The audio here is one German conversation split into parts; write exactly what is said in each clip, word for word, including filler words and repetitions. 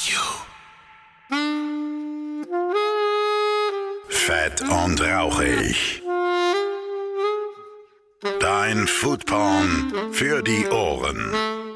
you. Fett und rauchig. Dein Foodporn für die Ohren.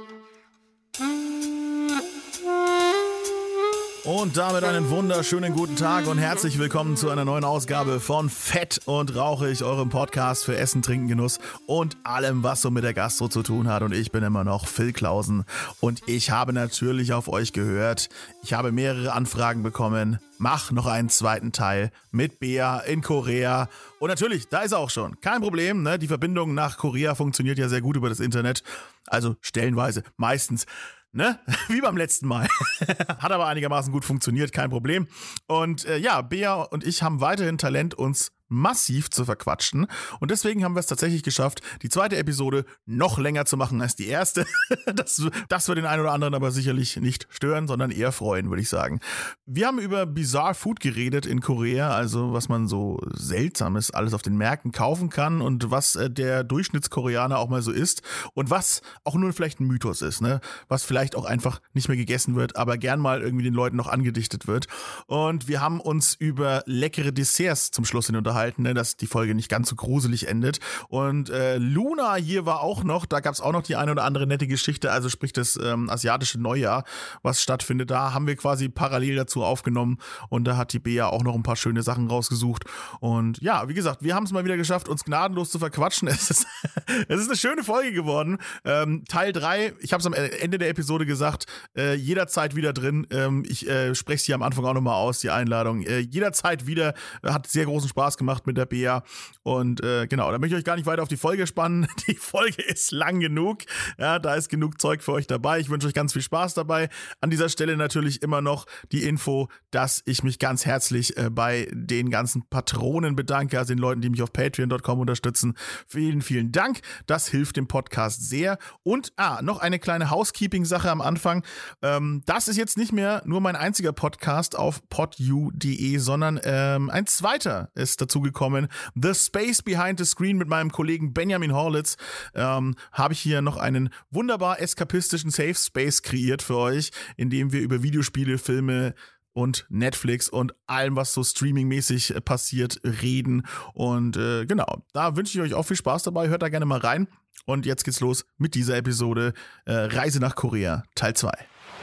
Und damit einen wunderschönen guten Tag und herzlich willkommen zu einer neuen Ausgabe von Fett und Rauchig, eurem Podcast für Essen, Trinken, Genuss und allem, was so mit der Gastro zu tun hat. Und ich bin immer noch Phil Clausen und ich habe natürlich auf euch gehört. Ich habe mehrere Anfragen bekommen. Mach noch einen zweiten Teil mit Bea in Korea. Und natürlich, da ist er auch schon. Kein Problem, ne? Die Verbindung nach Korea funktioniert ja sehr gut über das Internet. Also stellenweise, meistens. Ne? Wie beim letzten Mal. Hat aber einigermaßen gut funktioniert, kein Problem. Und äh, ja, Bea und ich haben weiterhin Talent, uns massiv zu verquatschen. Und deswegen haben wir es tatsächlich geschafft, die zweite Episode noch länger zu machen als die erste. Das, das wird den einen oder anderen aber sicherlich nicht stören, sondern eher freuen, würde ich sagen. Wir haben über Bizarre Food geredet in Korea, also was man so Seltsames alles auf den Märkten kaufen kann und was äh, der Durchschnittskoreaner auch mal so isst und was auch nur vielleicht ein Mythos ist, ne? Was vielleicht auch einfach nicht mehr gegessen wird, aber gern mal irgendwie den Leuten noch angedichtet wird. Und wir haben uns über leckere Desserts zum Schluss hin unterhalten, ne, dass die Folge nicht ganz so gruselig endet. Und äh, Luna hier war auch noch, da gab es auch noch die eine oder andere nette Geschichte, also sprich das ähm, asiatische Neujahr, was stattfindet. Da haben wir quasi parallel dazu aufgenommen und da hat die Bea auch noch ein paar schöne Sachen rausgesucht. Und ja, wie gesagt, wir haben es mal wieder geschafft, uns gnadenlos zu verquatschen. Es ist, es ist eine schöne Folge geworden. Ähm, Teil drei, ich habe es am Ende der Episode gesagt, äh, jederzeit wieder drin. Ähm, ich äh, spreche es hier am Anfang auch nochmal aus, die Einladung. Äh, jederzeit wieder, hat sehr großen Spaß gemacht mit der Bea und äh, genau, da möchte ich euch gar nicht weiter auf die Folge spannen. Die Folge ist lang genug, ja, da ist genug Zeug für euch dabei. Ich wünsche euch ganz viel Spaß dabei. An dieser Stelle natürlich immer noch die Info, dass ich mich ganz herzlich äh, bei den ganzen Patronen bedanke, also den Leuten, die mich auf patreon punkt com unterstützen. Vielen, vielen Dank. Das hilft dem Podcast sehr. Und, ah, noch eine kleine Housekeeping-Sache am Anfang. Ähm, das ist jetzt nicht mehr nur mein einziger Podcast auf podu punkt de, sondern ähm, ein zweiter ist dazu gekommen. The Space Behind the Screen mit meinem Kollegen Benjamin Horlitz. Ähm, habe ich hier noch einen wunderbar eskapistischen Safe Space kreiert für euch, in dem wir über Videospiele, Filme und Netflix und allem, was so streamingmäßig äh, passiert, reden. Und äh, genau, da wünsche ich euch auch viel Spaß dabei. Hört da gerne mal rein. Und jetzt geht's los mit dieser Episode äh, Reise nach Korea, Teil zwei.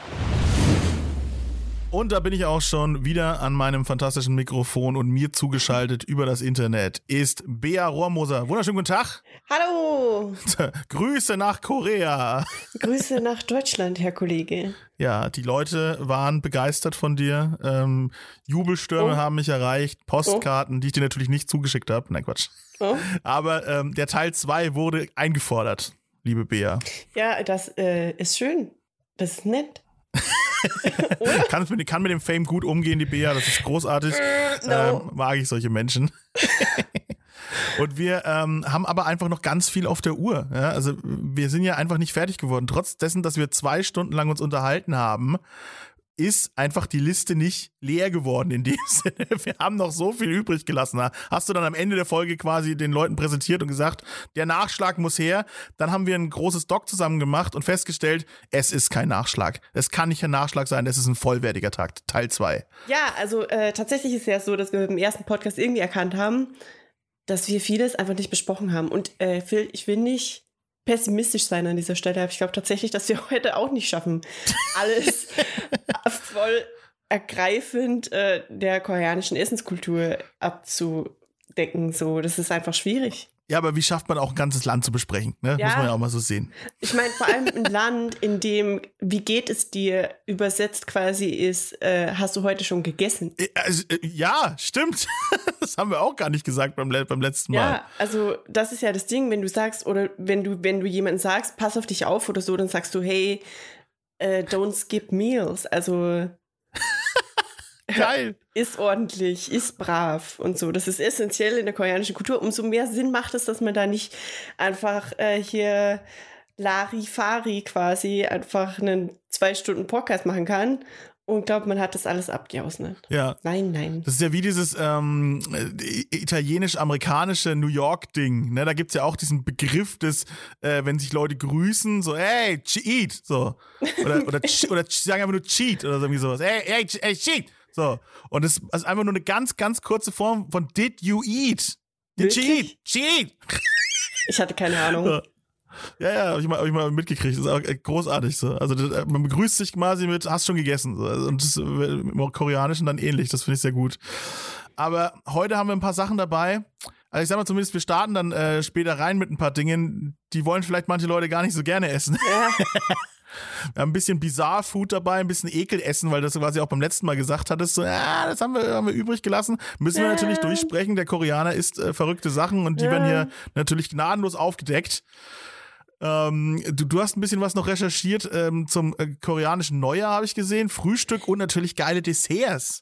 Und da bin ich auch schon wieder an meinem fantastischen Mikrofon und mir zugeschaltet über das Internet ist Bea Rohrmoser. Wunderschönen guten Tag. Hallo. Grüße nach Korea. Grüße nach Deutschland, Herr Kollege. Ja, die Leute waren begeistert von dir. Ähm, Jubelstürme oh. haben mich erreicht, Postkarten, oh. die ich dir natürlich nicht zugeschickt habe. Nein, Quatsch. Oh. Aber ähm, der Teil zwei wurde eingefordert, liebe Bea. Ja, das äh, ist schön. Das ist nett. kann, mit, kann mit dem Fame gut umgehen, die Bea, das ist großartig. No. Ähm, mag ich solche Menschen. Und wir ähm, haben aber einfach noch ganz viel auf der Uhr. Ja? Also wir sind ja einfach nicht fertig geworden. Trotz dessen, dass wir zwei Stunden lang uns unterhalten haben, ist einfach die Liste nicht leer geworden in dem Sinne. Wir haben noch so viel übrig gelassen. Hast du dann am Ende der Folge quasi den Leuten präsentiert und gesagt, der Nachschlag muss her. Dann haben wir ein großes Doc zusammen gemacht und festgestellt, es ist kein Nachschlag. Es kann nicht ein Nachschlag sein, es ist ein vollwertiger Tag, Teil zwei. Ja, also äh, tatsächlich ist es ja so, dass wir im ersten Podcast irgendwie erkannt haben, dass wir vieles einfach nicht besprochen haben. Und äh, Phil, ich will nicht pessimistisch sein an dieser Stelle, aber ich glaube tatsächlich, dass wir heute auch nicht schaffen, alles voll ergreifend äh, der koreanischen Essenskultur abzudecken. So, das ist einfach schwierig. Ja, aber wie schafft man auch ein ganzes Land zu besprechen? Ne? Ja. Muss man ja auch mal so sehen. Ich meine, vor allem ein Land, in dem, wie geht es dir, übersetzt quasi ist, äh, hast du heute schon gegessen? Also, äh, ja, stimmt. Das haben wir auch gar nicht gesagt beim, beim letzten Mal. Ja, also das ist ja das Ding, wenn du sagst, oder wenn du, wenn du jemandem sagst, pass auf dich auf oder so, dann sagst du, hey, äh, don't skip meals. Also geil. Ist ordentlich, ist brav und so. Das ist essentiell in der koreanischen Kultur. Umso mehr Sinn macht es, dass man da nicht einfach äh, hier Larifari quasi einfach einen zwei Stunden Podcast machen kann und glaubt, man hat das alles abgeausnet. Ja. Nein, nein. Das ist ja wie dieses ähm, italienisch-amerikanische New York-Ding. Ne? Da gibt es ja auch diesen Begriff des, äh, wenn sich Leute grüßen, so, hey, cheat, so. Oder, oder, oder sagen einfach nur cheat oder so irgendwie sowas. Hey, hey, hey, cheat. So. Und das ist einfach nur eine ganz, ganz kurze Form von did you eat? Did you eat? Cheat. Ich hatte keine Ahnung. So. Ja, ja, hab ich mal, hab ich mal mitgekriegt. Das ist auch großartig so. Also das, man begrüßt sich quasi mit, hast schon gegessen. So. Und das ist im Koreanischen dann ähnlich. Das finde ich sehr gut. Aber heute haben wir ein paar Sachen dabei. Also ich sag mal zumindest, wir starten dann äh, später rein mit ein paar Dingen, die wollen vielleicht manche Leute gar nicht so gerne essen. Ja. Wir haben ein bisschen Bizarre Food dabei, ein bisschen Ekelessen, weil das quasi auch beim letzten Mal gesagt hattest, so, ja, das haben wir, haben wir übrig gelassen. Müssen wir ja. natürlich durchsprechen. Der Koreaner isst äh, verrückte Sachen und die ja. werden hier natürlich gnadenlos aufgedeckt. Ähm, du, du hast ein bisschen was noch recherchiert ähm, zum äh, koreanischen Neujahr, habe ich gesehen. Frühstück und natürlich geile Desserts.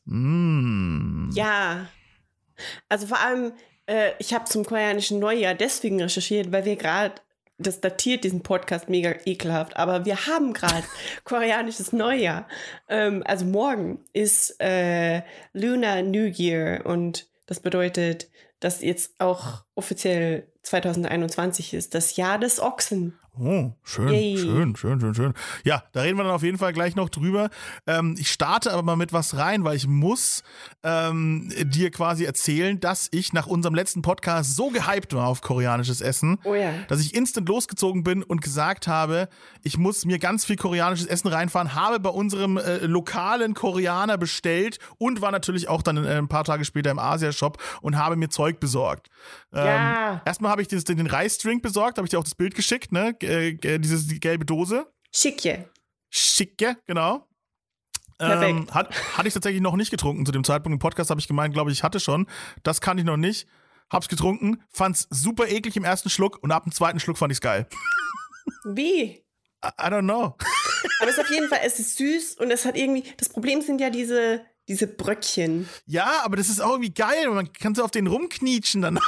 Mm. Ja, also vor allem, äh, ich habe zum koreanischen Neujahr deswegen recherchiert, weil wir gerade, das datiert diesen Podcast mega ekelhaft, aber wir haben gerade koreanisches Neujahr. Ähm, also morgen ist äh, Lunar New Year und das bedeutet, dass jetzt auch offiziell zwanzig einundzwanzig ist, das Jahr des Ochsen. Oh, schön, Yay. schön, schön, schön, schön. Ja, da reden wir dann auf jeden Fall gleich noch drüber. Ähm, ich starte aber mal mit was rein, weil ich muss ähm, dir quasi erzählen, dass ich nach unserem letzten Podcast so gehypt war auf koreanisches Essen, Oh ja. dass ich instant losgezogen bin und gesagt habe, ich muss mir ganz viel koreanisches Essen reinfahren, habe bei unserem äh, lokalen Koreaner bestellt und war natürlich auch dann äh, ein paar Tage später im Asia-Shop und habe mir Zeug besorgt. Ähm, Ja. Erstmal habe ich dieses, den Reisdrink besorgt, habe ich dir auch das Bild geschickt, ne? Äh, dieses, die gelbe Dose. Schicke. Schicke, genau. Perfekt. Ähm, hat, hatte ich tatsächlich noch nicht getrunken zu dem Zeitpunkt. Im Podcast habe ich gemeint, glaube ich, ich hatte schon. Das kannte ich noch nicht. Hab's getrunken, fand's super eklig im ersten Schluck und ab dem zweiten Schluck fand ich's geil. Wie? I, I don't know. Aber es ist auf jeden Fall, es ist süß und es hat irgendwie, das Problem sind ja diese, diese Bröckchen. Ja, aber das ist auch irgendwie geil. Man kann so auf den rumknietschen danach.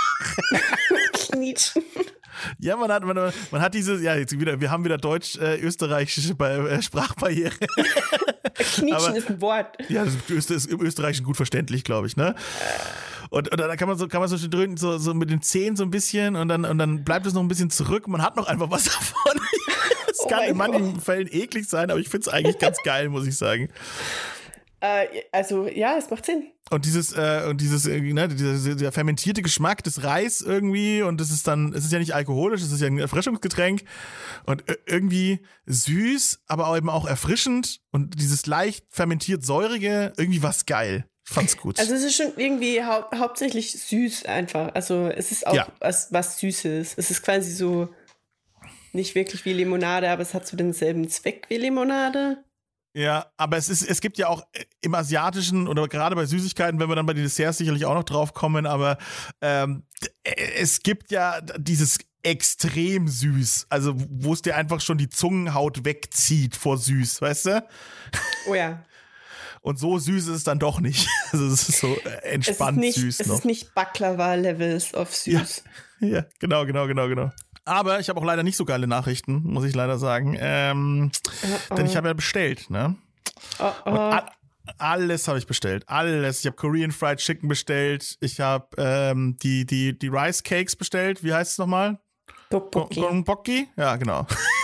Knietschen. Ja, man hat, man, man hat diese, ja, jetzt wieder, wir haben wieder deutsch-österreichische äh, Sprachbarriere. Knietschen Aber- ist ein Wort. Ja, das ist, ist im Österreichischen gut verständlich, glaube ich, ne? Und, und da kann man so, kann man so schön drücken, so, so mit den Zehen so ein bisschen und dann, und dann bleibt es noch ein bisschen zurück. Man hat noch einfach was davon. Es Oh kann mein in manchen Gott. Fällen eklig sein, aber ich finde es eigentlich ganz geil, muss ich sagen. Äh, also, ja, es macht Sinn. Und dieses, äh, und dieses, äh, ne, dieser, dieser fermentierte Geschmack des Reis irgendwie, und das ist dann, es ist ja nicht alkoholisch, es ist ja ein Erfrischungsgetränk und äh, irgendwie süß, aber auch eben auch erfrischend und dieses leicht fermentiert säurige, irgendwie was geil. Ich fand's gut. Also, es ist schon irgendwie hau hauptsächlich süß einfach. Also, es ist auch Ja. was, was Süßes. Es ist quasi so nicht wirklich wie Limonade, aber es hat so denselben Zweck wie Limonade. Ja, aber es ist, es gibt ja auch im Asiatischen oder gerade bei Süßigkeiten, wenn wir dann bei den Desserts sicherlich auch noch drauf kommen, aber ähm, es gibt ja dieses extrem süß, also wo es dir einfach schon die Zungenhaut wegzieht vor süß, weißt du? Oh ja. Und so süß ist es dann doch nicht. Also es ist so äh, Es ist entspannt nicht, süß es noch. ist nicht Baklava-Levels of süß. Ja, genau, genau, genau, genau. Aber ich habe auch leider nicht so geile Nachrichten, muss ich leider sagen. Ähm, Oh, Denn ich oh. habe ja bestellt, ne? Oh, Und oh. a- alles habe ich bestellt. Alles. Ich habe Korean Fried Chicken bestellt. Ich habe ähm, die, die, die Rice Cakes bestellt. Wie heißt es nochmal? Tteokbokki. Gongboki? Ja, genau.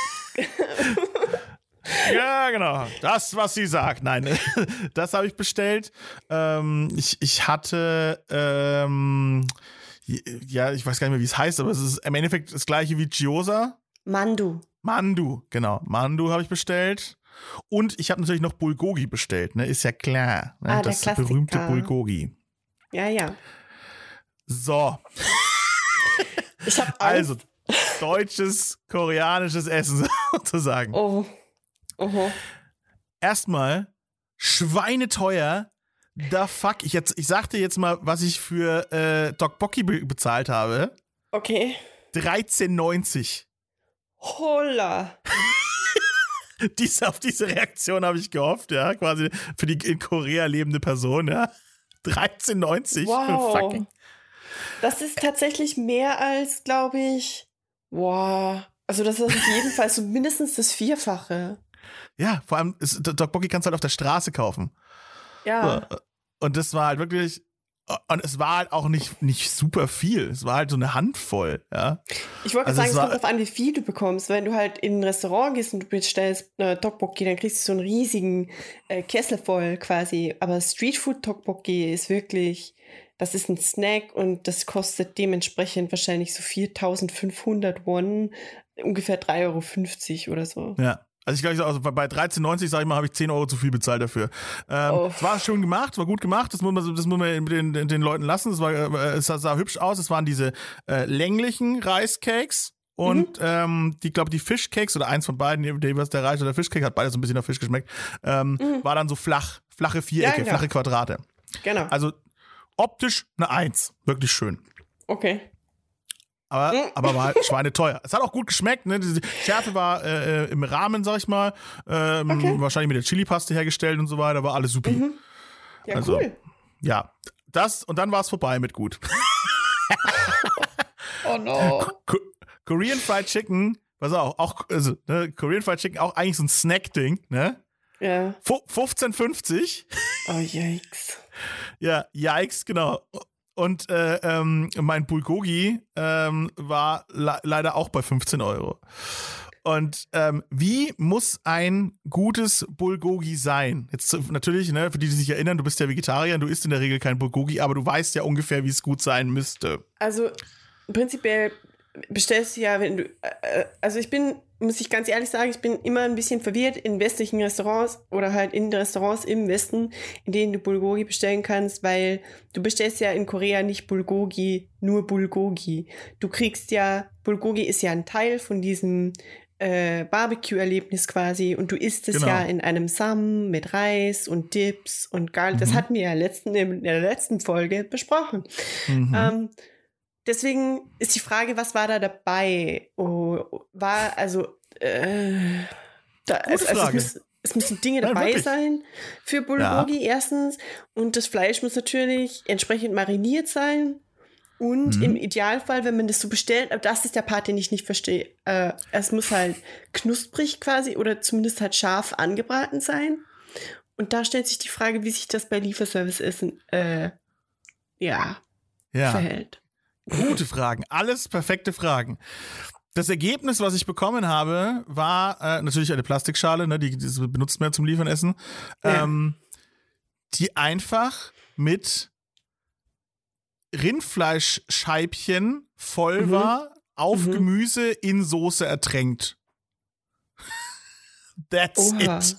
Ja, genau. Das, was sie sagt. Nein, das habe ich bestellt. Ähm, ich, ich hatte, ähm, ja, ich weiß gar nicht mehr, wie es heißt, aber es ist im Endeffekt das gleiche wie Gyoza. Mandu. Mandu, genau. Mandu habe ich bestellt. Und ich habe natürlich noch Bulgogi bestellt, ne? Ist ja klar. Ne? Ah, der das Klassiker. berühmte Bulgogi. Ja, ja. So, Ich habe also deutsches, koreanisches Essen sozusagen. Oh. Oho. Erstmal schweineteuer. Da fuck. Ich, jetzt, ich sag dir jetzt mal, was ich für äh, Tteokbokki be bezahlt habe. Okay. dreizehn neunzig. Holla. Diese, auf diese Reaktion habe ich gehofft, ja. Quasi für die in Korea lebende Person, ja. dreizehn neunzig Wow. für fucking. Das ist tatsächlich mehr als, glaube ich, boah, Also das ist auf jeden Fall so mindestens das Vierfache. Ja, vor allem, ist, Tteokbokki kannst du halt auf der Straße kaufen. Ja. So. Und das war halt wirklich, und es war halt auch nicht, nicht super viel. Es war halt so eine Handvoll, ja. Ich wollte also sagen, es, es kommt war, darauf an, wie viel du bekommst. Wenn du halt in ein Restaurant gehst und du bestellst äh, Tteokbokki, dann kriegst du so einen riesigen äh, Kessel voll quasi. Aber Streetfood-Tteokbokki ist wirklich, das ist ein Snack und das kostet dementsprechend wahrscheinlich so viertausendfünfhundert Won, ungefähr drei Euro fünfzig oder so. Ja. Also ich glaube, also bei dreizehn neunzig, sag ich mal, habe ich zehn Euro zu viel bezahlt dafür. Ähm, Oh. Es war schön gemacht, es war gut gemacht, das muss man, das muss man den, den, den Leuten lassen. Es, war, äh, es sah hübsch aus, es waren diese äh, länglichen Reiscakes und Mhm. ähm, die, glaube die Fischcakes oder eins von beiden, je- was der Reis oder der Fischcake hat, beides so ein bisschen nach Fisch geschmeckt, ähm, Mhm. war dann so flach, flache Vierecke, Ja, ja. flache Quadrate. Genau. Also optisch eine Eins, wirklich schön. Okay. Aber, Mhm. aber war halt schweineteuer. Es hat auch gut geschmeckt, ne? Die Schärfe war äh, im Rahmen, sag ich mal. Ähm, Okay. Wahrscheinlich mit der Chili-Paste hergestellt und so weiter, war alles supi. Mhm. Ja, Also, cool. Ja, das und dann war es vorbei mit gut. Oh no. Ko- Korean Fried Chicken, pass auf, auch, also, ne, Korean Fried Chicken auch eigentlich so ein Snack-Ding, ne? Ja. Fu- fünfzehn fünfzig. Oh, yikes. Ja, yikes, genau. Und äh, ähm, mein Bulgogi ähm, war le- leider auch bei fünfzehn Euro. Und ähm, wie muss ein gutes Bulgogi sein? Jetzt äh, natürlich, ne, für die, die sich erinnern, du bist ja Vegetarier, du isst in der Regel kein Bulgogi, aber du weißt ja ungefähr, wie es gut sein müsste. Also prinzipiell bestellst du ja, wenn du, äh, also ich bin, muss ich ganz ehrlich sagen, ich bin immer ein bisschen verwirrt in westlichen Restaurants oder halt in Restaurants im Westen, in denen du Bulgogi bestellen kannst, weil du bestellst ja in Korea nicht Bulgogi, nur Bulgogi. Du kriegst ja, Bulgogi ist ja ein Teil von diesem äh, Barbecue-Erlebnis quasi und du isst es Genau. ja in einem Sam mit Reis und Dips und Garlic. Das Mhm. hatten wir ja letzten, in der letzten Folge besprochen. Mhm. Ähm, deswegen ist die Frage, was war da dabei? Oh, war also, äh, da, also, also es, Frage. muss, es müssen Dinge Nein, dabei wirklich. sein für Bulgogi erstens und das Fleisch muss natürlich entsprechend mariniert sein und Mhm. im Idealfall, wenn man das so bestellt, aber das ist der Part, den ich nicht verstehe, äh, es muss halt knusprig quasi oder zumindest halt scharf angebraten sein und da stellt sich die Frage, wie sich das bei Lieferservice-Essen äh, ja, ja. verhält. Gute Fragen, alles perfekte Fragen. Das Ergebnis, was ich bekommen habe, war äh, natürlich eine Plastikschale, ne, die, die benutzt man ja zum Liefern essen, Ja. ähm, die einfach mit Rindfleischscheibchen voll Mhm. war, auf Mhm. Gemüse in Soße ertränkt. That's Oha. it.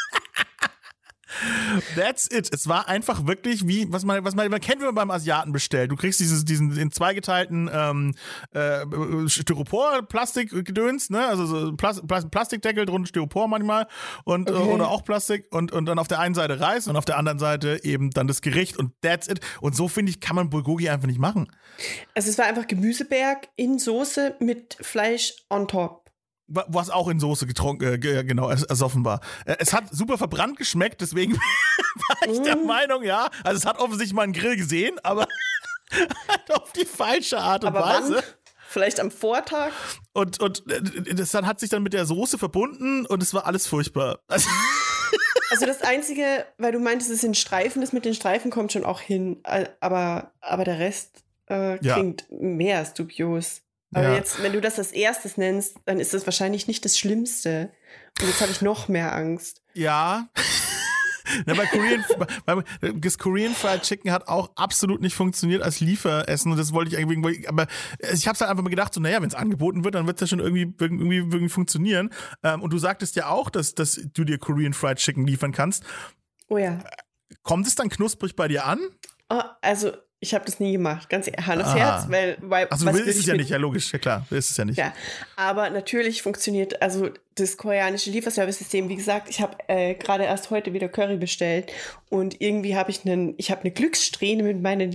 That's it. Es war einfach wirklich wie, was man, was man, man kennt, wenn man beim Asiaten bestellt. Du kriegst dieses, diesen in zweigeteilten ähm, äh, Styropor-Plastik-Gedöns, ne? Also so Plas Plas Plastikdeckel, drunter Styropor manchmal und Okay. äh, oder auch Plastik und, und dann auf der einen Seite Reis und auf der anderen Seite eben dann das Gericht und that's it. Und so, finde ich, kann man Bulgogi einfach nicht machen. Also es war einfach Gemüseberg in Soße mit Fleisch on top. Wa- Was auch in Soße getrunken, äh, ge- genau, ers- ersoffen war. Äh, Es hat super verbrannt geschmeckt, deswegen war ich der Mm. Meinung, ja. Also es hat offensichtlich mal einen Grill gesehen, aber halt auf die falsche Art und Aber Weise. wann? Vielleicht am Vortag? Und, und äh, das dann hat sich dann mit der Soße verbunden und es war alles furchtbar. Also, Also das Einzige, weil du meintest, es sind Streifen, das mit den Streifen kommt schon auch hin. Äh, Aber, aber der Rest äh, Ja. klingt mehr als dubios. Aber Ja. jetzt, wenn du das als erstes nennst, dann ist das wahrscheinlich nicht das Schlimmste. Und jetzt habe ich noch mehr Angst. ja. Na, bei Korean, bei, das Korean Fried Chicken hat auch absolut nicht funktioniert als Lieferessen und das wollte ich irgendwie, aber ich habe es halt einfach mal gedacht, so naja, wenn es angeboten wird, dann wird es ja schon irgendwie, irgendwie, irgendwie funktionieren. Ähm, und du sagtest ja auch, dass, dass du dir Korean Fried Chicken liefern kannst. Oh ja. Kommt es dann knusprig bei dir an? Oh, also, ich habe das nie gemacht. Ganz Hand aufs Ah. Herz, weil, weil Achso, was du will willst es ich ja mit- nicht, ja logisch, ja klar, du willst es ja nicht. Ja, aber natürlich funktioniert, also das koreanische Lieferservice-System, wie gesagt, ich habe äh, gerade erst heute wieder Curry bestellt und irgendwie habe ich einen, ich habe eine Glückssträhne mit meinen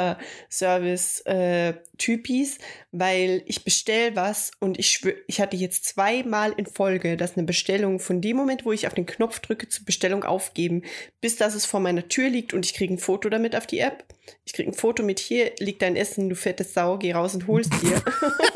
Lieferservice-Typis, weil ich bestelle was und ich schwör, ich hatte jetzt zweimal in Folge, dass eine Bestellung von dem Moment, wo ich auf den Knopf drücke, zur Bestellung aufgeben, bis dass es vor meiner Tür liegt und ich kriege ein Foto damit auf die App. Ich kriege ein Foto mit, hier liegt dein Essen, du fette Sau, geh raus und hol's dir.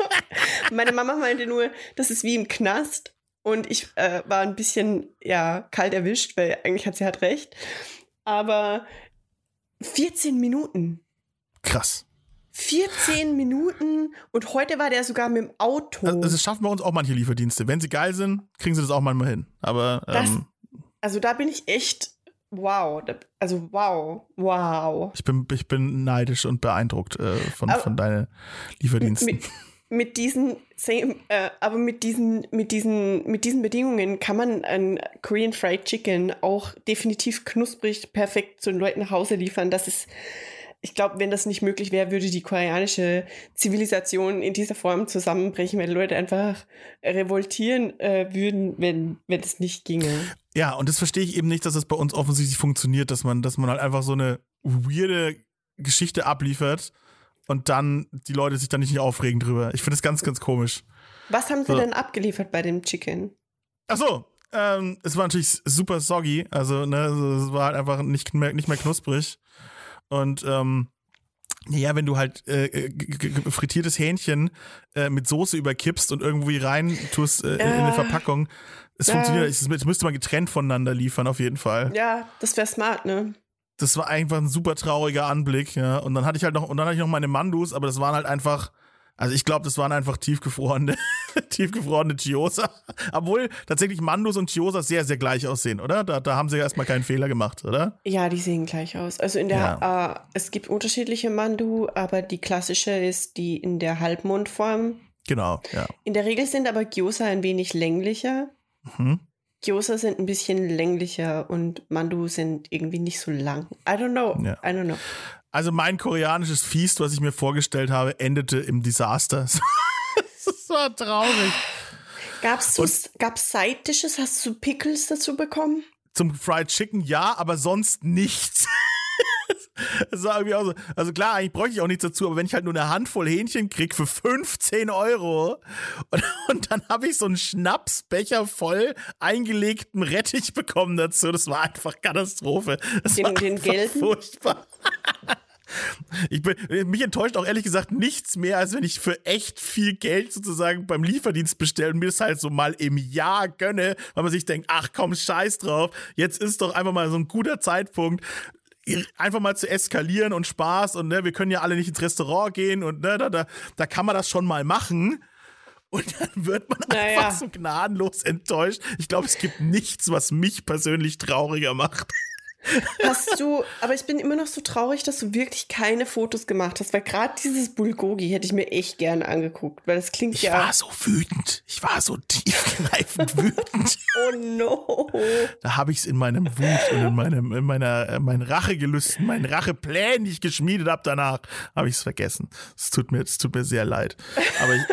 Meine Mama meinte nur, das ist wie im Knast. Und ich äh, war ein bisschen, ja, kalt erwischt, weil eigentlich hat sie halt recht. Aber vierzehn Minuten. Krass. vierzehn Minuten und heute war der sogar mit dem Auto. Also das schaffen bei uns auch manche Lieferdienste. Wenn sie geil sind, kriegen sie das auch manchmal hin. Aber das, ähm, also da bin ich echt, wow. Also wow, wow. Ich bin, ich bin neidisch und beeindruckt äh, von, von deinen Lieferdiensten. Mit, mit diesen, same, äh, aber mit diesen, mit diesen, mit diesen Bedingungen kann man ein Korean Fried Chicken auch definitiv knusprig perfekt zu den Leuten nach Hause liefern. Das ist, ich glaube, wenn das nicht möglich wäre, würde die koreanische Zivilisation in dieser Form zusammenbrechen, weil Leute einfach revoltieren äh, würden, wenn, wenn es nicht ginge. Ja, und das verstehe ich eben nicht, dass das bei uns offensichtlich funktioniert, dass man, dass man halt einfach so eine weirde Geschichte abliefert und dann die Leute sich dann nicht aufregen drüber. Ich finde das ganz, ganz komisch. Was haben sie so. denn abgeliefert bei dem Chicken? Ach so, ähm, es war natürlich super soggy, also ne, es war halt einfach nicht mehr, nicht mehr knusprig. Und ähm, ja, wenn du halt äh, g- g- frittiertes Hähnchen äh, mit Soße überkippst und irgendwie rein tust äh, in, in eine Verpackung, es Ja. funktioniert, es müsste man getrennt voneinander liefern auf jeden Fall. Ja, das wäre smart, ne? Das war einfach ein super trauriger Anblick, ja. Und dann hatte ich halt noch, und dann hatte ich noch meine Mandus, aber das waren halt einfach, also ich glaube, das waren einfach tiefgefrorene, tiefgefrorene Gyoza. Obwohl tatsächlich Mandus und Gyoza sehr, sehr gleich aussehen, oder? Da, da haben sie erstmal keinen Fehler gemacht, oder? Ja, die sehen gleich aus. Also in der, ja. äh, es gibt unterschiedliche Mandu, aber die klassische ist die in der Halbmondform. Genau, ja. In der Regel sind aber Gyoza ein wenig länglicher. Mhm. Gyoza sind ein bisschen länglicher und Mandu sind irgendwie nicht so lang. I don't know. Ja. I don't know. Also mein koreanisches Feast, was ich mir vorgestellt habe, endete im Desaster. Das war traurig. Gab's so, gab's Side-Dishes? Hast du Pickles dazu bekommen? Zum Fried Chicken ja, aber sonst nichts. Das war irgendwie auch so. Also klar, eigentlich bräuchte ich auch nichts dazu, aber wenn ich halt nur eine Handvoll Hähnchen krieg für fünfzehn Euro und, und dann habe ich so einen Schnapsbecher voll eingelegten Rettich bekommen dazu, das war einfach Katastrophe. Das Den, war den gelben? furchtbar. Ich bin, mich enttäuscht auch ehrlich gesagt nichts mehr, als wenn ich für echt viel Geld sozusagen beim Lieferdienst bestelle und mir das halt so mal im Jahr gönne, weil man sich denkt, ach komm, scheiß drauf, jetzt ist doch einfach mal so ein guter Zeitpunkt, einfach mal zu eskalieren und Spaß und ne, wir können ja alle nicht ins Restaurant gehen und ne, da, da, da kann man das schon mal machen. Und dann wird man naja. einfach so gnadenlos enttäuscht. Ich glaube, es gibt nichts, was mich persönlich trauriger macht. Hast du, aber ich bin immer noch so traurig, dass du wirklich keine Fotos gemacht hast, weil gerade dieses Bulgogi hätte ich mir echt gerne angeguckt, weil das klingt ich ja... Ich war so wütend. Ich war so tiefgreifend wütend. Oh no. Da habe ich es in meinem Wut und in, meinem, in meiner äh, meinen Rachegelüsten, meinen Racheplänen, die ich geschmiedet habe danach, habe ich es vergessen. Es tut mir, es tut mir sehr leid. Aber ich...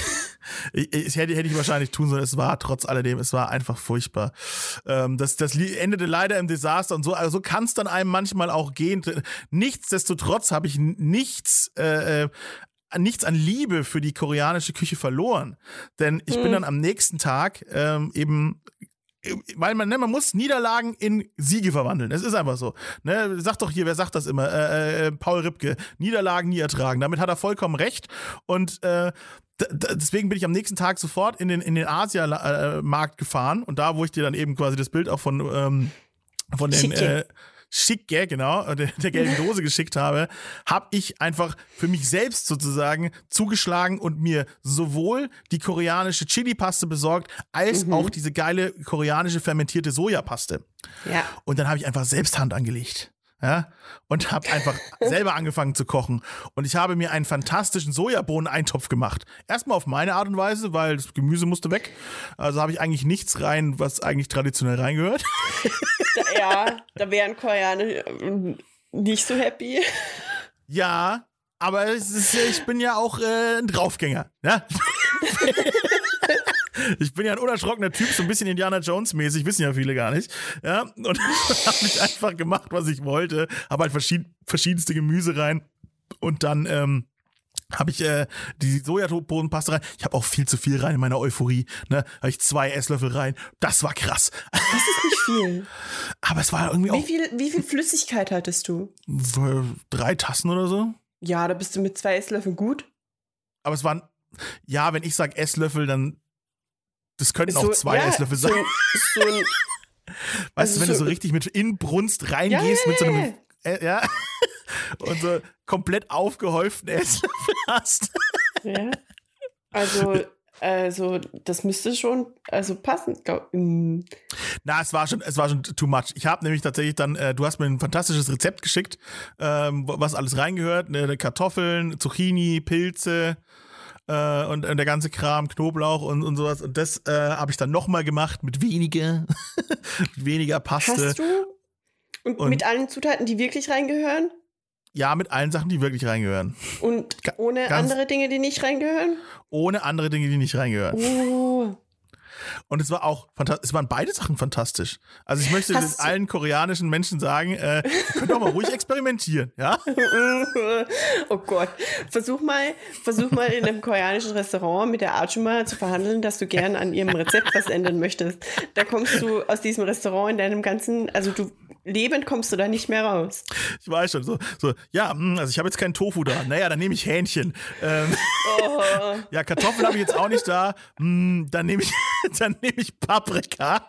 Ich, ich, hätte, hätte ich wahrscheinlich tun sollen, es war trotz alledem, es war einfach furchtbar. Ähm, das, das endete leider im Desaster und so, also so kann es dann einem manchmal auch gehen. Nichtsdestotrotz habe ich nichts, äh, nichts an Liebe für die koreanische Küche verloren. Denn ich hm. bin dann am nächsten Tag ähm, eben weil man, ne, man muss Niederlagen in Siege verwandeln. Es ist einfach so. Ne, sagt doch hier, wer sagt das immer? Äh, äh, Paul Ripke. Niederlagen nie ertragen. Damit hat er vollkommen recht. Und äh, d- d- deswegen bin ich am nächsten Tag sofort in den, in den Asia-Markt gefahren. Und da, wo ich dir dann eben quasi das Bild auch von, ähm, von den äh, Schicke, genau, der, der gelben Dose geschickt habe, habe ich einfach für mich selbst sozusagen zugeschlagen und mir sowohl die koreanische Chili-Paste besorgt, als mhm. auch diese geile koreanische fermentierte Sojapaste. Ja. Und dann habe ich einfach selbst Hand angelegt. Ja, und habe einfach selber angefangen zu kochen. Und ich habe mir einen fantastischen Sojabohnen-Eintopf gemacht. Erstmal auf meine Art und Weise, weil das Gemüse musste weg. Also habe ich eigentlich nichts rein, was eigentlich traditionell reingehört. Da, ja, da wären Koreaner nicht so happy. Ja, aber es ist, ich bin ja auch äh, ein Draufgänger. Ja? Ich bin ja ein unerschrockener Typ, so ein bisschen Indiana Jones-mäßig, wissen ja viele gar nicht. Ja, und habe ich einfach gemacht, was ich wollte. Habe halt verschied- verschiedenste Gemüse rein und dann ähm, habe ich äh, die Sojabohnenpaste rein. Ich habe auch viel zu viel rein in meiner Euphorie. Ne? Habe ich zwei Esslöffel rein. Das war krass. Das ist nicht viel. Aber es war irgendwie Wie auch viel, wie viel Flüssigkeit hattest du? drei Tassen oder so. Ja, da bist du mit zwei Esslöffeln gut. Aber es waren, ja, wenn ich sage Esslöffel, dann das könnten So, auch zwei ja, Esslöffel so, sein. so ein, Weißt also du, wenn so- du so richtig mit Inbrunst ja, reingehst, ja, mit so ja, einem, äh, ja, und so komplett aufgehäuften Esslöffel hast. ja. Also, also, das müsste schon, also passen. Glaub, mm. Na, es war schon, es war schon too much. Ich habe nämlich tatsächlich dann, äh, du hast mir ein fantastisches Rezept geschickt, ähm, was alles reingehört, ne, Kartoffeln, Zucchini, Pilze äh, und, und der ganze Kram, Knoblauch und, und sowas. Und das äh, habe ich dann nochmal gemacht mit weniger, mit weniger Paste. Hast du? Und, Und- mit allen Zutaten, die wirklich reingehören? Ja, mit allen Sachen, die wirklich reingehören. Und Ga- ohne ganz- andere Dinge, die nicht reingehören? Ohne andere Dinge, die nicht reingehören. Oh. Und es war auch fantastisch. Es waren beide Sachen fantastisch. Also ich möchte Hast du- allen koreanischen Menschen sagen, äh, ihr könnt auch mal ruhig experimentieren, ja? Oh Gott. Versuch mal, versuch mal in einem koreanischen Restaurant mit der Ajuma zu verhandeln, dass du gern an ihrem Rezept was ändern möchtest. Da kommst du aus diesem Restaurant in deinem ganzen, also du lebend kommst du da nicht mehr raus. Ich weiß schon, so, so ja, mh, also ich habe jetzt keinen Tofu da. Naja, dann nehme ich Hähnchen. Ähm, Oh. ja, Kartoffeln habe ich jetzt auch nicht da. Mh, dann nehme ich, dann nehme ich Paprika.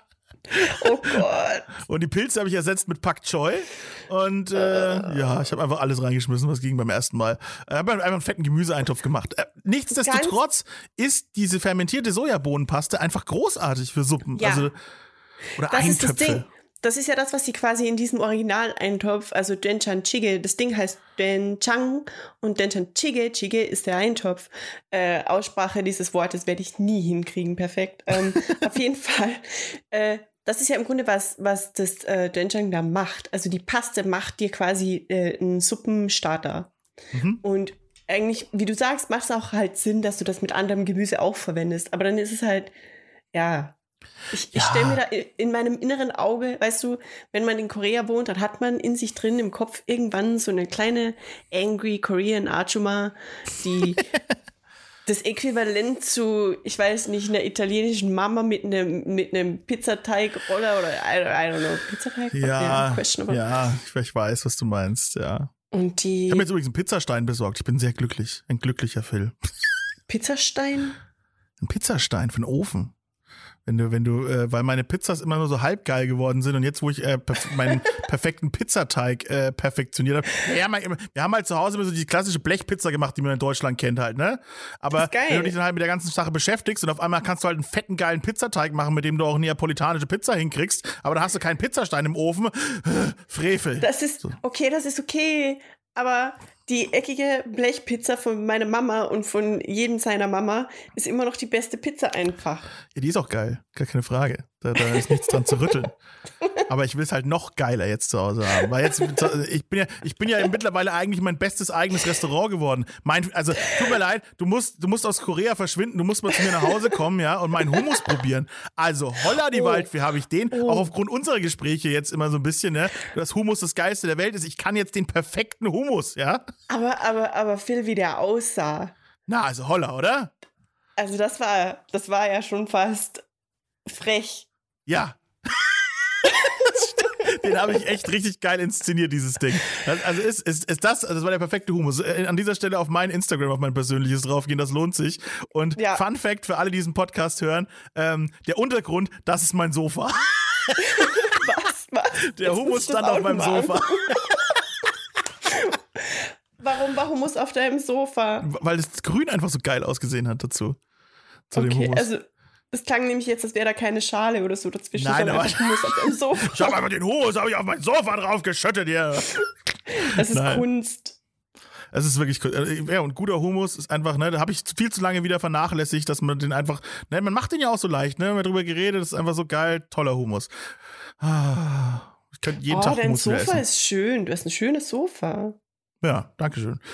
Oh Gott. Und die Pilze habe ich ersetzt mit Pak Choi. Und äh, ja, ich habe einfach alles reingeschmissen, was ging beim ersten Mal. Ich habe einfach einen fetten Gemüseeintopf gemacht. Äh, nichtsdestotrotz ist diese fermentierte Sojabohnenpaste einfach großartig für Suppen. Ja. Also, oder Das ist das Eintöpfe. Ding. Das ist ja das, was sie quasi in diesem Original-Eintopf, also Doenjang Jjigae, das Ding heißt Doenjang und Doenjang Jjigae, Jjigae ist der Eintopf. Äh, Aussprache dieses Wortes werde ich nie hinkriegen, perfekt. Ähm, auf jeden Fall. Äh, das ist ja im Grunde was, was das äh, Doenjang da macht. Also die Paste macht dir quasi äh, einen Suppenstarter. Mhm. Und eigentlich, wie du sagst, macht es auch halt Sinn, dass du das mit anderem Gemüse auch verwendest. Aber dann ist es halt, ja... Ich, ich Ja. stelle mir da in meinem inneren Auge, weißt du, wenn man in Korea wohnt, dann hat man in sich drin im Kopf irgendwann so eine kleine angry Korean Ajuma, die das Äquivalent zu, ich weiß nicht, einer italienischen Mama mit einem mit einem Pizzateigroller oder I, I don't know, Pizzateig? Ja, questionable. ja, ich, ich weiß, was du meinst, ja. Und die Ich habe mir jetzt übrigens einen Pizzastein besorgt. Ich bin sehr glücklich. Ein glücklicher Phil. Pizzastein? Ein Pizzastein für den Ofen. Wenn du, wenn du, äh, weil meine Pizzas immer nur so halb geil geworden sind und jetzt, wo ich äh, perf- meinen perfekten Pizzateig äh, perfektioniert habe. Ja, wir, wir haben halt zu Hause immer so die klassische Blechpizza gemacht, die man in Deutschland kennt halt, ne? Aber Das ist geil. wenn du dich dann halt mit der ganzen Sache beschäftigst und auf einmal kannst du halt einen fetten, geilen Pizzateig machen, mit dem du auch neapolitanische Pizza hinkriegst, aber da hast du keinen Pizzastein im Ofen. Frevel. Das ist, okay, das ist okay, aber die eckige Blechpizza von meiner Mama und von jedem seiner Mama ist immer noch die beste Pizza einfach. Ja, die ist auch geil, gar keine Frage. Da, da ist nichts dran zu rütteln. Aber ich will es halt noch geiler jetzt zu Hause haben. Weil jetzt, ich bin ja, ich bin ja mittlerweile eigentlich mein bestes eigenes Restaurant geworden. Mein, also, tut mir leid, du musst, du musst aus Korea verschwinden, du musst mal zu mir nach Hause kommen, ja, und meinen Hummus probieren. Also, holla die Oh. Waldfee, habe ich den. Oh. Auch aufgrund unserer Gespräche jetzt immer so ein bisschen, ne, dass Hummus das Geilste der Welt ist. Ich kann jetzt den perfekten Hummus, ja. Aber, aber, aber Phil, wie der aussah. Na, also holla, oder? Also das war, das war ja schon fast frech. Ja. Den habe ich echt richtig geil inszeniert, dieses Ding. Das, also ist, ist, ist das, also das war der perfekte Humus. Äh, An dieser Stelle auf mein Instagram, auf mein persönliches draufgehen, das lohnt sich. Und Ja. Fun Fact für alle, die diesen Podcast hören, ähm, der Untergrund, das ist mein Sofa. Was? Was? Der Jetzt Humus muss ich das stand auf auch meinem noch mal Sofa. angucken. Warum war Hummus auf deinem Sofa? Weil das Grün einfach so geil ausgesehen hat dazu. Zu dem Okay, Hummus. also es klang nämlich jetzt, als wäre da keine Schale oder so dazwischen, Nein, sondern aber- einfach Hummus auf deinem Sofa. Ich habe einfach den Hummus, habe ich auf mein Sofa drauf geschüttet hier. Das ist Nein. Kunst. Es ist wirklich cool. Äh, Ja, und guter Hummus ist einfach, ne, da habe ich viel zu lange wieder vernachlässigt, dass man den einfach, ne, man macht den ja auch so leicht, ne, wir haben drüber geredet, das ist einfach so geil, toller Hummus. Ah, Ich könnte jeden Oh, Tag dein Hummus wieder Sofa essen. ist schön. Du hast ein schönes Sofa. Ja, danke schön.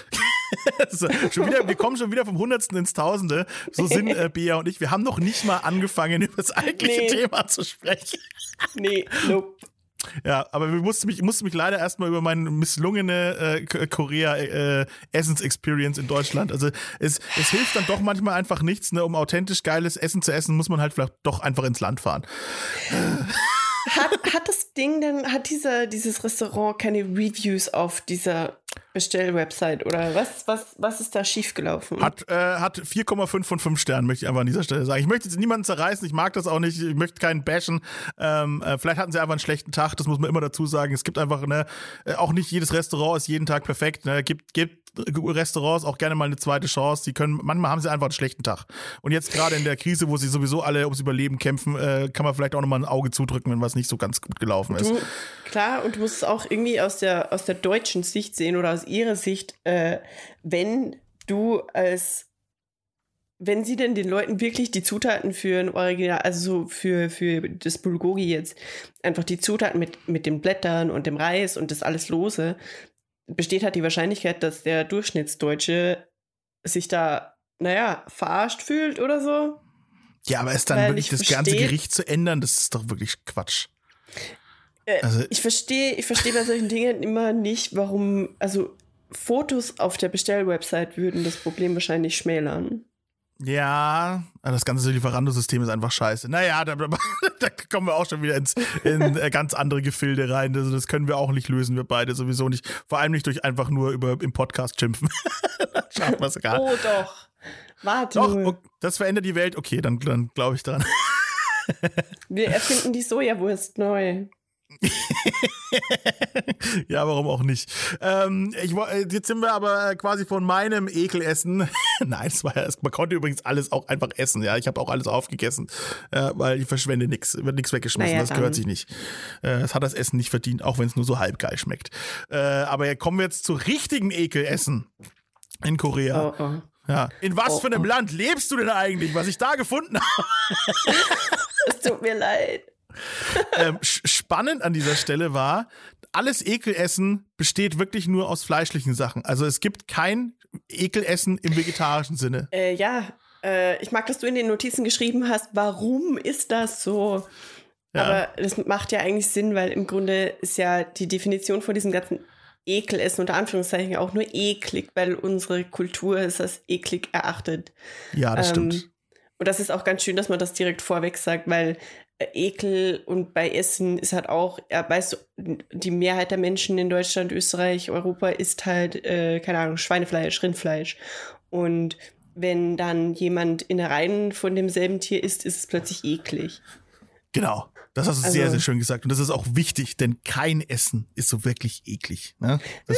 schon wieder, wir kommen schon wieder vom Hundertsten ins Tausende. So sind äh, Bea und ich. Wir haben noch nicht mal angefangen, über das eigentliche nee. Thema zu sprechen. Nee, nope. Ja, aber wir mussten mich, ich musste mich leider erstmal über meine misslungene äh, Korea-Essens-Experience äh, in Deutschland. Also es, es hilft dann doch manchmal einfach nichts, ne? Um authentisch geiles Essen zu essen, muss man halt vielleicht doch einfach ins Land fahren. Hat, hat das Ding denn, hat dieser, dieses Restaurant keine Reviews auf dieser Bestellwebsite oder was, was, was ist da schiefgelaufen? Hat, äh, hat vier Komma fünf von fünf Sternen, möchte ich einfach an dieser Stelle sagen. Ich möchte jetzt niemanden zerreißen, ich mag das auch nicht, ich möchte keinen bashen. Ähm, äh, vielleicht hatten sie einfach einen schlechten Tag, das muss man immer dazu sagen. Es gibt einfach, ne, auch nicht jedes Restaurant ist jeden Tag perfekt. Ne? Gibt, gibt Restaurants auch gerne mal eine zweite Chance. Die können, manchmal haben sie einfach einen schlechten Tag. Und jetzt gerade in der Krise, wo sie sowieso alle ums Überleben kämpfen, äh, kann man vielleicht auch nochmal ein Auge zudrücken, wenn was nicht so ganz gut gelaufen ist. Du, klar, und du musst es auch irgendwie aus der, aus der deutschen Sicht sehen oder aus ihrer Sicht, äh, wenn du als wenn sie denn den Leuten wirklich die Zutaten für ein Original, also so für, für das Bulgogi jetzt, einfach die Zutaten mit, mit den Blättern und dem Reis und das alles Lose, besteht halt die Wahrscheinlichkeit, dass der Durchschnittsdeutsche sich da, naja, verarscht fühlt oder so. Ja, aber es dann Weil wirklich das versteht, ganze Gericht zu ändern, das ist doch wirklich Quatsch. Äh, also, ich verstehe ich verstehe bei solchen Dingen immer nicht, warum, also Fotos auf der Bestellwebsite würden das Problem wahrscheinlich schmälern. Ja, das ganze Lieferando-System ist einfach scheiße. Naja, da, da kommen wir auch schon wieder ins, in ganz andere Gefilde rein. Also das können wir auch nicht lösen, wir beide sowieso nicht. Vor allem nicht durch einfach nur über im Podcast schimpfen. Schaffen wir es gar nicht. Oh doch, warte. Doch, okay, das verändert die Welt. Okay, dann, dann glaube ich dran. Wir erfinden die Sojawurst neu. Ja, warum auch nicht? Ähm, ich, jetzt sind wir aber quasi von meinem Ekelessen. Nein, es war ja, man konnte übrigens alles auch einfach essen. Ja, ich habe auch alles aufgegessen, äh, weil ich verschwende nichts, wird nichts weggeschmissen. Naja, das gehört sich nicht. Äh, das hat das Essen nicht verdient, auch wenn es nur so halb geil schmeckt. Äh, aber kommen wir jetzt zu richtigen Ekelessen in Korea. Oh, oh. Ja. In was oh, für einem oh. Land lebst du denn eigentlich, was ich da gefunden habe? Es tut mir leid. ähm, spannend an dieser Stelle war, alles Ekelessen besteht wirklich nur aus fleischlichen Sachen. Also es gibt kein Ekelessen im vegetarischen Sinne. Äh, ja, äh, ich mag, dass du in den Notizen geschrieben hast, warum ist das so? Ja. Aber das macht ja eigentlich Sinn, weil im Grunde ist ja die Definition von diesem ganzen Ekelessen unter Anführungszeichen auch nur eklig, weil unsere Kultur es als eklig erachtet. Ja, das ähm, stimmt. Und das ist auch ganz schön, dass man das direkt vorweg sagt, weil Ekel und bei Essen ist halt auch, ja, weißt du, die Mehrheit der Menschen in Deutschland, Österreich, Europa isst halt, äh, keine Ahnung, Schweinefleisch, Rindfleisch. Und wenn dann jemand Innereien von demselben Tier isst, ist es plötzlich eklig. Genau, das hast du also, sehr, sehr schön gesagt. Und das ist auch wichtig, denn kein Essen ist so wirklich eklig. Ne? Das,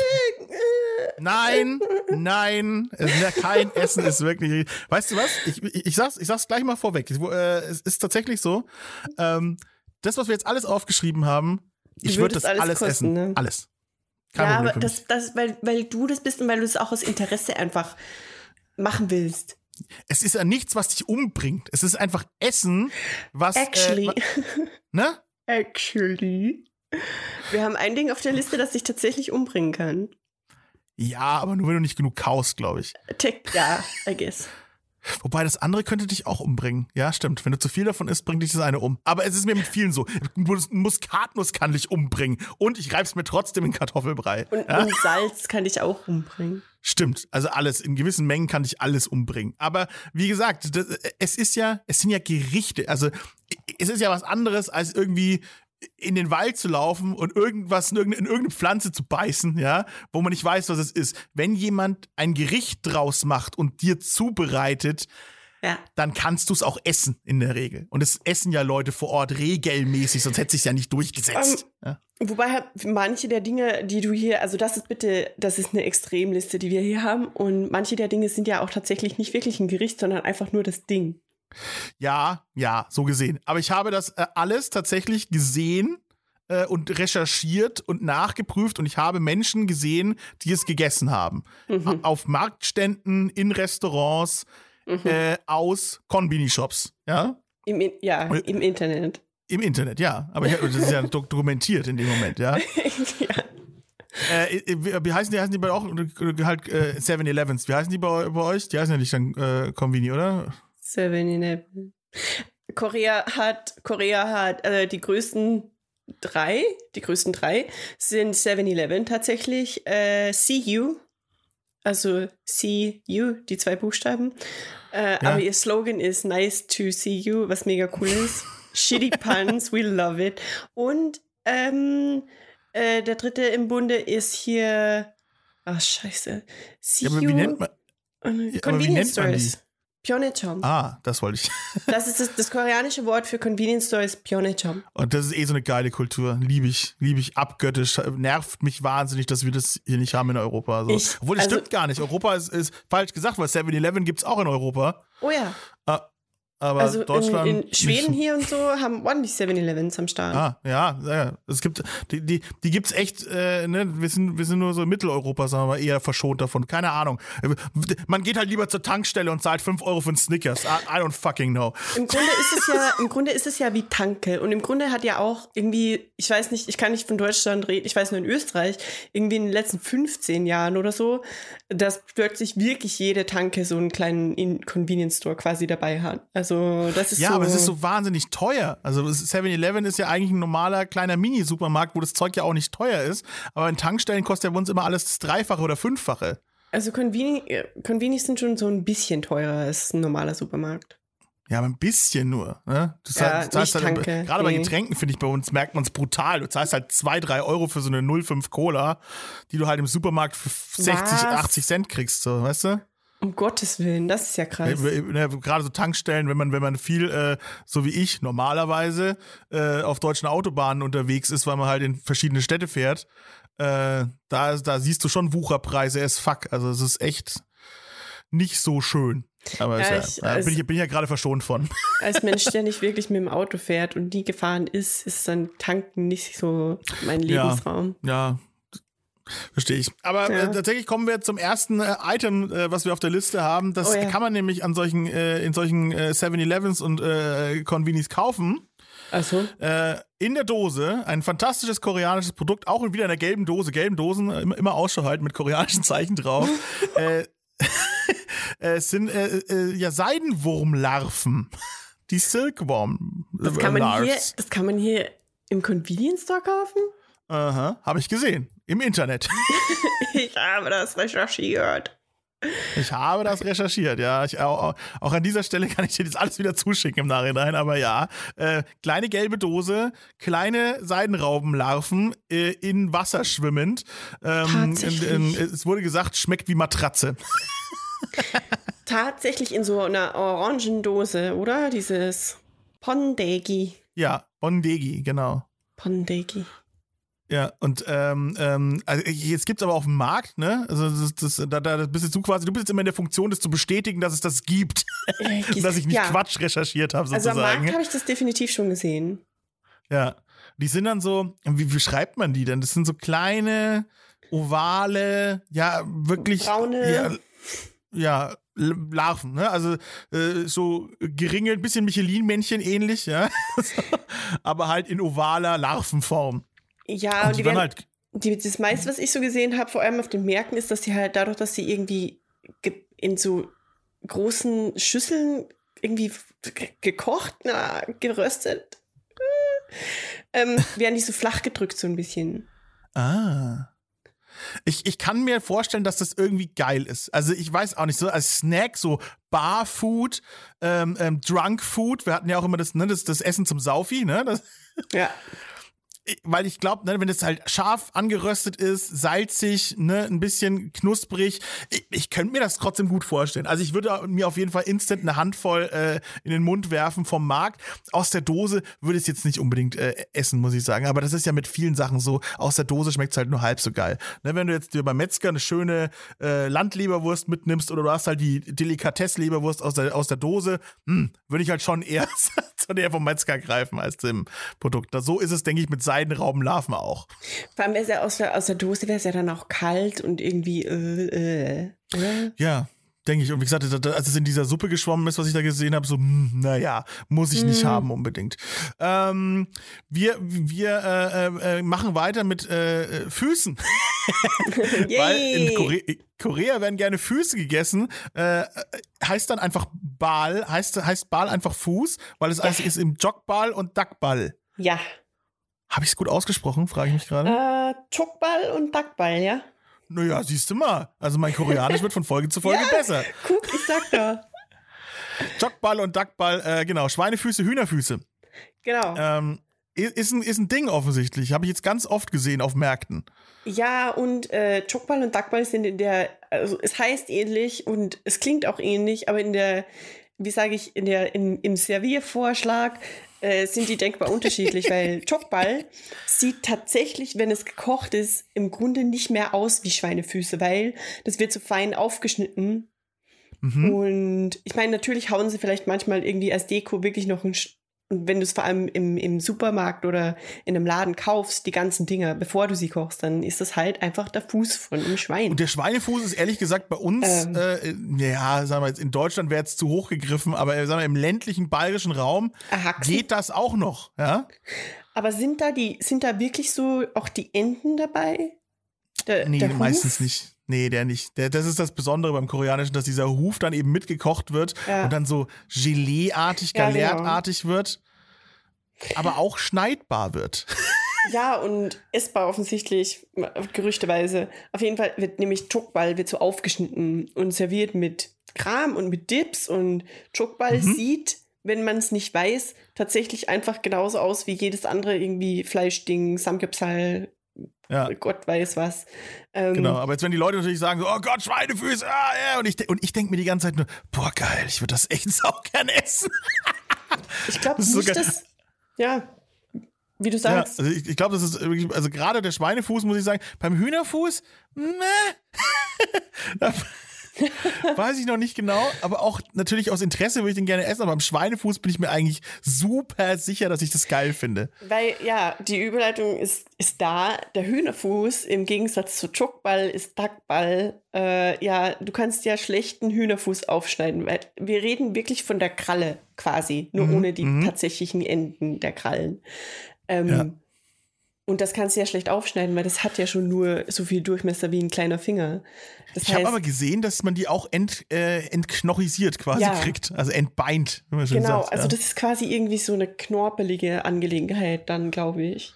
nein, nein, kein Essen ist wirklich. Weißt du was? Ich, ich, ich, sag's, ich sag's gleich mal vorweg. Es ist tatsächlich so, ähm, das, was wir jetzt alles aufgeschrieben haben, ich würde das alles, alles kosten, essen. Ne? Alles. Kein ja, aber das, das, weil, weil du das bist und weil du es auch aus Interesse einfach machen willst. Es ist ja nichts, was dich umbringt. Es ist einfach Essen, was. Actually. Äh, ne? Actually. Wir haben ein Ding auf der Liste, das dich tatsächlich umbringen kann. Ja, aber nur wenn du nicht genug kaust, glaube ich. Tech, ja, I guess. Wobei das andere könnte dich auch umbringen. Ja, stimmt. Wenn du zu viel davon isst, bringt dich das eine um. Aber es ist mir mit vielen so. Muskatnuss kann dich umbringen. Und ich reib's mir trotzdem in Kartoffelbrei. Und, ja? und Salz kann dich auch umbringen. Stimmt. Also alles. In gewissen Mengen kann dich alles umbringen. Aber wie gesagt, das, es ist ja, es sind ja Gerichte. Also es ist ja was anderes als irgendwie in den Wald zu laufen und irgendwas in irgendeine, in irgendeine Pflanze zu beißen, ja, wo man nicht weiß, was es ist. Wenn jemand ein Gericht draus macht und dir zubereitet, ja, dann kannst du es auch essen in der Regel. Und es essen ja Leute vor Ort regelmäßig, sonst hätte es sich ja nicht durchgesetzt. Um, ja. Wobei manche der Dinge, die du hier, also das ist bitte, das ist eine Extremliste, die wir hier haben. Und manche der Dinge sind ja auch tatsächlich nicht wirklich ein Gericht, sondern einfach nur das Ding. Ja, ja, so gesehen. Aber ich habe das äh, alles tatsächlich gesehen äh, und recherchiert und nachgeprüft und ich habe Menschen gesehen, die es gegessen haben. Mhm. Auf Marktständen, in Restaurants, mhm. äh, aus Konbini-Shops. Ja, Im, ja und, im Internet. Im Internet, ja. Aber ich, das ist ja dokumentiert in dem Moment, ja. Ja. Äh, wie heißen die, heißen die bei auch halt äh, seven elevens? Wie heißen die bei, bei euch? Die heißen ja nicht dann äh, Convini, oder? seven eleven. Korea hat, Korea hat äh, die größten drei, die größten drei sind seven eleven tatsächlich, äh, See You, also See You, die zwei Buchstaben. Äh, ja. Aber ihr Slogan ist Nice to see you, was mega cool ist. Shitty puns, we love it. Und ähm, äh, der dritte im Bunde ist hier, ach scheiße, See ja, aber You. wie nennt man, Convenience ja, aber wie nennt man die? Pyeongcham. Ah, das wollte ich. Das ist das, das koreanische Wort für Convenience Store ist Pyeongcham. Und das ist eh so eine geile Kultur. Liebe ich, liebe ich abgöttisch. Nervt mich wahnsinnig, dass wir das hier nicht haben in Europa. Also, ich, obwohl, das also, stimmt gar nicht. Europa ist, ist falsch gesagt, weil seven eleven gibt es auch in Europa. Oh ja. Ah, aber also Deutschland in, in Schweden nicht. Hier und so haben ordentlich seven elevens am Start. Ah, ja, ja. Es gibt, die, die, die gibt's echt, äh, ne, wir sind, wir sind nur so in Mitteleuropa, sagen wir mal, eher verschont davon. Keine Ahnung. Man geht halt lieber zur Tankstelle und zahlt fünf Euro für einen Snickers. I, I don't fucking know. Im Grunde ist es ja, im Grunde ist es ja wie Tanke. Und im Grunde hat ja auch irgendwie, ich weiß nicht, ich kann nicht von Deutschland reden, ich weiß nur in Österreich, irgendwie in den letzten fünfzehn Jahren oder so, dass plötzlich wirklich jede Tanke so einen kleinen Convenience Store quasi dabei hat. Also das ist ja, so, aber es ist so wahnsinnig teuer. Also seven eleven ist ja eigentlich ein normaler kleiner Mini-Supermarkt, wo das Zeug ja auch nicht teuer ist. Aber in Tankstellen kostet ja bei uns immer alles das Dreifache oder Fünffache. Also Conveni, Conveni sind schon so ein bisschen teurer als ein normaler Supermarkt. Ja, aber ein bisschen nur. Ne? Du ja, zahlst, zahlst halt, Tanke, gerade nee. bei Getränken, finde ich, bei uns merkt man es brutal. Du zahlst halt zwei, drei Euro für so eine null Komma fünf Cola, die du halt im Supermarkt für sechzig, Was? achtzig Cent kriegst, so, weißt du? Um Gottes Willen, das ist ja krass. Gerade so Tankstellen, wenn man, wenn man viel, äh, so wie ich, normalerweise äh, auf deutschen Autobahnen unterwegs ist, weil man halt in verschiedene Städte fährt, äh, da, da siehst du schon Wucherpreise as fuck. Also es ist echt nicht so schön. Aber ja, ist ich, ja, als, bin, ich, bin ich ja gerade verschont von. Als Mensch, der nicht wirklich mit dem Auto fährt und nie gefahren ist, ist dann Tanken nicht so mein Lebensraum. Ja, ja. Verstehe ich. Aber ja. äh, tatsächlich kommen wir zum ersten äh, Item, äh, was wir auf der Liste haben. Das oh, ja. kann man nämlich an solchen, äh, in solchen äh, seven elevens und äh, Convenis kaufen. Ach so. Äh, in der Dose ein fantastisches koreanisches Produkt, auch wieder in der gelben Dose. Gelben Dosen, immer, immer Ausschau halten mit koreanischen Zeichen drauf. äh, es sind äh, äh, ja Seidenwurmlarven. Die Silkworm. Das kann man hier, das kann man hier im Convenience Store kaufen? Aha, habe ich gesehen. Im Internet. Ich habe das recherchiert. Ich habe das recherchiert, ja. Ich, auch, auch an dieser Stelle kann ich dir das alles wieder zuschicken im Nachhinein, aber ja. Äh, kleine gelbe Dose, kleine Seidenraubenlarven äh, in Wasser schwimmend. Ähm, Tatsächlich. In, in, es wurde gesagt, schmeckt wie Matratze. Tatsächlich in so einer Orangendose, oder? Dieses Pondegi. Ja, Ondegi, genau. Pondegi. Ja, und ähm, ähm, also jetzt gibt's aber auf dem Markt, ne? Also das, das, da, da bist jetzt du quasi, du bist jetzt immer in der Funktion, das zu bestätigen, dass es das gibt. Äh, und dass ich nicht ja. Quatsch recherchiert habe, sozusagen. Also am Markt habe ich das definitiv schon gesehen. Ja. Die sind dann so, wie, wie schreibt man die denn? Das sind so kleine, ovale, ja, wirklich. Braune. Ja, ja Larven, ne? Also äh, so geringe, ein bisschen Michelin-Männchen ähnlich, ja. Aber halt in ovaler Larvenform. Ja, und und die, die werden werden, halt. Die, das meiste, was ich so gesehen habe, vor allem auf den Märkten, ist, dass die halt dadurch, dass sie irgendwie ge- in so großen Schüsseln irgendwie ge- gekocht, na, geröstet, ähm, werden die so flach gedrückt, so ein bisschen. Ah. Ich, ich kann mir vorstellen, dass das irgendwie geil ist. Also ich weiß auch nicht, so als Snack, so Barfood, ähm, ähm, Drunkfood. Wir hatten ja auch immer das, ne, das, das Essen zum Saufi, ne? Das, ja. Weil ich glaube, ne, wenn es halt scharf angeröstet ist, salzig, ne, ein bisschen knusprig, ich, ich könnte mir das trotzdem gut vorstellen. Also ich würde mir auf jeden Fall instant eine Handvoll äh, in den Mund werfen vom Markt. Aus der Dose würde ich es jetzt nicht unbedingt äh, essen, muss ich sagen. Aber das ist ja mit vielen Sachen so. Aus der Dose schmeckt es halt nur halb so geil. Ne, wenn du jetzt dir beim Metzger eine schöne äh, Landleberwurst mitnimmst oder du hast halt die Delikatesse-Leberwurst aus der, aus der Dose, hm, würde ich halt schon eher zu der vom Metzger greifen als dem Produkt. So ist es, denke ich, mit Seidenraubenlarven auch. Vor allem wäre es ja aus der, aus der Dose, wäre es ja dann auch kalt und irgendwie äh, äh, oder? Ja, denke ich. Und wie gesagt, als es in dieser Suppe geschwommen ist, was ich da gesehen habe, so, hm, naja, muss ich nicht mm. haben unbedingt. Ähm, wir wir äh, äh, machen weiter mit äh, Füßen. Weil in Korea, Korea werden gerne Füße gegessen. Äh, heißt dann einfach Bal, heißt, heißt Bal einfach Fuß, weil es ja. also ist im Jokbal und Dakbal. Ja. Habe ich es gut ausgesprochen, frage ich mich gerade. Äh, Jokbal und Dakbal, ja. Naja, siehst du mal. Also mein Koreanisch wird von Folge zu Folge ja, besser. Guck, ich sag da. Jokbal und Dakbal, äh, genau, Schweinefüße, Hühnerfüße. Genau. Ähm, ist, ein, ist ein Ding offensichtlich. Habe ich jetzt ganz oft gesehen auf Märkten. Ja, und äh, Jokbal und Dakbal sind in der, also es heißt ähnlich und es klingt auch ähnlich, aber in der, wie sage ich, in der, in, im Serviervorschlag äh, sind die denkbar unterschiedlich, weil Jokbal sieht tatsächlich, wenn es gekocht ist, im Grunde nicht mehr aus wie Schweinefüße, weil das wird so fein aufgeschnitten. Mhm. Und ich meine, natürlich hauen sie vielleicht manchmal irgendwie als Deko wirklich noch ein, und wenn du es vor allem im, im Supermarkt oder in einem Laden kaufst, die ganzen Dinger, bevor du sie kochst, dann ist das halt einfach der Fuß von einem Schwein. Und der Schweinefuß ist ehrlich gesagt bei uns, ähm, äh, ja, sagen wir jetzt, in Deutschland wäre es zu hoch gegriffen, aber sagen wir, im ländlichen bayerischen Raum Haxen. Geht das auch noch, ja? Aber sind da die, sind da wirklich so auch die Enden dabei? Der, nee, der meistens nicht. Nee, der nicht. Der, das ist das Besondere beim Koreanischen, dass dieser Huf dann eben mitgekocht wird ja. und dann so Gelee-artig, ja, Galertartig genau. wird, aber auch schneidbar wird. Ja, und essbar offensichtlich, gerüchteweise. Auf jeden Fall wird nämlich Jokbal wird so aufgeschnitten und serviert mit Kram und mit Dips und Jokbal mhm. sieht, wenn man es nicht weiß, tatsächlich einfach genauso aus wie jedes andere irgendwie Fleischding, Samgyeopsal, ja. Gott weiß was. Ähm, genau, aber jetzt wenn die Leute natürlich sagen so, oh Gott, Schweinefüße, ah, ja, und ich, und ich denke mir die ganze Zeit nur, boah, geil, ich würde das echt sau gerne essen. Ich glaube nicht, so dass, ja, wie du sagst. Ja, also ich, ich glaube, das ist wirklich, also gerade der Schweinefuß, muss ich sagen, beim Hühnerfuß, ne, weiß ich noch nicht genau, aber auch natürlich aus Interesse würde ich den gerne essen, aber beim Schweinefuß bin ich mir eigentlich super sicher, dass ich das geil finde. Weil, ja, die Überleitung ist, ist da, der Hühnerfuß im Gegensatz zu Jokbal ist Dakbal, äh, ja, du kannst ja schlechten Hühnerfuß aufschneiden, weil wir reden wirklich von der Kralle quasi, nur mhm. ohne die mhm. tatsächlichen Enden der Krallen. Ähm, ja. Und das kannst du ja schlecht aufschneiden, weil das hat ja schon nur so viel Durchmesser wie ein kleiner Finger. Das ich habe aber gesehen, dass man die auch ent, äh, entknochisiert quasi ja. kriegt, also entbeint. Wie man schon genau, sagt, also ja. das ist quasi irgendwie so eine knorpelige Angelegenheit dann, glaube ich.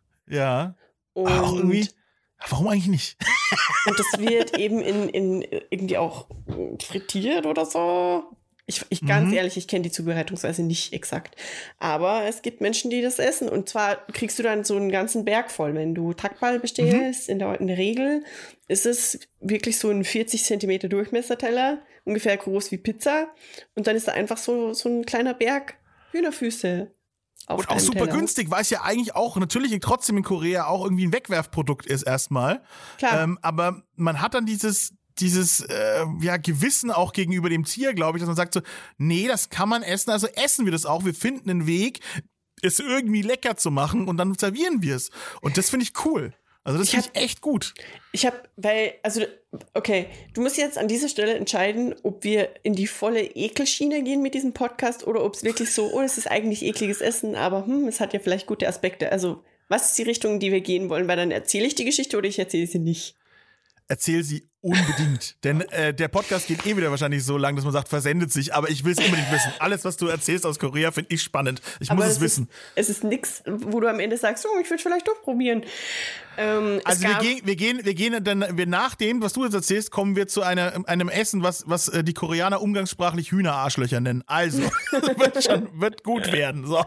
Ja, und aber auch irgendwie, warum eigentlich nicht? Und das wird eben in, in irgendwie auch frittiert oder so. Ich, ich ganz mhm. ehrlich, ich kenne die Zubereitungsweise nicht exakt. Aber es gibt Menschen, die das essen. Und zwar kriegst du dann so einen ganzen Berg voll. Wenn du Dakbal bestellst, mhm. in, der, in der Regel ist es wirklich so ein vierzig Zentimeter Durchmesserteller, ungefähr groß wie Pizza. Und dann ist da einfach so, so ein kleiner Berg Hühnerfüße. Auf und auch super Teller. Günstig, weil es ja eigentlich auch natürlich trotzdem in Korea auch irgendwie ein Wegwerfprodukt ist erstmal. Klar. Ähm, aber man hat dann dieses dieses äh, ja, Gewissen auch gegenüber dem Tier, glaube ich, dass man sagt so, nee, das kann man essen, also essen wir das auch. Wir finden einen Weg, es irgendwie lecker zu machen und dann servieren wir es. Und das finde ich cool. Also das finde ich echt gut. Ich habe, weil, also, okay, du musst jetzt an dieser Stelle entscheiden, ob wir in die volle Ekelschiene gehen mit diesem Podcast oder ob es wirklich so, oh, es ist eigentlich ekliges Essen, aber hm, es hat ja vielleicht gute Aspekte. Also, was ist die Richtung, in die wir gehen wollen? Weil dann erzähle ich die Geschichte oder ich erzähle sie nicht. Erzähl sie unbedingt, denn äh, der Podcast geht eh wieder wahrscheinlich so lang, dass man sagt, versendet sich, aber ich will es unbedingt wissen. Alles, was du erzählst aus Korea, finde ich spannend. Ich aber muss es, es wissen. Ist, es ist nichts, wo du am Ende sagst, oh, ich würde es vielleicht doch probieren. Ähm, also wir gehen, wir gehen, wir gehen dann, wir nach dem, was du jetzt erzählst, kommen wir zu einer, einem Essen, was, was äh, die Koreaner umgangssprachlich Hühnerarschlöcher nennen. Also, wird schon, wird gut werden. So.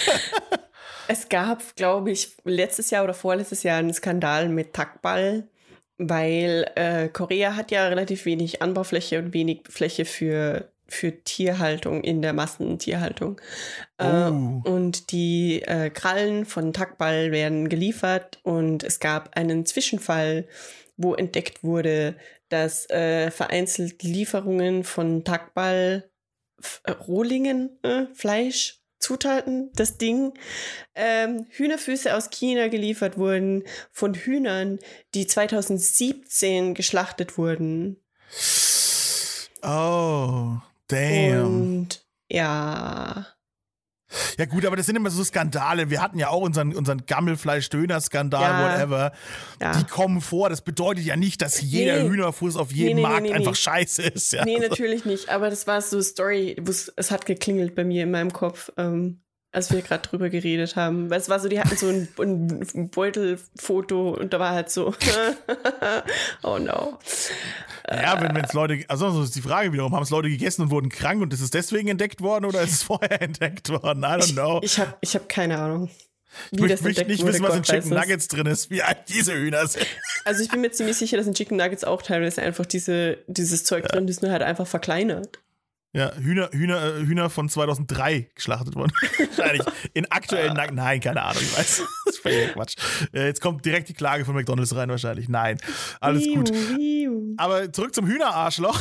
Es gab, glaube ich, letztes Jahr oder vorletztes Jahr einen Skandal mit Dakbal. Weil äh, Korea hat ja relativ wenig Anbaufläche und wenig Fläche für, für Tierhaltung in der Massentierhaltung. Oh. Äh, und die äh, Krallen von Dakbal werden geliefert und es gab einen Zwischenfall, wo entdeckt wurde, dass äh, vereinzelt Lieferungen von Dakbal, äh, Rohlingen, äh, Fleisch, Zutaten, das Ding, ähm, Hühnerfüße aus China geliefert wurden von Hühnern, die zwanzig siebzehn geschlachtet wurden. Oh, damn. Und ja. Ja gut, aber das sind immer so Skandale. Wir hatten ja auch unseren, unseren Gammelfleisch-Döner-Skandal, Ja. whatever. Ja. Die kommen vor. Das bedeutet ja nicht, dass jeder Nee. Hühnerfuß auf jedem Nee, nee, Markt nee, nee, einfach nee. scheiße ist. Ja. Nee, natürlich nicht. Aber das war so eine Story, wo es es hat geklingelt bei mir in meinem Kopf, ähm, als wir gerade drüber geredet haben. Weil es war so, die hatten so ein, ein Beutelfoto und da war halt so, oh no. Ja, wenn es Leute, also so ist die Frage wiederum, haben es Leute gegessen und wurden krank und ist es deswegen entdeckt worden oder ist es vorher entdeckt worden? I don't know. Ich, ich habe ich hab keine Ahnung. Ich Wie möchte das möchte entdeckt nicht wurde, wissen, was in Gott weiß Chicken es. Nuggets drin ist, wie alt diese Hühner sind. Also ich bin mir ziemlich sicher, dass in Chicken Nuggets auch teilweise einfach diese, dieses Zeug drin ist, nur halt einfach verkleinert. Ja, Hühner, Hühner, äh, Hühner von zweitausenddrei geschlachtet worden. Wahrscheinlich in aktuellen Nuggets. Nein, keine Ahnung, ich weiß. Das ist völlig Quatsch. Äh, jetzt kommt direkt die Klage von McDonald's rein wahrscheinlich. Nein, alles gut. Iu, iu. Aber zurück zum Hühnerarschloch.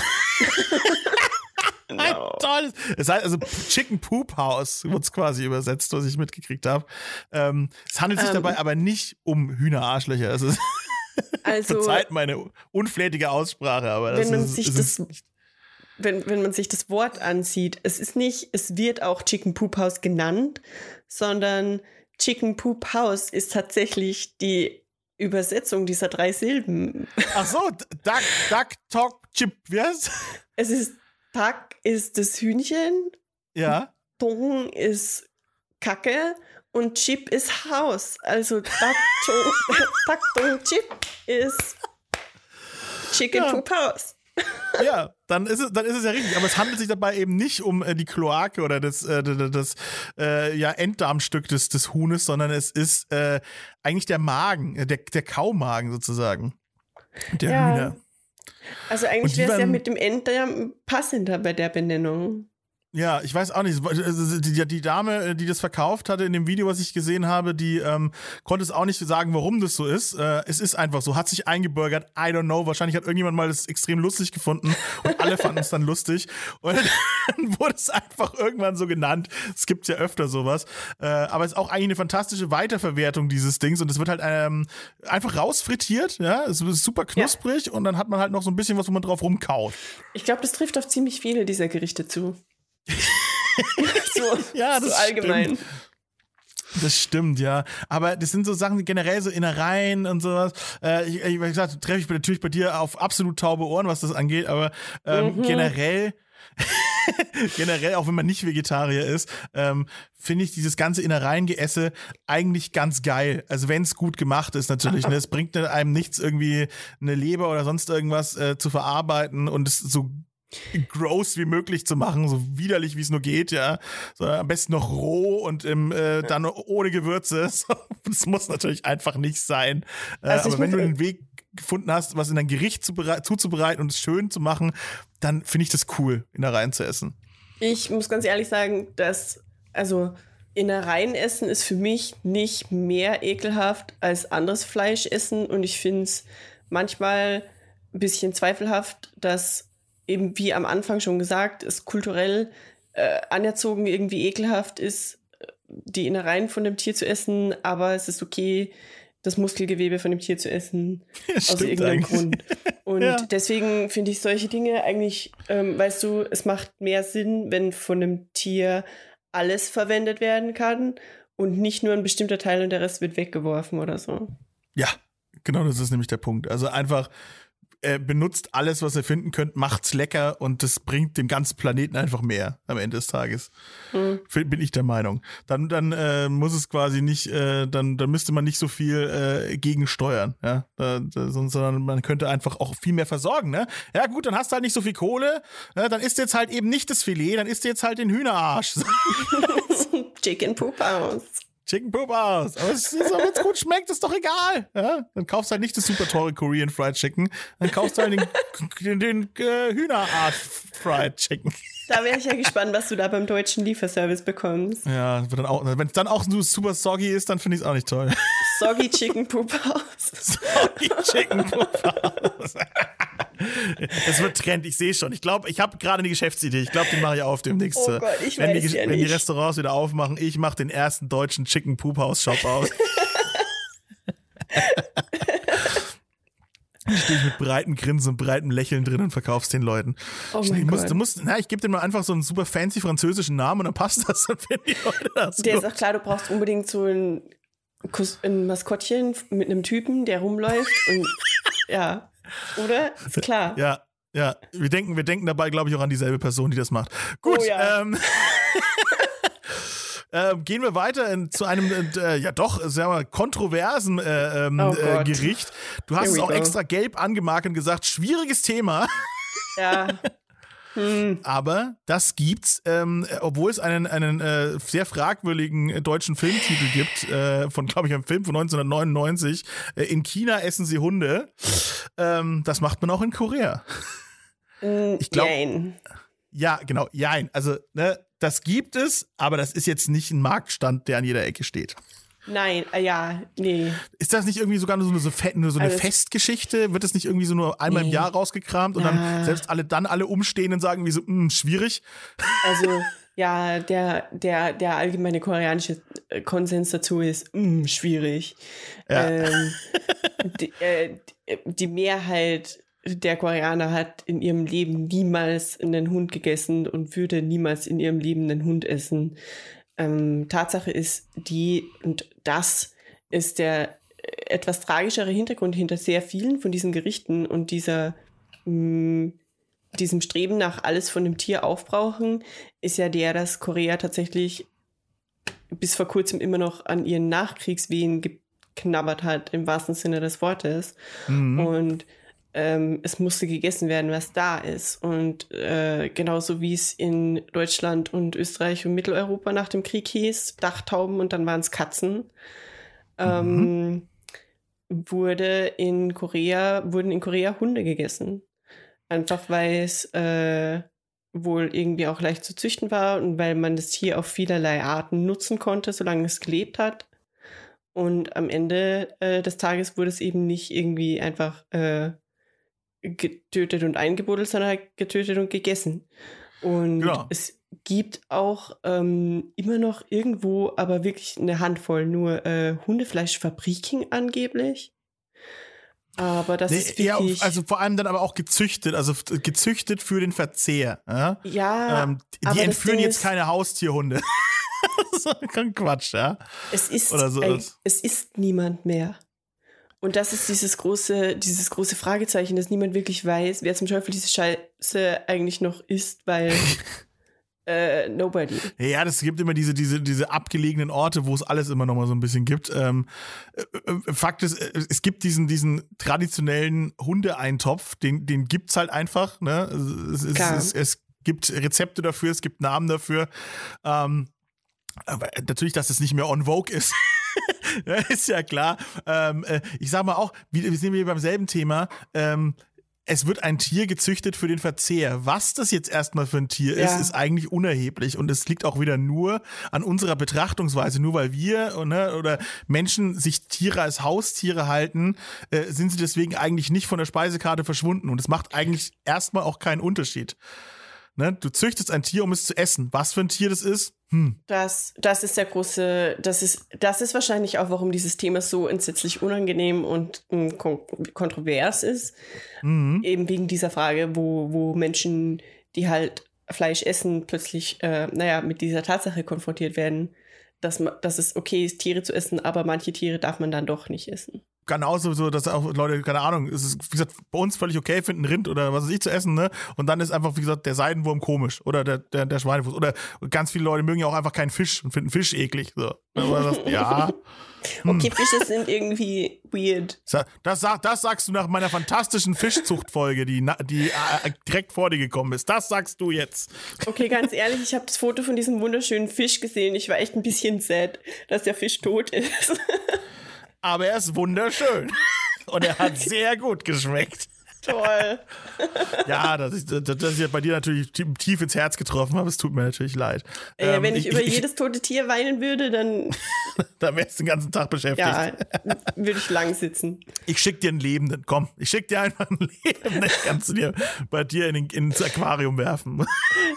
Ein No. tolles. Es heißt also Chicken Poop House, wurde es quasi übersetzt, was ich mitgekriegt habe. Ähm, es handelt sich Ähm. dabei aber nicht um Hühnerarschlöcher. Es ist, Also, verzeiht meine unflätige Aussprache, aber das wenn man ist, sich es das, ist wenn, wenn man sich das Wort ansieht, es ist nicht, es wird auch Chicken Poop House genannt, sondern Chicken Poop House ist tatsächlich die Übersetzung dieser drei Silben. ach so, Duck, Duck, Talk, Chip, wie heißt? Es ist Duck ist das Hühnchen, Ja. Dung ist Kacke und Chip ist Haus. Also Duck, Dung- Duck, Dung, Chip ist Chicken Ja. Poop House. Ja, dann ist es, dann ist es ja richtig. Aber es handelt sich dabei eben nicht um äh, die Kloake oder das, äh, das, das äh, ja, Enddarmstück des, des Huhnes, sondern es ist äh, eigentlich der Magen, äh, der, der Kaumagen sozusagen. Der Ja. Hühner. Also Und eigentlich die wäre es ja werden- mit dem Enddarm passender bei der Benennung. Ja, ich weiß auch nicht. Also Die, die Dame, die das verkauft hatte in dem Video, was ich gesehen habe, die ähm, konnte es auch nicht sagen, warum das so ist. Äh, es ist einfach so, hat sich eingebürgert. I don't know. Wahrscheinlich hat irgendjemand mal das extrem lustig gefunden und alle fanden es dann lustig. Und dann wurde es einfach irgendwann so genannt. Es gibt ja öfter sowas. Äh, aber es ist auch eigentlich eine fantastische Weiterverwertung dieses Dings und es wird halt ähm, einfach rausfrittiert. Ja, es ist super knusprig und dann hat man halt noch so ein bisschen was, wo man drauf rumkaut. Ich glaube, das trifft auf ziemlich viele dieser Gerichte zu. so, Ja, so das allgemein. stimmt. Das stimmt, ja. Aber das sind so Sachen, die generell so Innereien und sowas. Äh, ich, ich, wie gesagt, treffe ich natürlich bei dir auf absolut taube Ohren, was das angeht, aber ähm, Mhm. generell, generell, auch wenn man nicht Vegetarier ist, ähm, finde ich dieses ganze Innereiengeesse eigentlich ganz geil. Also wenn es gut gemacht ist natürlich. Ne? Es bringt einem nichts, irgendwie eine Leber oder sonst irgendwas äh, zu verarbeiten und es so gross wie möglich zu machen, so widerlich wie es nur geht, ja. So, am besten noch roh und im, äh, dann ohne Gewürze. So, das muss natürlich einfach nicht sein. Äh, Also ich aber wenn muss- du einen Weg gefunden hast, was in dein Gericht zuberei- zuzubereiten und es schön zu machen, dann finde ich das cool, Innereien zu essen. Ich muss ganz ehrlich sagen, dass, also Innereien essen ist für mich nicht mehr ekelhaft als anderes Fleisch essen und ich finde es manchmal ein bisschen zweifelhaft, dass eben wie am Anfang schon gesagt, es kulturell äh, anerzogen irgendwie ekelhaft ist, die Innereien von dem Tier zu essen, aber es ist okay, das Muskelgewebe von dem Tier zu essen, Ja, aus stimmt irgendeinem eigentlich. Grund. Und Ja. deswegen finde ich solche Dinge eigentlich, ähm, weißt du, es macht mehr Sinn, wenn von einem Tier alles verwendet werden kann und nicht nur ein bestimmter Teil und der Rest wird weggeworfen oder so. Ja, genau, das ist nämlich der Punkt. Also einfach äh, benutzt alles, was ihr finden könnt, macht's lecker und das bringt dem ganzen Planeten einfach mehr am Ende des Tages. Mhm. Bin ich der Meinung. Dann, dann äh, muss es quasi nicht, äh, dann, dann müsste man nicht so viel äh, gegensteuern, ja. Da, da, sondern man könnte einfach auch viel mehr versorgen, ne? Ja, gut, dann hast du halt nicht so viel Kohle, ja, dann isst du jetzt halt eben nicht das Filet, dann isst du jetzt halt den Hühnerarsch. Chicken Poop aus. Chicken Poop aus. Aber es ist, wenn es gut schmeckt, ist doch egal. Ja? Dann kaufst du halt nicht das super teure Korean Fried Chicken, dann kaufst du halt den, den, den äh, Hühnerarsch Fried Chicken. Da wäre ich ja gespannt, was du da beim deutschen Lieferservice bekommst. Ja, wenn es dann auch so super soggy ist, dann finde ich es auch nicht toll. Soggy Chicken Poop aus. Soggy Chicken Poop aus. Das wird Trend, ich sehe schon. Ich glaube, ich habe gerade eine Geschäftsidee. Ich glaube, die mache ich auf demnächst. Oh Gott, ich wenn, weiß die, ja wenn die nicht. Restaurants wieder aufmachen, ich mache den ersten deutschen Chicken Poop House Shop aus. stehe ich mit breiten Grinsen und breitem Lächeln drin und verkauf's den Leuten. Oh ich, mein ich muss, Gott. du musst, na, ich gebe dir mal einfach so einen super fancy französischen Namen und dann passt das, dann finden die Leute das. Der gut. ist auch klar, du brauchst unbedingt so ein, Kus- ein Maskottchen mit einem Typen, der rumläuft und ja, oder? Ist klar. Ja, ja. Wir denken, wir denken dabei, glaube ich, auch an dieselbe Person, die das macht. Gut, Oh ja. ähm, äh, gehen wir weiter in, zu einem, äh, ja doch, sagen wir, kontroversen äh, ähm, Oh äh, Gott. Gericht. Du hast Here es we auch go. extra gelb angemarkt und gesagt, schwieriges Thema. Ja. Hm. Aber das gibt's, ähm, obwohl es einen, einen äh, sehr fragwürdigen äh, deutschen Filmtitel gibt, äh, von, glaube ich, einem Film von neunzehnhundertneunundneunzig. Äh, in China essen sie Hunde. Ähm, das macht man auch in Korea. Ich glaub- Nein. Ja, genau, jein. Also, ne, das gibt es, aber das ist jetzt nicht ein Marktstand, der an jeder Ecke steht. Nein, äh, ja, nee. Ist das nicht irgendwie sogar nur so eine, so fe- nur so eine Also es- Festgeschichte? Wird das nicht irgendwie so nur einmal im Nee. Jahr rausgekramt und Ja. dann selbst alle dann alle umstehen und sagen wie so, mh, schwierig? Also, ja, der, der, der allgemeine koreanische äh, Konsens dazu ist mm, schwierig. Ja. Ähm, die, äh, die Mehrheit der Koreaner hat in ihrem Leben niemals einen Hund gegessen und würde niemals in ihrem Leben einen Hund essen. Ähm, Tatsache ist die, und das ist der etwas tragischere Hintergrund hinter sehr vielen von diesen Gerichten und dieser mh, diesem Streben nach alles von dem Tier aufbrauchen, ist ja der, dass Korea tatsächlich bis vor kurzem immer noch an ihren Nachkriegswehen geknabbert hat, im wahrsten Sinne des Wortes. Mhm. Und ähm, es musste gegessen werden, was da ist. Und äh, genauso wie es in Deutschland und Österreich und Mitteleuropa nach dem Krieg hieß, Dachtauben und dann waren es Katzen, ähm, wurde in Korea, wurden in Korea Hunde gegessen. Einfach weil es äh, wohl irgendwie auch leicht zu züchten war und weil man das Tier auf vielerlei Arten nutzen konnte, solange es gelebt hat. Und am Ende äh, des Tages wurde es eben nicht irgendwie einfach äh, getötet und eingebuddelt, sondern halt getötet und gegessen. Und Genau. es gibt auch ähm, immer noch irgendwo, aber wirklich eine Handvoll, nur äh, Hundefleischfabriken angeblich. Aber das Nee, ist ja, wirklich... also vor allem dann aber auch gezüchtet, also f- gezüchtet für den Verzehr. Ja? ja, ähm, die aber das entführen Ding jetzt ist- keine Haustierhunde. Das ist kein Quatsch, ja. Es ist, Oder so ein, ist. es ist niemand mehr. Und das ist dieses große, dieses große Fragezeichen, dass niemand wirklich weiß, wer zum Teufel diese Scheiße eigentlich noch ist, weil äh, nobody. Ja, das gibt immer diese, diese, diese abgelegenen Orte, wo es alles immer noch mal so ein bisschen gibt. Ähm, äh, äh, Fakt ist, äh, es gibt diesen, diesen traditionellen Hundeeintopf, den, den gibt's halt einfach. Ne? Es, es, Klar. es, es gibt Rezepte dafür, es gibt Namen dafür. Ähm, aber natürlich, dass es nicht mehr on vogue ist. Ja, ist ja klar. Ähm, äh, ich sag mal auch, wie- wir sind wir beim selben Thema. Ähm, es wird ein Tier gezüchtet für den Verzehr. Was das jetzt erstmal für ein Tier ist, Ja. ist eigentlich unerheblich. Und es liegt auch wieder nur an unserer Betrachtungsweise. Nur weil wir ne, oder Menschen sich Tiere als Haustiere halten, äh, sind sie deswegen eigentlich nicht von der Speisekarte verschwunden. Und es macht eigentlich erstmal auch keinen Unterschied. Ne? Du züchtest ein Tier, um es zu essen. Was für ein Tier das ist? Hm. Das, das ist der große, das ist, das ist wahrscheinlich auch, warum dieses Thema so entsetzlich unangenehm und mh, kon kontrovers ist. Mhm. Eben wegen dieser Frage, wo, wo Menschen, die halt Fleisch essen, plötzlich, äh, naja, mit dieser Tatsache konfrontiert werden, dass, ma- dass es okay ist, Tiere zu essen, aber manche Tiere darf man dann doch nicht essen. Genauso so, dass auch Leute, keine Ahnung, es ist, wie gesagt, bei uns völlig okay finden, Rind oder was weiß ich zu essen, ne? Und dann ist einfach, wie gesagt, der Seidenwurm komisch oder der, der, der Schweinefuß. Oder ganz viele Leute mögen ja auch einfach keinen Fisch und finden Fisch eklig. So. Aber das, ja. Okay, Fische sind irgendwie weird. Das, sag- das sagst du nach meiner fantastischen Fischzuchtfolge, die, na- die äh, direkt vor dir gekommen ist. Das sagst du jetzt. Okay, ganz ehrlich, ich habe das Foto von diesem wunderschönen Fisch gesehen. Ich war echt ein bisschen sad, dass der Fisch tot ist. Aber er ist wunderschön. Und er hat sehr gut geschmeckt. Toll. Ja, das ist, das das ist ja bei dir natürlich tief ins Herz getroffen, aber es tut mir natürlich leid. Äh, Ähm, wenn ich, über jedes tote Tier weinen würde, dann Da wärst du den ganzen Tag beschäftigt. ja, würde ich lang sitzen. Ich schick dir einen Lebenden, komm. Ich schick dir einfach einen Lebenden. Kannst du dir bei dir in den, ins Aquarium werfen.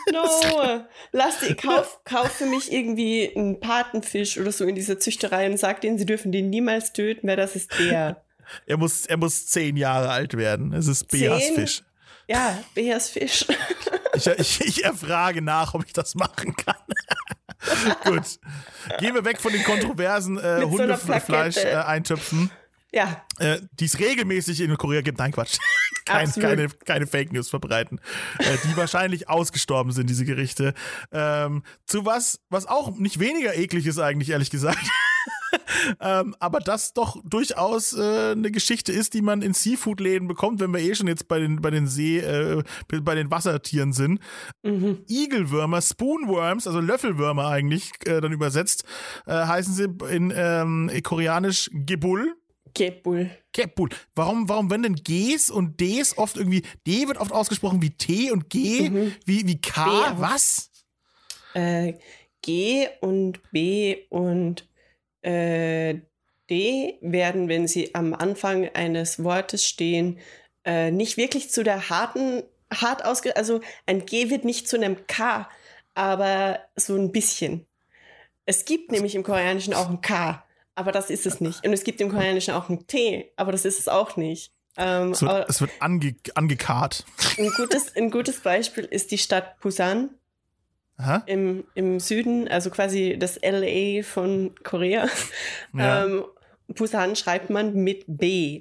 No, lass die, kauf, kauf für mich irgendwie einen Patenfisch oder so in dieser Züchterei und sag denen, sie dürfen den niemals töten, weil das ist der. Er muss, er muss zehn Jahre alt werden. Es ist Beas Zehn? Fisch. Ja, Beas Fisch. Ich, ich, ich erfrage nach, ob ich das machen kann. Gut. Gehen wir weg von den kontroversen äh, Mit so einer Hundefleisch-Eintöpfen, Ja, äh, die es regelmäßig in Korea gibt. Nein, Quatsch. Kein, Absolut. keine, keine Fake News verbreiten. Äh, die wahrscheinlich ausgestorben sind, diese Gerichte. Ähm, zu was, was auch nicht weniger eklig ist eigentlich, ehrlich gesagt. ähm, aber das doch durchaus äh, eine Geschichte ist, die man in Seafood-Läden bekommt, wenn wir eh schon jetzt bei den, bei den See, äh, bei den Wassertieren sind. Mhm. Igelwürmer, Spoonworms, also Löffelwürmer eigentlich äh, dann übersetzt, äh, heißen sie in ähm, koreanisch Gebul. Gebul. Gebul. Warum, warum werden denn Gs und Ds oft irgendwie, D wird oft ausgesprochen wie T und G, Mhm. wie, wie K, B auch. was? Äh, G und B und äh, D werden, wenn sie am Anfang eines Wortes stehen, äh, nicht wirklich zu der harten, hart ausge... Also ein G wird nicht zu einem K, aber so ein bisschen. Es gibt nämlich im Koreanischen auch ein K, aber das ist es nicht. Und es gibt im Koreanischen auch ein T, aber das ist es auch nicht. Ähm, Es wird, aber es wird ange, angekarrt. ein, gutes, ein gutes Beispiel ist die Stadt Busan. Aha. Im, im Süden, also quasi das L A von Korea. Ja. Ähm, Busan schreibt man mit B.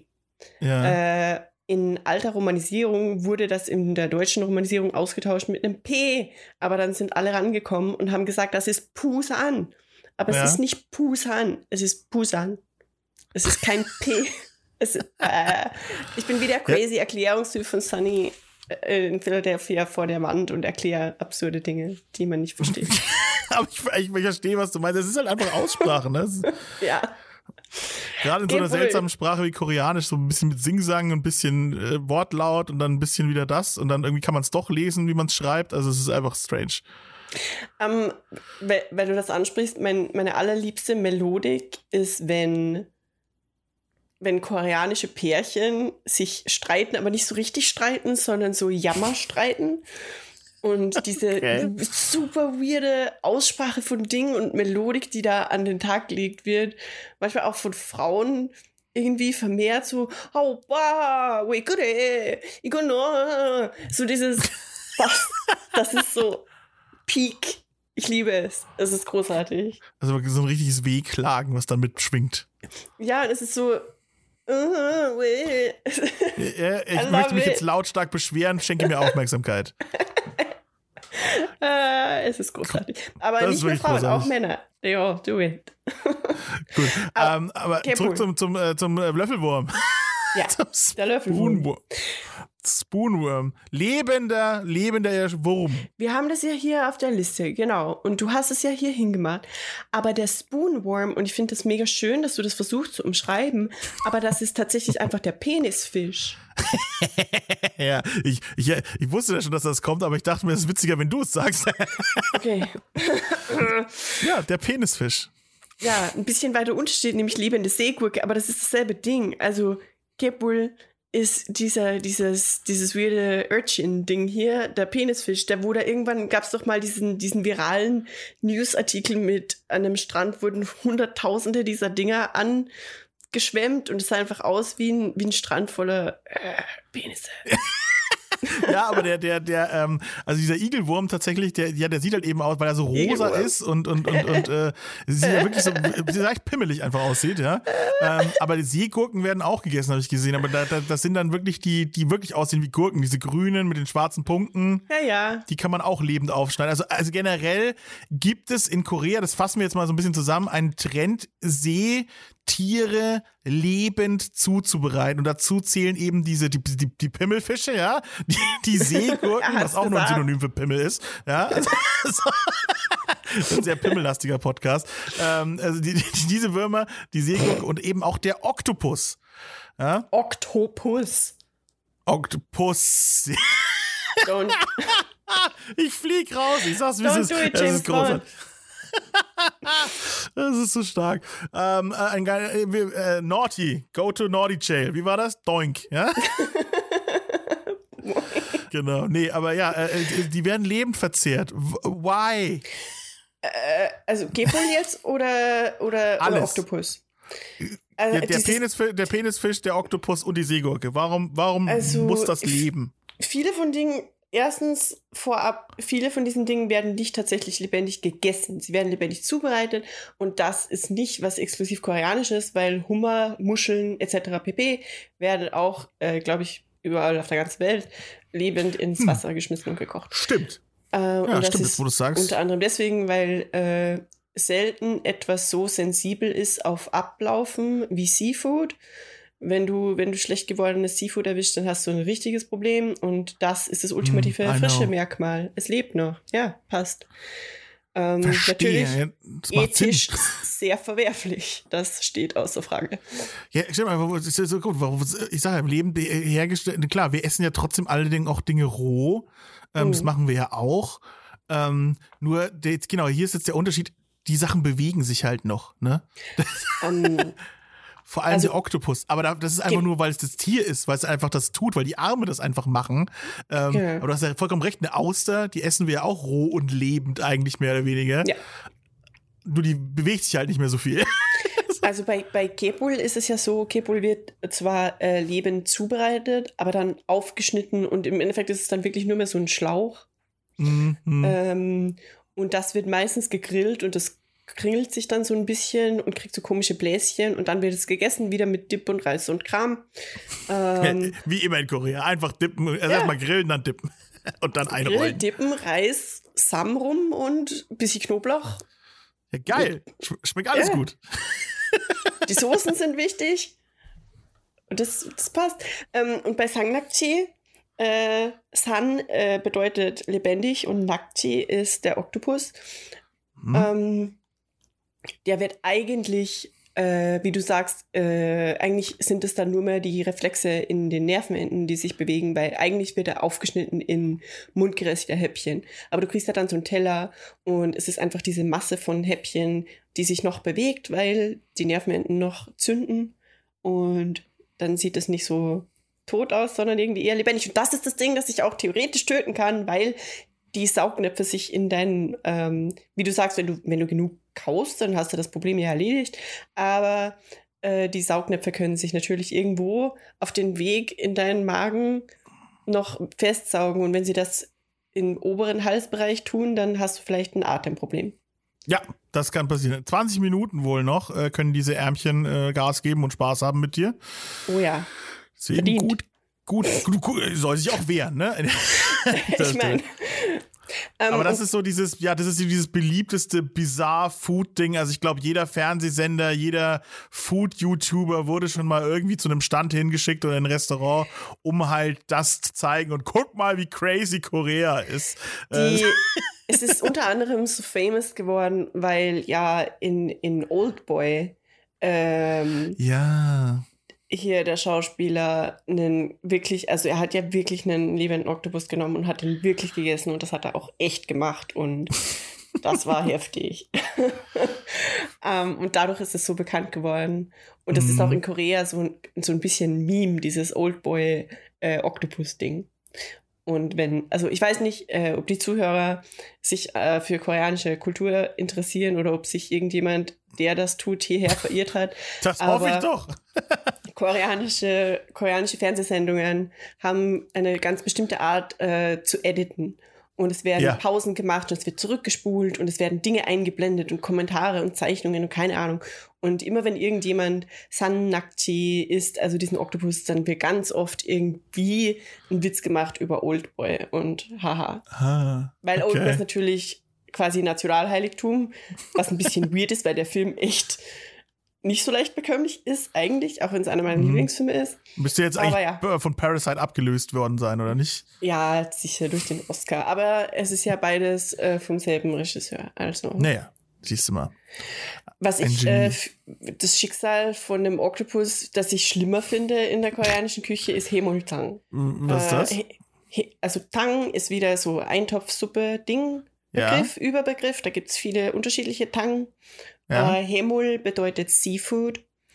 Ja. Äh, in alter Romanisierung wurde das in der deutschen Romanisierung ausgetauscht mit einem P. Aber dann sind alle rangekommen und haben gesagt, das ist Pusan. Aber Ja. es ist nicht Pusan, es ist Busan. Es ist kein P. Es, äh, ich bin wieder crazy Erklärungstyp von Sunny äh, in Philadelphia vor der Wand und erkläre absurde Dinge, die man nicht versteht. Aber ich, ich, ich verstehe, was du meinst. Es ist halt einfach Aussprache, ne? Es ist- Ja. Gerade in so einer Gebul. seltsamen Sprache wie Koreanisch, so ein bisschen mit Singsang, ein bisschen äh, Wortlaut und dann ein bisschen wieder das und dann irgendwie kann man es doch lesen, wie man es schreibt. Also es ist einfach strange. Ähm, weil, weil du das ansprichst, mein, meine allerliebste Melodik ist, wenn, wenn koreanische Pärchen sich streiten, aber nicht so richtig streiten, sondern so Jammer streiten. Und diese Okay. super weirde Aussprache von Dingen und Melodik, die da an den Tag gelegt wird, manchmal auch von Frauen irgendwie vermehrt so, oh, wow, we 그래, 이거 너. So dieses, das, das ist so Peak. Ich liebe es. Es ist großartig. Also so ein richtiges Wehklagen, was dann mitschwingt. Ja, es ist so. Uh, weh. Ja, ich I möchte love mich it. jetzt lautstark beschweren, schenke mir Aufmerksamkeit. äh, es ist großartig. Aber Das ist nicht nur wirklich Frauen, großartig. auch Männer. They all do it. Gut. Aber- ähm, aber okay, zurück cool. zum, zum, äh, zum äh, Löffelwurm. Ja, Zum der Löffelwurm. Spoonwurm. Spoonworm. Lebender, lebender Wurm. Wir haben das ja hier auf der Liste, genau. Und du hast es ja hier hingemacht. Aber der Spoonworm, und ich finde das mega schön, dass du das versuchst zu umschreiben, aber das ist tatsächlich einfach der Penisfisch. Ja, ich, ich, ich wusste ja schon, dass das kommt, aber ich dachte mir, es ist witziger, wenn du es sagst. Okay. Ja, der Penisfisch. Ja, ein bisschen weiter unten steht nämlich lebende Seegurke, aber das ist dasselbe Ding. Also Gebul ist dieser, dieses, dieses weirde Urchin-Ding hier, der Penisfisch, der wo da irgendwann gab es doch mal diesen, diesen viralen Newsartikel mit an einem Strand wurden Hunderttausende dieser Dinger angeschwemmt und es sah einfach aus wie ein, wie ein Strand voller äh, Penisse. Ja, aber der, der, der, ähm, also dieser Igelwurm tatsächlich, der, ja, der sieht halt eben aus, weil er so rosa Igelwurm. ist und, und, und, und äh, sieht ja wirklich so, wie leicht pimmelig einfach aussieht, ja. Ähm, aber die Seegurken werden auch gegessen, habe ich gesehen. Aber da, da, das sind dann wirklich die, die wirklich aussehen wie Gurken, diese grünen mit den schwarzen Punkten. Ja, ja. Die kann man auch lebend aufschneiden. Also, also generell gibt es in Korea, das fassen wir jetzt mal so ein bisschen zusammen, einen Trend, Seetiere lebend zuzubereiten. Und dazu zählen eben diese, die, die, die Pimmelfische, ja, die, die Seegurken, Ja, was auch nur ein gesagt. Synonym für Pimmel ist, ja. Also, das ist ein sehr pimmellastiger Podcast. Ähm, also die, die, diese Würmer, die Seegurke und eben auch der Oktopus. Ja? Oktopus. Oktopus. Don't, Ich flieg raus, ich sag's, wie es don't ist. do it, Das James ist großartig. Bond. Das ist so stark. Ähm, äh, ein geil, äh, wir- äh, Naughty, go to Naughty Jail. Wie war das? Doink, ja? Genau, nee, aber ja, äh, äh, die werden lebend verzehrt. W- Why? Also Gebul jetzt oder, oder, oder Alles. Oktopus? Also der, der, dieses- Penisfisch, der Penisfisch, der Oktopus und die Seegurke. Warum, warum Also, muss das leben? Viele von Dingen, erstens vorab, viele von diesen Dingen werden nicht tatsächlich lebendig gegessen. Sie werden lebendig zubereitet und das ist nicht was exklusiv Koreanisches, weil Hummer, Muscheln et cetera pp. werden auch, äh, glaube ich, überall auf der ganzen Welt lebend ins Hm. Wasser geschmissen und gekocht. Stimmt. Äh, Ja, und das stimmt, ist jetzt wo du sagst. unter anderem deswegen, weil äh, selten etwas so sensibel ist auf Ablaufen wie Seafood. Wenn du, wenn du schlecht gewordenes Seafood erwischst, dann hast du ein richtiges Problem und das ist das ultimative Mm, I frische know. Merkmal. Es lebt noch. Ja, passt. Ähm, Verstehe. natürlich Ja, das macht ethisch Sinn. sehr verwerflich. Das steht außer Frage. Ja, stimmt, aber es ist ja so gut. Warum, ich sage, im Leben hergestellt, klar, wir essen ja trotzdem alle Dinge, auch Dinge roh. Ähm, Mhm. Das machen wir ja auch. Ähm, nur, der, jetzt, genau, hier ist jetzt der Unterschied, die Sachen bewegen sich halt noch, ne? Ähm, Vor allem Also- der Oktopus. Aber da, das ist einfach Ge- nur, weil es das Tier ist, weil es einfach das tut, weil die Arme das einfach machen. Ähm, Genau. Aber du hast ja vollkommen recht, eine Auster, die essen wir ja auch roh und lebend eigentlich mehr oder weniger. Ja. Nur die bewegt sich halt nicht mehr so viel. Also bei, bei Kepul ist es ja so, Kepul wird zwar äh, lebend zubereitet, aber dann aufgeschnitten und im Endeffekt ist es dann wirklich nur mehr so ein Schlauch. Mhm. Ähm, und das wird meistens gegrillt und das kringelt sich dann so ein bisschen und kriegt so komische Bläschen und dann wird es gegessen, wieder mit Dip und Reis und Kram. Ähm, Wie immer in Korea. Einfach dippen, erst Ja. mal grillen, dann dippen. Und dann Grill, einrollen. Dippen, Reis, Samrum und ein bisschen Knoblauch. Ja, geil. Sch schmeckt alles Ja. gut. Die Soßen sind wichtig. Und das, das passt. Ähm, und bei Sangnakchi, äh, San äh, bedeutet lebendig und Nakchi ist der Oktopus. Hm. Ähm, der wird eigentlich, äh, wie du sagst, äh, eigentlich sind es dann nur mehr die Reflexe in den Nervenenden, die sich bewegen, weil eigentlich wird er aufgeschnitten in mundgerechte Häppchen. Aber du kriegst ja dann so einen Teller und es ist einfach diese Masse von Häppchen, die sich noch bewegt, weil die Nervenenden noch zünden und dann sieht es nicht so tot aus, sondern irgendwie eher lebendig. Und das ist das Ding, das ich auch theoretisch töten kann, weil die Saugnäpfe sich in deinen, ähm, wie du sagst, wenn du, wenn du genug kaust, dann hast du das Problem ja erledigt. Aber äh, die Saugnäpfe können sich natürlich irgendwo auf den Weg in deinen Magen noch festsaugen. Und wenn sie das im oberen Halsbereich tun, dann hast du vielleicht ein Atemproblem. Ja, das kann passieren. zwanzig Minuten wohl noch äh, können diese Ärmchen äh, Gas geben und Spaß haben mit dir. Oh ja. Deswegen Verdient. gut, gut, gut, gut, soll sich auch wehren, ne? Ich meine. Ähm, Aber das ist so dieses, ja, das ist dieses beliebteste Bizarre-Food-Ding. Also ich glaube, jeder Fernsehsender, jeder Food-YouTuber wurde schon mal irgendwie zu einem Stand hingeschickt oder in ein Restaurant, um halt das zu zeigen. Und guck mal, wie crazy Korea ist. Die, es ist unter anderem so famous geworden, weil ja in, in Oldboy ähm, Ja. hier der Schauspieler einen wirklich, also er hat ja wirklich einen lebenden Oktopus genommen und hat ihn wirklich gegessen und das hat er auch echt gemacht und das war heftig. um, und dadurch ist es so bekannt geworden. Und das Mhm. ist auch in Korea so ein, so ein bisschen Meme, dieses Oldboy-Oktopus-Ding. Und wenn, also ich weiß nicht, äh, ob die Zuhörer sich äh, für koreanische Kultur interessieren oder ob sich irgendjemand, der das tut, hierher verirrt hat. Das Aber hoffe ich doch. Koreanische, koreanische Fernsehsendungen haben eine ganz bestimmte Art äh, zu editen. Und es werden Ja. Pausen gemacht und es wird zurückgespult und es werden Dinge eingeblendet und Kommentare und Zeichnungen und keine Ahnung. Und immer wenn irgendjemand San-Nakchi isst, also diesen Oktopus, dann wird ganz oft irgendwie ein Witz gemacht über Oldboy und haha. Ah, Weil okay. Oldboy ist natürlich quasi Nationalheiligtum, was ein bisschen weird ist, weil der Film echt nicht so leicht bekömmlich ist eigentlich, auch wenn es einer meiner Mhm. Lieblingsfilme ist. Müsste jetzt Aber eigentlich ja. von Parasite abgelöst worden sein, oder nicht? Ja, sicher durch den Oscar. Aber es ist ja beides äh, vom selben Regisseur. Also, Naja, siehst du mal. was ein ich, Genie. äh, f- das Schicksal von dem Oktopus, das ich schlimmer finde in der koreanischen Küche, ist Hemultang. Was ist Äh, das? he- he- also Tang ist wieder so Eintopfsuppe-Ding. Ja. Begriff, Überbegriff, da gibt es viele unterschiedliche Tang. Ja. Äh, Hemul bedeutet Seafood.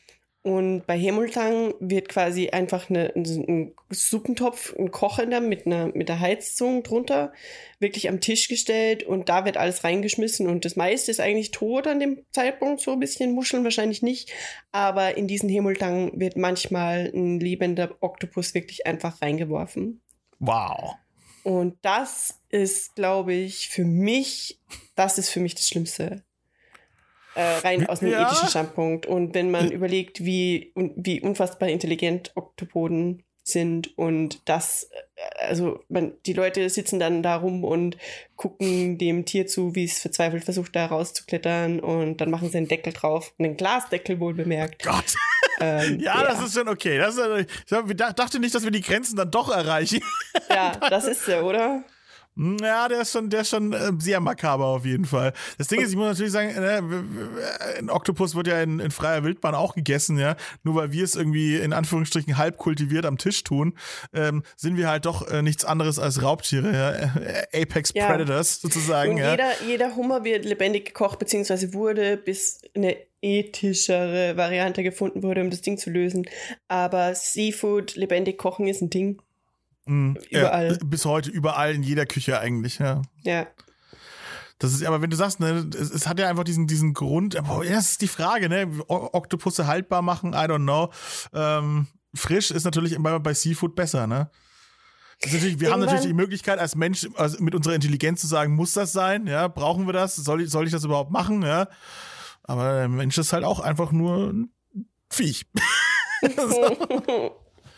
Und bei Hämultang wird quasi einfach eine, ein Suppentopf, ein kochender mit einer mit der Heizzunge drunter, wirklich am Tisch gestellt und da wird alles reingeschmissen und das meiste ist eigentlich tot an dem Zeitpunkt, so ein bisschen Muscheln wahrscheinlich nicht, aber in diesen Hämultang wird manchmal ein lebender Oktopus wirklich einfach reingeworfen. Wow. Und das ist, glaube ich, für mich, das ist für mich das Schlimmste. Äh, rein aus einem ja. ethischen Standpunkt. Und wenn man überlegt, wie, wie unfassbar intelligent Oktopoden sind und das, also man, die Leute sitzen dann da rum und gucken dem Tier zu, wie es verzweifelt versucht, da rauszuklettern und dann machen sie einen Deckel drauf, einen Glasdeckel wohl bemerkt. Gott. Ähm, ja, ja, das ist schon okay. Das ist, ich dachte nicht, dass wir die Grenzen dann doch erreichen. Ja, das ist er, oder? Ja, der ist schon, der ist schon äh, sehr makaber auf jeden Fall. Das Ding ist, ich muss natürlich sagen, ne, ein Oktopus wird ja in, in freier Wildbahn auch gegessen, ja. Nur weil wir es irgendwie in Anführungsstrichen halb kultiviert am Tisch tun, ähm, sind wir halt doch äh, nichts anderes als Raubtiere, ja. Apex ja. Predators sozusagen. Und ja. jeder, jeder Hummer wird lebendig gekocht, beziehungsweise wurde, bis eine ethischere Variante gefunden wurde, um das Ding zu lösen. Aber Seafood, lebendig kochen ist ein Ding. Mm, überall. Ja, bis heute, überall, in jeder Küche eigentlich, ja. Ja. Das ist, aber wenn du sagst, ne, es, es hat ja einfach diesen, diesen Grund, aber ja, das ist die Frage, ne, o- Oktopusse haltbar machen, I don't know. Ähm, frisch ist natürlich immer bei Seafood besser, ne? Das ist natürlich, wir Irgendwann- haben natürlich die Möglichkeit als Mensch, also mit unserer Intelligenz zu sagen, muss das sein, ja, brauchen wir das, soll ich, soll ich das überhaupt machen, ja? Aber der Mensch ist halt auch einfach nur ein Viech. So.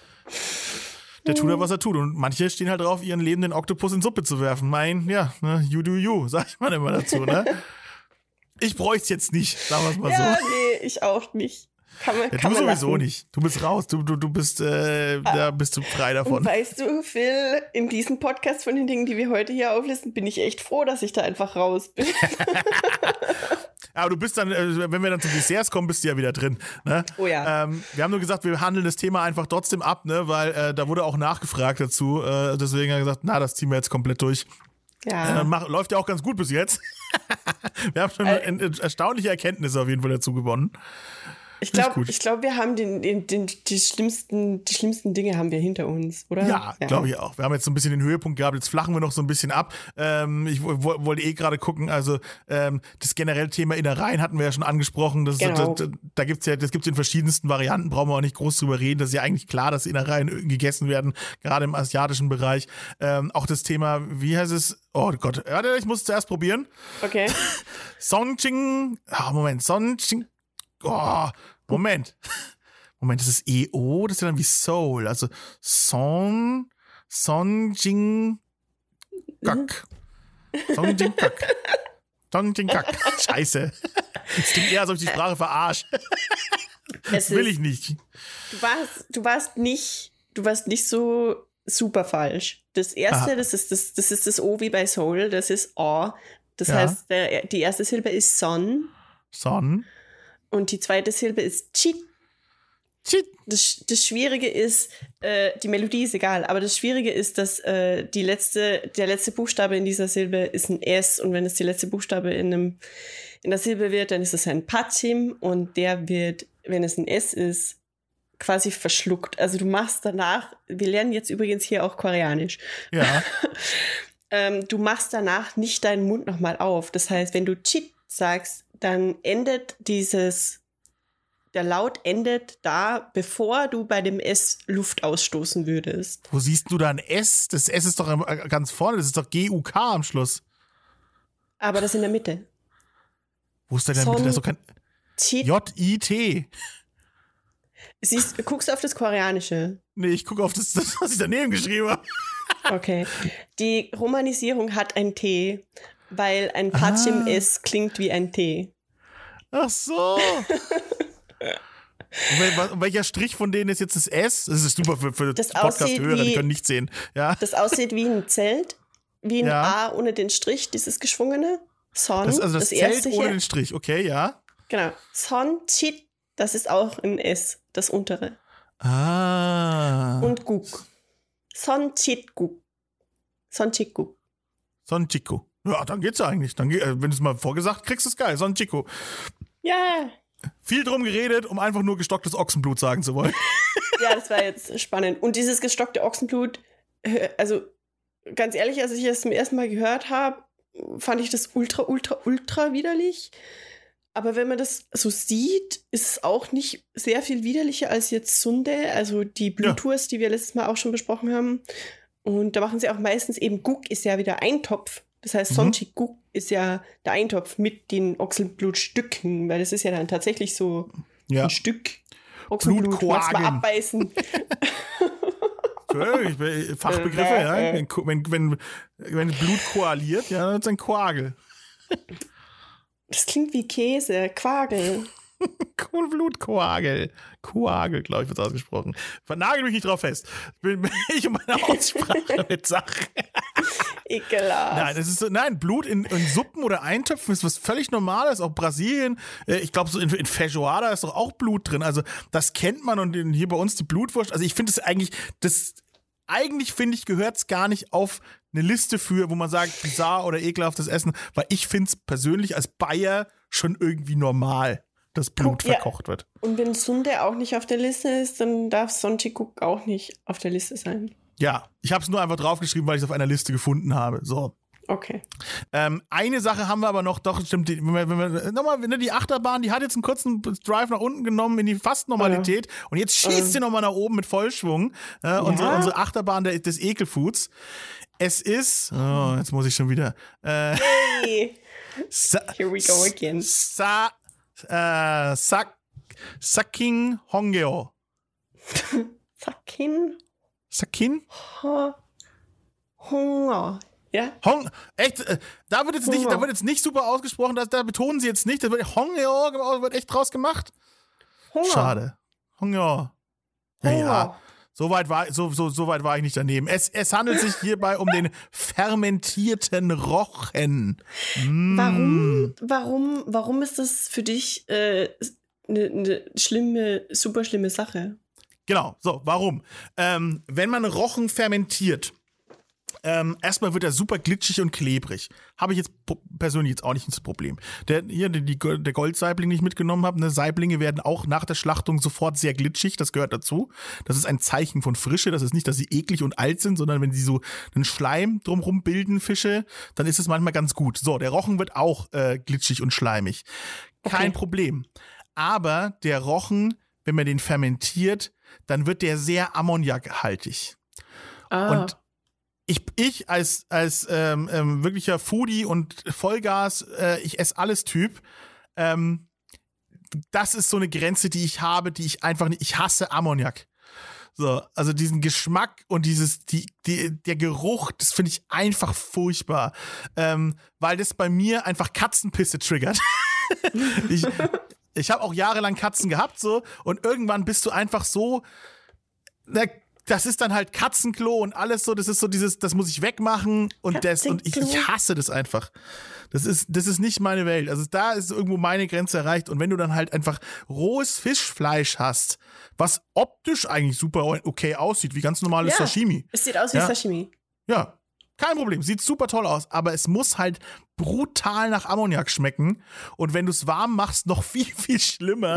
Der tut ja, was er tut. Und manche stehen halt drauf, ihren lebenden Oktopus in Suppe zu werfen. Mein, ja, ne, you do you, sagt man immer dazu, ne? Ich bräuch's jetzt nicht, sagen wir es mal Ja, so. nee, ich auch nicht. Kann man, Ja, kann du man sowieso lassen. nicht. Du bist raus, du, du, du bist, äh, da bist du frei Und davon. weißt du, Phil, in diesem Podcast von den Dingen, die wir heute hier auflisten, bin ich echt froh, dass ich da einfach raus bin. Aber du bist dann, äh, wenn wir dann zu Desserts kommen, bist du ja wieder drin. Ne? Oh ja. Ähm, wir haben nur gesagt, wir handeln das Thema einfach trotzdem ab, ne? Weil äh, da wurde auch nachgefragt dazu. Äh, deswegen haben wir gesagt, na, das ziehen wir jetzt komplett durch. Ja. Äh, mach, läuft ja auch ganz gut bis jetzt. Wir haben schon Äh, ein, ein, erstaunliche Erkenntnisse auf jeden Fall dazu gewonnen. Ich Finde ich glaube, gut. ich glaub, wir haben den, den, den, die, schlimmsten, die schlimmsten Dinge haben wir hinter uns, oder? Ja, glaube ich auch. Wir haben jetzt so ein bisschen den Höhepunkt gehabt, jetzt flachen wir noch so ein bisschen ab. Ähm, ich w- w- wollte eh gerade gucken, also ähm, das generelle Thema Innereien hatten wir ja schon angesprochen. Das, Genau. das, das, da gibt's ja, das gibt's in verschiedensten Varianten, brauchen wir auch nicht groß drüber reden. Das ist ja eigentlich klar, dass Innereien gegessen werden, gerade im asiatischen Bereich. Ähm, auch das Thema, wie heißt es? Oh Gott, warte, ich muss es zuerst probieren. Okay. Songjing, ah, Moment, Songjing, oh, Moment. Moment, das ist E O, das ist ja dann wie Soul, also Son, Songjing Gak. Songjing Gak. Songjing Gak. Scheiße. Das klingt eher, als ob ich die Sprache verarsche. Es Will ist- ich nicht. Du warst, du warst nicht, du warst nicht so super falsch. Das erste, Aha. das ist das, das ist das O wie bei Soul, das ist O. Das Ja. heißt, der, die erste Silbe ist Son Son. und die zweite Silbe ist Chi. Shit. Das, das Schwierige ist, äh, die Melodie ist egal, aber das Schwierige ist, dass äh, die letzte, der letzte Buchstabe in dieser Silbe ist ein S und wenn es die letzte Buchstabe in, einem, in der Silbe wird, dann ist es ein Pachim und der wird, wenn es ein S ist, quasi verschluckt. Also du machst danach, wir lernen jetzt übrigens hier auch Koreanisch, Ja. ähm, du machst danach nicht deinen Mund nochmal auf. Das heißt, wenn du Chit sagst, dann endet dieses, der Laut endet da, bevor du bei dem S Luft ausstoßen würdest. Wo siehst du da ein S? Das S ist doch am- ganz vorne, das ist doch G U K am Schluss. Aber das in der Mitte. Wo ist denn denn Son- bitte? Das ist doch kein Chit. J I T. Siehst, guckst du auf das Koreanische. Nee, ich gucke auf das, das, was ich daneben geschrieben habe. Okay. Die Romanisierung hat ein T, weil ein Pachim Ah. S klingt wie ein T. Ach so. Und wel- und welcher Strich von denen ist jetzt das S? Das ist super für, für Das Podcast-Hörer, aussieht die wie- können nicht sehen. Ja, Das aussieht wie ein Zelt, wie ein Ja. A ohne den Strich, dieses geschwungene. Son, das ist also das, Zelt erste ohne hier. den Strich, okay, ja. Genau. Son, Chit, das ist auch ein S, das untere. Ah. Und Guk. Son, Chit, Guk. Son, Chit, Guk. Sonchico. Ja, dann geht's ja eigentlich. Dann, ge- äh, wenn du es mal vorgesagt kriegst, ist geil. Sonchico. Ja. viel drum geredet, um einfach nur gestocktes Ochsenblut sagen zu wollen. Ja, das war jetzt spannend. Und dieses gestockte Ochsenblut, also ganz ehrlich, als ich es zum ersten Mal gehört habe, fand ich das ultra, ultra, ultra widerlich. Aber wenn man das so sieht, ist es auch nicht sehr viel widerlicher als jetzt Sundae, also die Blutwurst, ja. die wir letztes Mal auch schon besprochen haben. Und da machen sie auch meistens eben Guk ist ja wieder Eintopf. Das heißt, mhm. Sonchik Guk ist ja der Eintopf mit den Ochsenblutstücken, weil das ist ja dann tatsächlich so ja. ein Stück Ochsenblut. Magst mal abbeißen. Fachbegriffe, ja. Wenn, wenn, wenn, wenn Blut koaliert, ja, dann ist es ein Quagel. Das klingt wie Käse, Quagel. Blutkoagel. Koagel, glaube ich, wird es ausgesprochen. Vernagel mich nicht drauf fest. Bin ich um meine Aussprache mit Sachen. Ekelhaft. Nein, das ist so, nein, Blut in, in Suppen oder Eintöpfen ist was völlig Normales. Auch Brasilien, ich glaube, so in, in Feijoada ist doch auch Blut drin. Also, das kennt man und in, hier bei uns die Blutwurst. Also, ich finde es eigentlich, das, eigentlich finde ich, gehört es gar nicht auf eine Liste für, wo man sagt, bizarr oder ekelhaftes Essen, weil ich finde es persönlich als Bayer schon irgendwie normal, dass Blut Guck, verkocht ja. wird. Und wenn Sundae auch nicht auf der Liste ist, dann darf Sonchik Guk auch nicht auf der Liste sein. Ja, ich habe es nur einfach draufgeschrieben, weil ich es auf einer Liste gefunden habe. So. Okay. Ähm, eine Sache haben wir aber noch, doch, stimmt, die, wenn wir, wenn wir, nochmal, die Achterbahn, die hat jetzt einen kurzen Drive nach unten genommen in die Fast-Normalität uh. und jetzt schießt uh. sie nochmal nach oben mit Vollschwung. Äh, ja. unsere, unsere Achterbahn der, des Ekelfoods. Es ist, oh, jetzt muss ich schon wieder. Äh, hey! Sa, Here we go again. Sa, äh, Sak, Saking Hongeo. Sakin? Sakin? Ha, Hunger. Ja? Hong, echt, äh, da wird jetzt nicht, da wird jetzt nicht super ausgesprochen, da, da betonen sie jetzt nicht, da wird Hongeo, wird echt draus gemacht. Hunger. Schade. Hongeo. Ja, ja. So weit war, so, so, so weit war ich nicht daneben. Es, es handelt sich hierbei um den fermentierten Rochen. Mm. Warum, warum, warum ist das für dich eine äh, ne, ne schlimme, super schlimme Sache? Genau, so, warum? Ähm, wenn man Rochen fermentiert, ähm, erstmal wird er super glitschig und klebrig. Habe ich jetzt persönlich jetzt auch nicht das Problem. Der, hier, die, die, der Goldsaibling, den ich mitgenommen habe, ne, Saiblinge werden auch nach der Schlachtung sofort sehr glitschig, das gehört dazu. Das ist ein Zeichen von Frische, das ist nicht, dass sie eklig und alt sind, sondern wenn sie so einen Schleim drumherum bilden, Fische, dann ist es manchmal ganz gut. So, der Rochen wird auch äh, glitschig und schleimig. Kein okay. Problem. Aber der Rochen, wenn man den fermentiert, dann wird der sehr ammoniakhaltig. Ah. Und Ich, ich als, als ähm, ähm, wirklicher Foodie und Vollgas, äh, ich esse alles Typ, ähm, das ist so eine Grenze, die ich habe, die ich einfach nicht, ich hasse Ammoniak. So, also diesen Geschmack und dieses, die, die, der Geruch, das finde ich einfach furchtbar, ähm, weil das bei mir einfach Katzenpisse triggert. ich ich habe auch jahrelang Katzen gehabt, so, und irgendwann bist du einfach so, na, das ist dann halt Katzenklo und alles so, das ist so dieses, das muss ich wegmachen und das, und ich, ich hasse das einfach. Das ist, das ist nicht meine Welt. Also da ist irgendwo meine Grenze erreicht und wenn du dann halt einfach rohes Fischfleisch hast, was optisch eigentlich super okay aussieht, wie ganz normales ja, Sashimi. Es sieht aus wie ja. Sashimi. Ja, kein Problem, sieht super toll aus, aber es muss halt brutal nach Ammoniak schmecken und wenn du es warm machst, noch viel, viel schlimmer.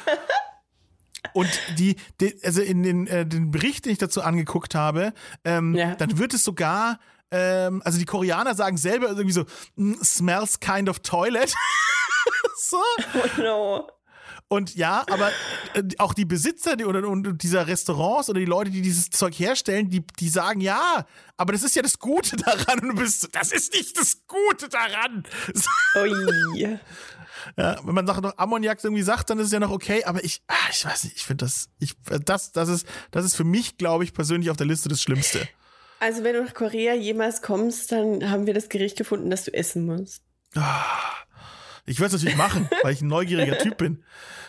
Und die, die, also in den, äh, den Bericht, den ich dazu angeguckt habe, ähm, ja. dann wird es sogar, ähm, also die Koreaner sagen selber irgendwie so, smells kind of toilet. so. Oh no. Und ja, aber äh, auch die Besitzer die, oder und dieser Restaurants oder die Leute, die dieses Zeug herstellen, die, die sagen, ja, aber das ist ja das Gute daran. Und du bist, das ist nicht das Gute daran. Ui. Ja, wenn man sagt, noch Ammoniak irgendwie sagt, dann ist es ja noch okay, aber ich, ah, ich weiß nicht, ich finde das, ich, das, das ist, das ist für mich, glaube ich, persönlich auf der Liste das Schlimmste. Also wenn du nach Korea jemals kommst, dann haben wir das Gericht gefunden, das du essen musst. Ich würde es natürlich machen, weil ich ein neugieriger Typ bin.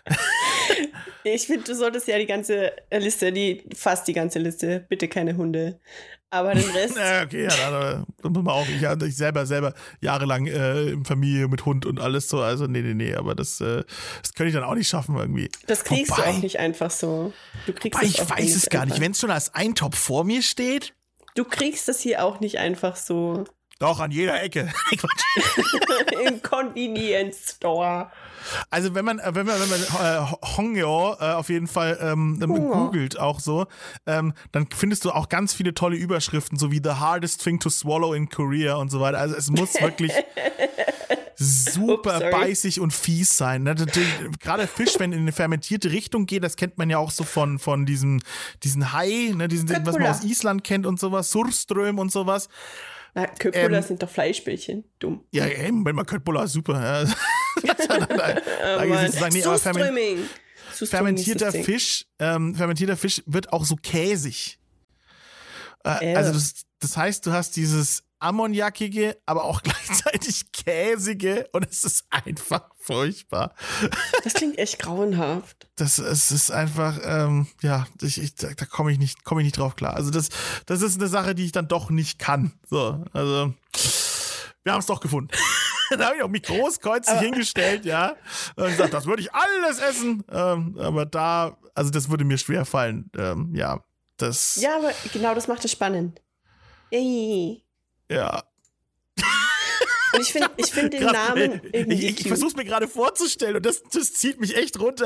Ich finde, du solltest ja die ganze Liste, die fast die ganze Liste, bitte keine Hunde. Aber den Rest. Ja, okay, ja, dann muss man auch. Ich, ich selber, selber jahrelang äh, in Familie mit Hund und alles so. Also, nee, nee, nee, aber das, äh, das könnte ich dann auch nicht schaffen irgendwie. Das kriegst wobei, du auch nicht einfach so. Du kriegst wobei, ich weiß es gar einfach. nicht. Wenn es schon als Eintopf vor mir steht. Du kriegst das hier auch nicht einfach so. Doch, an jeder Ecke. Im Convenience Store. Also wenn man, wenn man, wenn man äh, Hongyo äh, auf jeden Fall ähm, googelt auch so, ähm, dann findest du auch ganz viele tolle Überschriften, so wie The hardest thing to swallow in Korea und so weiter. Also es muss wirklich super Oops, beißig und fies sein. Ne? Gerade Fisch, wenn in eine fermentierte Richtung geht, das kennt man ja auch so von, von diesem diesen Hai, ne? Diesen, was man aus Island kennt und sowas, Surström und sowas. Na, Köttbullar ähm, sind doch Fleischbällchen. Dumm. Ja, eben, wenn man Köttbullar ist super. Ja. da, da, da sagen, nee, aber ferment, fermentierter Fisch, ähm, fermentierter Fisch wird auch so käsig. Äh, also das, das heißt, du hast dieses ammoniakige, aber auch gleichzeitig käsige und es ist einfach furchtbar. Das klingt echt grauenhaft. Das es ist einfach, ähm, ja, ich, ich, da, da komme ich nicht, komme ich nicht drauf klar. Also das, das ist eine Sache, die ich dann doch nicht kann. So, also wir haben es doch gefunden. Da habe ich auch mich großkreuzig hingestellt, ja, und gesagt, das würde ich alles essen. Ähm, aber da, also das würde mir schwer fallen. Ähm, ja, das. Ja, aber genau, das macht es spannend. Yay. Ja. Und ich finde ich find den grad, Namen irgendwie Ich, ich, ich versuche es mir gerade vorzustellen und das, das zieht mich echt runter.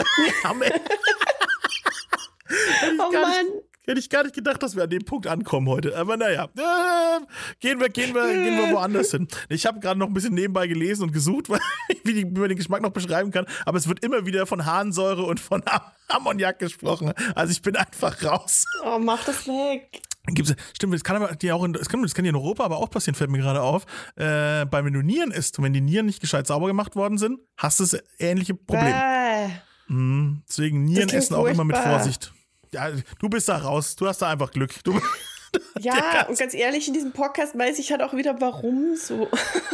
Oh Mann. Nicht, hätte ich gar nicht gedacht, dass wir an dem Punkt ankommen heute. Aber naja, äh, gehen, wir, gehen, wir, gehen wir woanders hin. Ich habe gerade noch ein bisschen nebenbei gelesen und gesucht, wie, die, wie man den Geschmack noch beschreiben kann. Aber es wird immer wieder von Harnsäure und von Ammoniak gesprochen. Also ich bin einfach raus. Oh, mach das weg. Gibt's, stimmt, das kann aber die auch in, das kann, das kann hier in Europa aber auch passieren, fällt mir gerade auf. Äh, bei wenn du Nieren isst und wenn die Nieren nicht gescheit sauber gemacht worden sind, hast du das ähnliche Problem. Bäh. Mhm, deswegen Nieren essen auch immer mit Vorsicht. Ja, du bist da raus, du hast da einfach Glück. Du, ja, und ganz ehrlich, in diesem Podcast weiß ich halt auch wieder, warum so.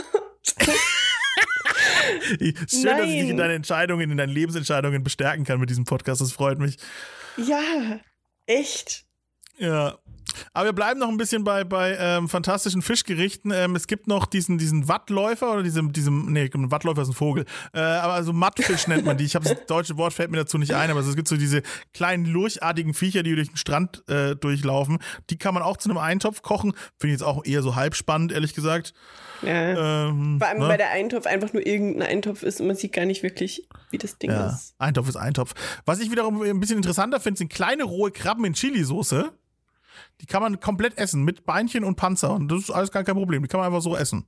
Schön, Nein. dass ich dich in deinen Entscheidungen, in deinen Lebensentscheidungen bestärken kann mit diesem Podcast, das freut mich. Ja, echt. Ja. Aber wir bleiben noch ein bisschen bei, bei ähm, fantastischen Fischgerichten. Ähm, es gibt noch diesen, diesen Wattläufer oder diesem, diesem, nee, Wattläufer ist ein Vogel. Äh, aber also Mattfisch nennt man die. Ich habe das deutsche Wort, fällt mir dazu nicht ein, aber es gibt so diese kleinen lurchartigen Viecher, die durch den Strand äh, durchlaufen. Die kann man auch zu einem Eintopf kochen. Finde ich jetzt auch eher so halb spannend, ehrlich gesagt. Ja. Ähm, Vor allem, ne? Weil der Eintopf einfach nur irgendein Eintopf ist und man sieht gar nicht wirklich, wie das Ding ja. ist. Eintopf ist Eintopf. Was ich wiederum ein bisschen interessanter finde, sind kleine rohe Krabben in Chilisauce. Die kann man komplett essen, mit Beinchen und Panzer. Und das ist alles gar kein Problem. Die kann man einfach so essen.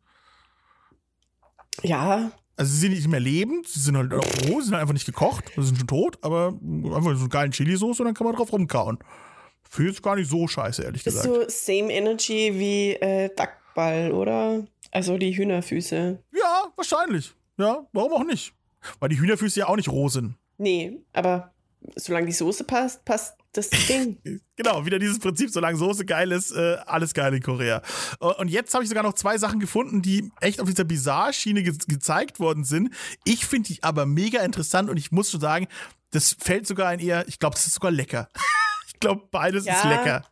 Ja. Also sie sind nicht mehr lebend, sie sind halt auch roh, sie sind halt einfach nicht gekocht, sie sind schon tot, aber einfach so einen geilen Chilisauce und dann kann man drauf rumkauen. Fühlt jetzt gar nicht so scheiße, ehrlich ist gesagt. Ist so same energy wie äh, Duckball, oder? Also die Hühnerfüße. Ja, wahrscheinlich. Ja, warum auch nicht? Weil die Hühnerfüße ja auch nicht roh sind. Nee, aber solange die Soße passt, passt das Ding. Genau, wieder dieses Prinzip, solange Soße geil ist, äh, alles geil in Korea. Und jetzt habe ich sogar noch zwei Sachen gefunden, die echt auf dieser Bizarre-Schiene ge- gezeigt worden sind. Ich finde die aber mega interessant und ich muss schon sagen, das fällt sogar in eher, ich glaube, das ist sogar lecker. Ich glaube, beides ja. ist lecker.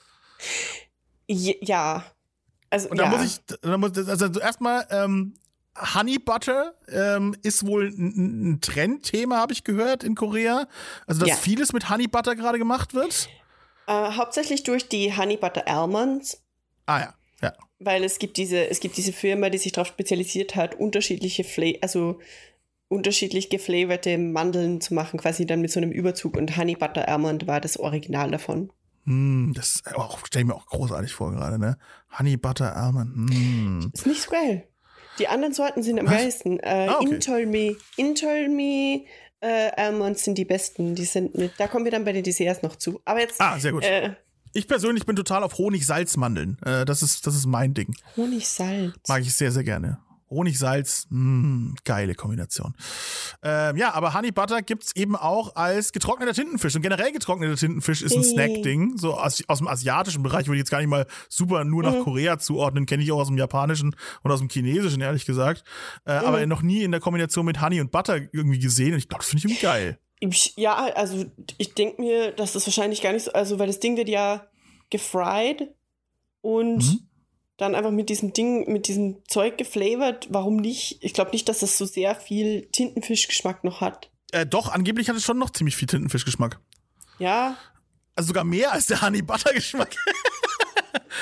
Ja. Also, und da ja. muss ich, da muss, also erstmal, ähm, Honey Butter ähm, ist wohl ein, ein Trendthema, habe ich gehört, in Korea. Also, dass ja. vieles mit Honey Butter gerade gemacht wird. Äh, hauptsächlich durch die Honey Butter Almonds. Ah ja, ja. Weil es gibt diese, es gibt diese Firma, die sich darauf spezialisiert hat, unterschiedliche Fla- also unterschiedlich geflaverte Mandeln zu machen, quasi dann mit so einem Überzug. Und Honey Butter Almond war das Original davon. Mm, das stelle ich mir auch großartig vor gerade, ne? Honey Butter Almond. Mm. Ist nicht so geil. Die anderen Sorten sind am geilsten. Äh, ah, okay. Intolmi, Intolmi äh, Almonds sind die besten. Die sind mit, da kommen wir dann bei den Desserts noch zu. Aber jetzt. Ah, sehr gut. Äh, ich persönlich bin total auf Honig-Salz-Mandeln. Äh, das ist, das ist mein Ding. Honig-Salz. Mag ich sehr, sehr gerne. Honig-Salz, mh, geile Kombination. Ähm, ja, aber Honey Butter gibt's eben auch als getrockneter Tintenfisch. Und generell getrockneter Tintenfisch ist ein hey. Snack-Ding. So aus, aus dem asiatischen Bereich würde ich jetzt gar nicht mal super nur nach mhm. Korea zuordnen. Kenne ich auch aus dem japanischen und aus dem chinesischen, ehrlich gesagt. Äh, mhm. Aber noch nie in der Kombination mit Honey und Butter irgendwie gesehen. Und ich glaube, das finde ich irgendwie geil. Ja, also ich denke mir, dass das wahrscheinlich gar nicht so, also weil das Ding wird ja gefried und mhm. dann einfach mit diesem Ding, mit diesem Zeug geflavored. Warum nicht? Ich glaube nicht, dass das so sehr viel Tintenfischgeschmack noch hat. Äh, doch, angeblich hat es schon noch ziemlich viel Tintenfischgeschmack. Ja. Also sogar mehr als der Honey Butter Geschmack.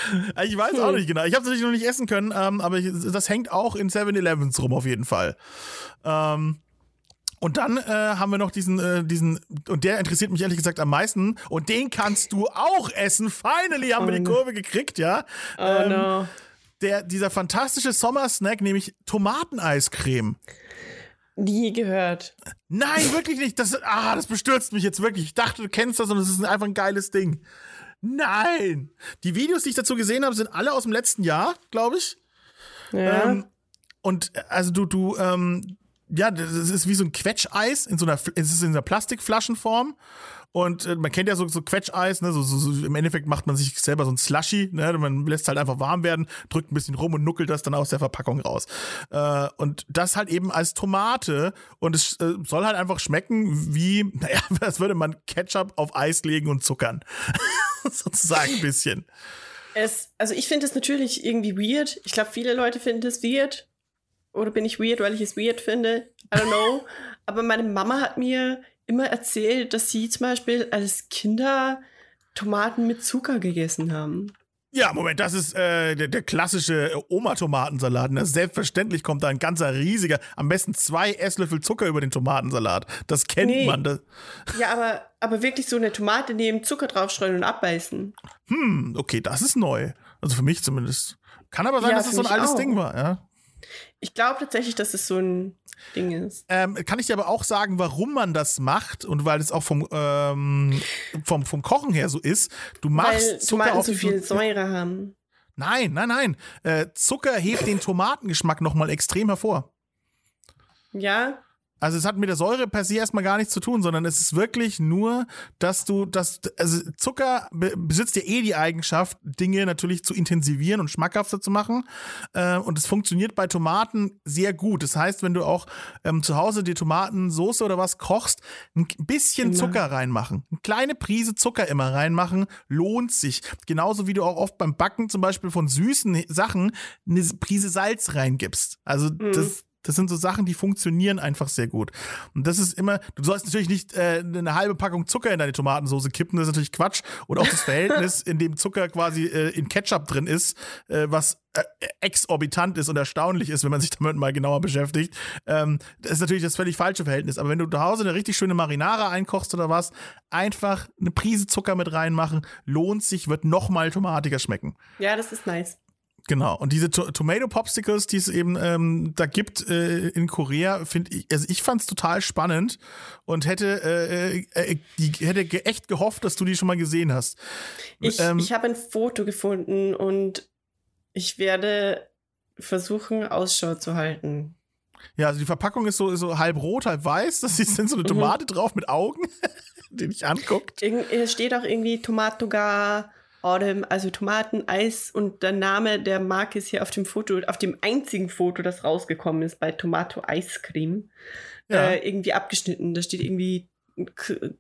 Ich weiß auch nicht genau. Ich habe es natürlich noch nicht essen können, ähm, aber ich, das hängt auch in seven elevens rum auf jeden Fall. Ähm, und dann äh, haben wir noch diesen, äh, diesen, und der interessiert mich ehrlich gesagt am meisten, und den kannst du auch essen. Finally haben Oh wir die no. Kurve gekriegt, ja. Oh ähm, no. Der, dieser fantastische Sommersnack, nämlich Tomateneiscreme. Nie gehört. Nein, wirklich nicht. Das, ah, das bestürzt mich jetzt wirklich. Ich dachte, du kennst das und es ist einfach ein geiles Ding. Nein! Die Videos, die ich dazu gesehen habe, sind alle aus dem letzten Jahr, glaube ich. Ja. Ähm, und also du, du, ähm, ja, das ist wie so ein Quetscheis in so einer, es ist in einer Plastikflaschenform. Und äh, man kennt ja so, so Quetscheis, ne? so, so, so, im Endeffekt macht man sich selber so ein Slushy, ne? Man lässt halt einfach warm werden, drückt ein bisschen rum und nuckelt das dann aus der Verpackung raus. Äh, und das halt eben als Tomate, und es äh, soll halt einfach schmecken wie, naja, als würde man Ketchup auf Eis legen und zuckern. Sozusagen ein bisschen. Es, also ich finde es natürlich irgendwie weird. Ich glaube, viele Leute finden es weird. Oder bin ich weird, weil ich es weird finde? I don't know. Aber meine Mama hat mir immer erzählt, dass sie zum Beispiel als Kinder Tomaten mit Zucker gegessen haben. Ja, Moment, das ist äh, der, der klassische Oma-Tomatensalat. Na, selbstverständlich kommt da ein ganzer riesiger, am besten zwei Esslöffel Zucker über den Tomatensalat. Das kennt Nee. man. Das, Ja, aber, aber wirklich so eine Tomate nehmen, Zucker draufstreuen und abbeißen. hm, okay, das ist neu. Also für mich zumindest. Kann aber sein, Ja, dass es für so ein mich altes auch. Ding war, ja. Ich glaube tatsächlich, dass es so ein Ding ist. Ähm, kann ich dir aber auch sagen, warum man das macht, und weil es auch vom, ähm, vom, vom Kochen her so ist. Du machst Weil Zucker Tomaten auf so die- viel Säure haben. Nein, nein, nein. Äh, Zucker hebt den Tomatengeschmack nochmal extrem hervor. Ja? Also es hat mit der Säure per se erstmal gar nichts zu tun, sondern es ist wirklich nur, dass du, dass, also Zucker be- besitzt ja eh die Eigenschaft, Dinge natürlich zu intensivieren und schmackhafter zu machen. Äh, und es funktioniert bei Tomaten sehr gut. Das heißt, wenn du auch ähm, zu Hause die Tomatensoße oder was kochst, ein bisschen Immer. Zucker reinmachen. Eine kleine Prise Zucker immer reinmachen, lohnt sich. Genauso wie du auch oft beim Backen zum Beispiel von süßen Sachen eine Prise Salz reingibst. Also das Das sind so Sachen, die funktionieren einfach sehr gut. Und das ist immer, du sollst natürlich nicht äh, eine halbe Packung Zucker in deine Tomatensoße kippen, das ist natürlich Quatsch. Und auch das Verhältnis, in dem Zucker quasi äh, in Ketchup drin ist, äh, was äh, exorbitant ist und erstaunlich ist, wenn man sich damit mal genauer beschäftigt, ähm, das ist natürlich das völlig falsche Verhältnis. Aber wenn du zu Hause eine richtig schöne Marinara einkochst oder was, einfach eine Prise Zucker mit reinmachen, lohnt sich, wird noch mal tomatiger schmecken. Ja, das ist nice. Genau, und diese to- Tomato Popsicles, die es eben ähm, da gibt äh, in Korea, finde ich, also ich fand es total spannend und hätte, äh, äh, die, hätte ge- echt gehofft, dass du die schon mal gesehen hast. Ich, Ähm, ich habe ein Foto gefunden und ich werde versuchen, Ausschau zu halten. ja, also die Verpackung ist so, so halb rot, halb weiß, da ist dann so eine Tomate drauf mit Augen, die dich anguckt. Irgend, es steht auch irgendwie Tomatoga Autumn, also Tomateneis, und der Name der Marke ist hier auf dem Foto, auf dem einzigen Foto, das rausgekommen ist bei Tomato Eiscreme, Ja. äh, irgendwie abgeschnitten. Da steht irgendwie K-